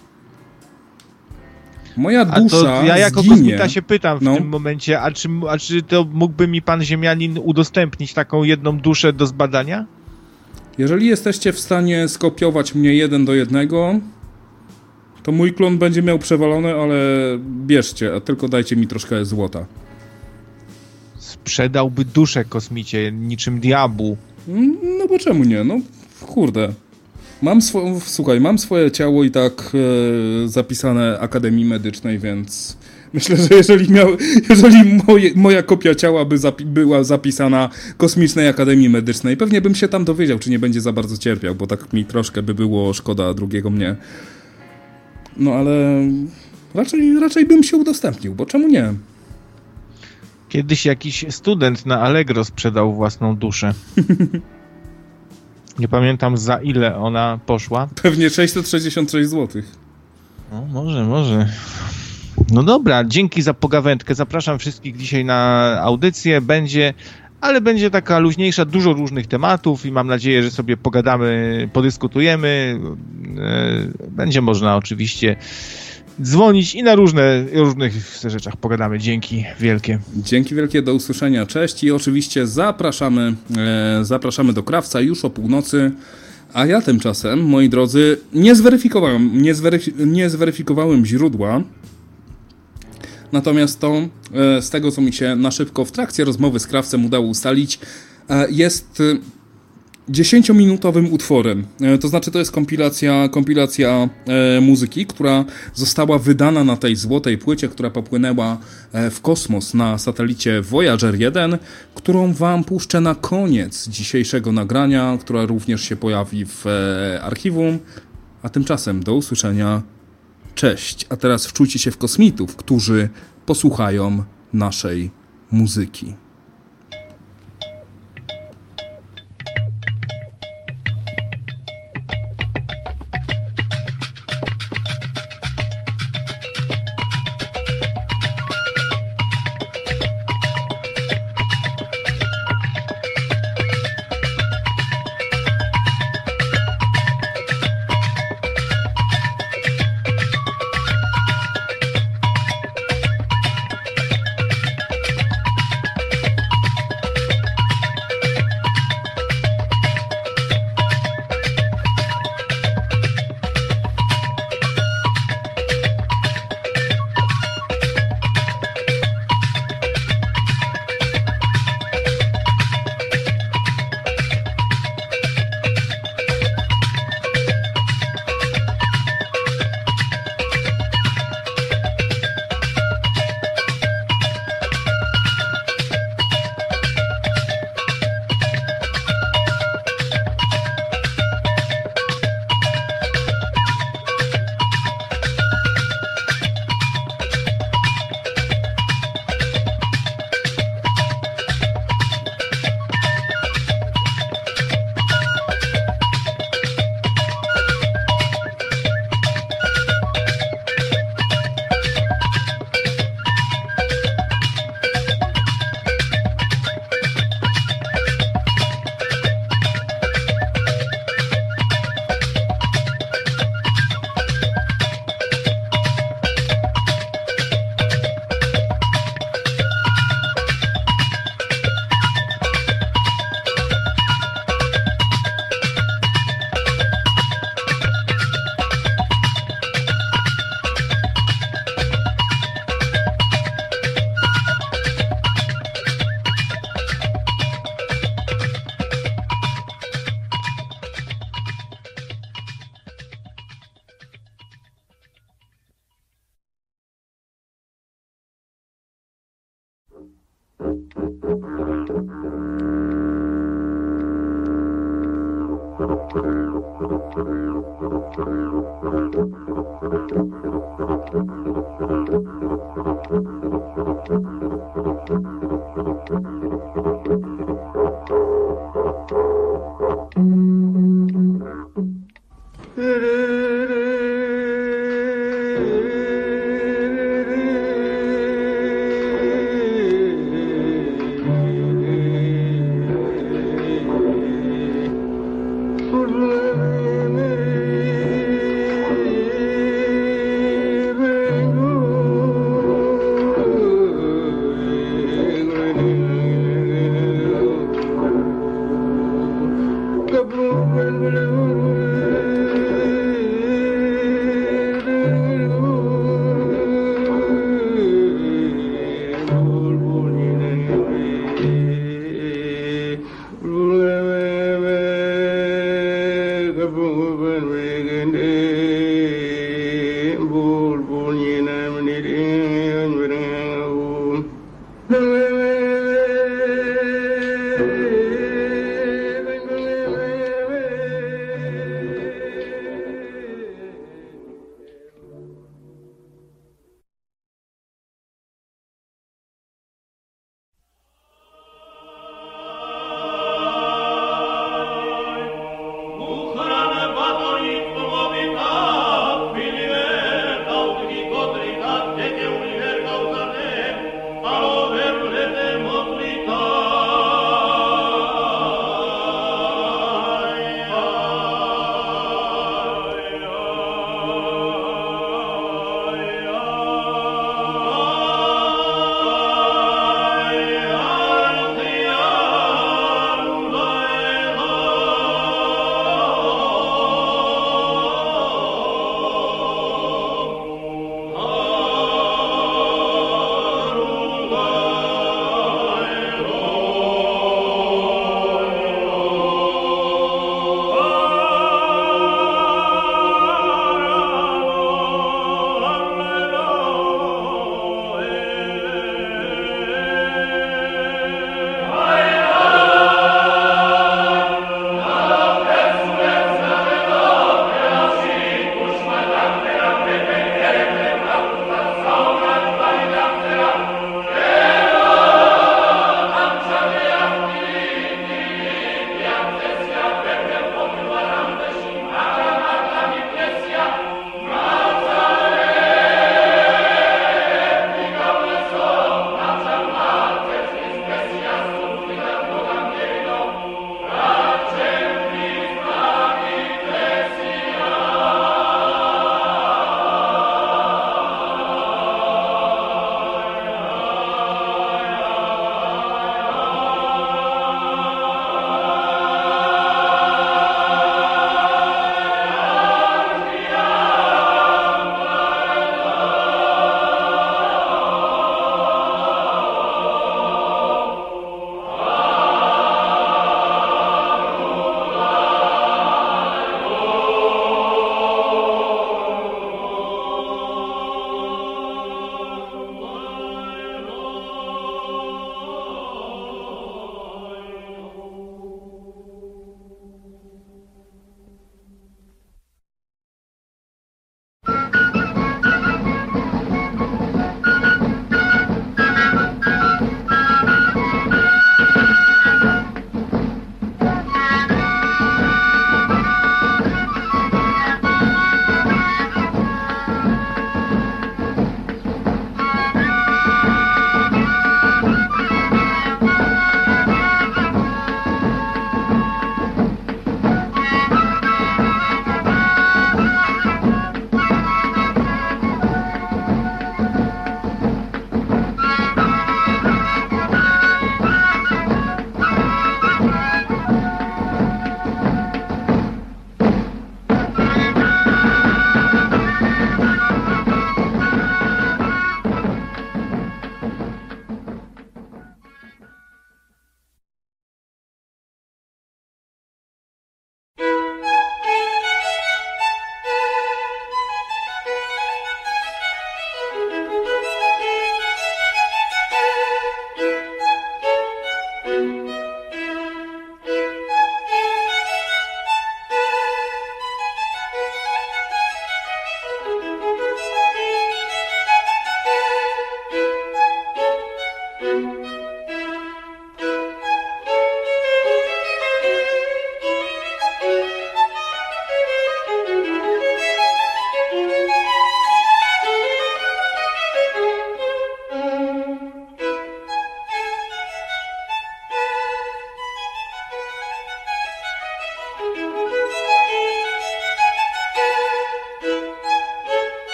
Moja dusza a to ja jako zginie. kosmita się pytam w no. tym momencie, a czy, a czy to mógłby mi pan ziemianin udostępnić taką jedną duszę do zbadania? Jeżeli jesteście w stanie skopiować mnie jeden do jednego, to mój klon będzie miał przewalone, ale bierzcie, a tylko dajcie mi troszkę złota. Sprzedałby duszę kosmicie, niczym diabłu. No bo czemu nie? No kurde. Mam swo- słuchaj, mam swoje ciało i tak e, zapisane Akademii Medycznej, więc myślę, że jeżeli, miał, jeżeli moje, moja kopia ciała by zapi- była zapisana Kosmicznej Akademii Medycznej, pewnie bym się tam dowiedział, czy nie będzie za bardzo cierpiał, bo tak mi troszkę by było szkoda drugiego mnie. No ale raczej, raczej bym się udostępnił, bo czemu nie? Kiedyś jakiś student na Allegro sprzedał własną duszę. Nie pamiętam za ile ona poszła. Pewnie sześćset sześćdziesiąt sześć złotych. No może, może. No dobra, dzięki za pogawędkę. Zapraszam wszystkich dzisiaj na audycję. Będzie, ale będzie taka luźniejsza, dużo różnych tematów i mam nadzieję, że sobie pogadamy, podyskutujemy. Będzie można oczywiście dzwonić i na różne, różnych rzeczach pogadamy. Dzięki wielkie. Dzięki wielkie, do usłyszenia, cześć i oczywiście zapraszamy, e, zapraszamy do Krawca już o północy, a ja tymczasem, moi drodzy, nie zweryfikowałem, nie, zweryf- nie zweryfikowałem źródła, natomiast to e, z tego, co mi się na szybko w trakcie rozmowy z Krawcem udało ustalić, e, jest dziesięciominutowym utworem. E, to znaczy to jest kompilacja, kompilacja e, muzyki, która została wydana na tej złotej płycie, która popłynęła e, w kosmos na satelicie Voyager jeden, którą wam puszczę na koniec dzisiejszego nagrania, która również się pojawi w e, archiwum. A tymczasem do usłyszenia. Cześć. A teraz wczujcie się w kosmitów, którzy posłuchają naszej muzyki.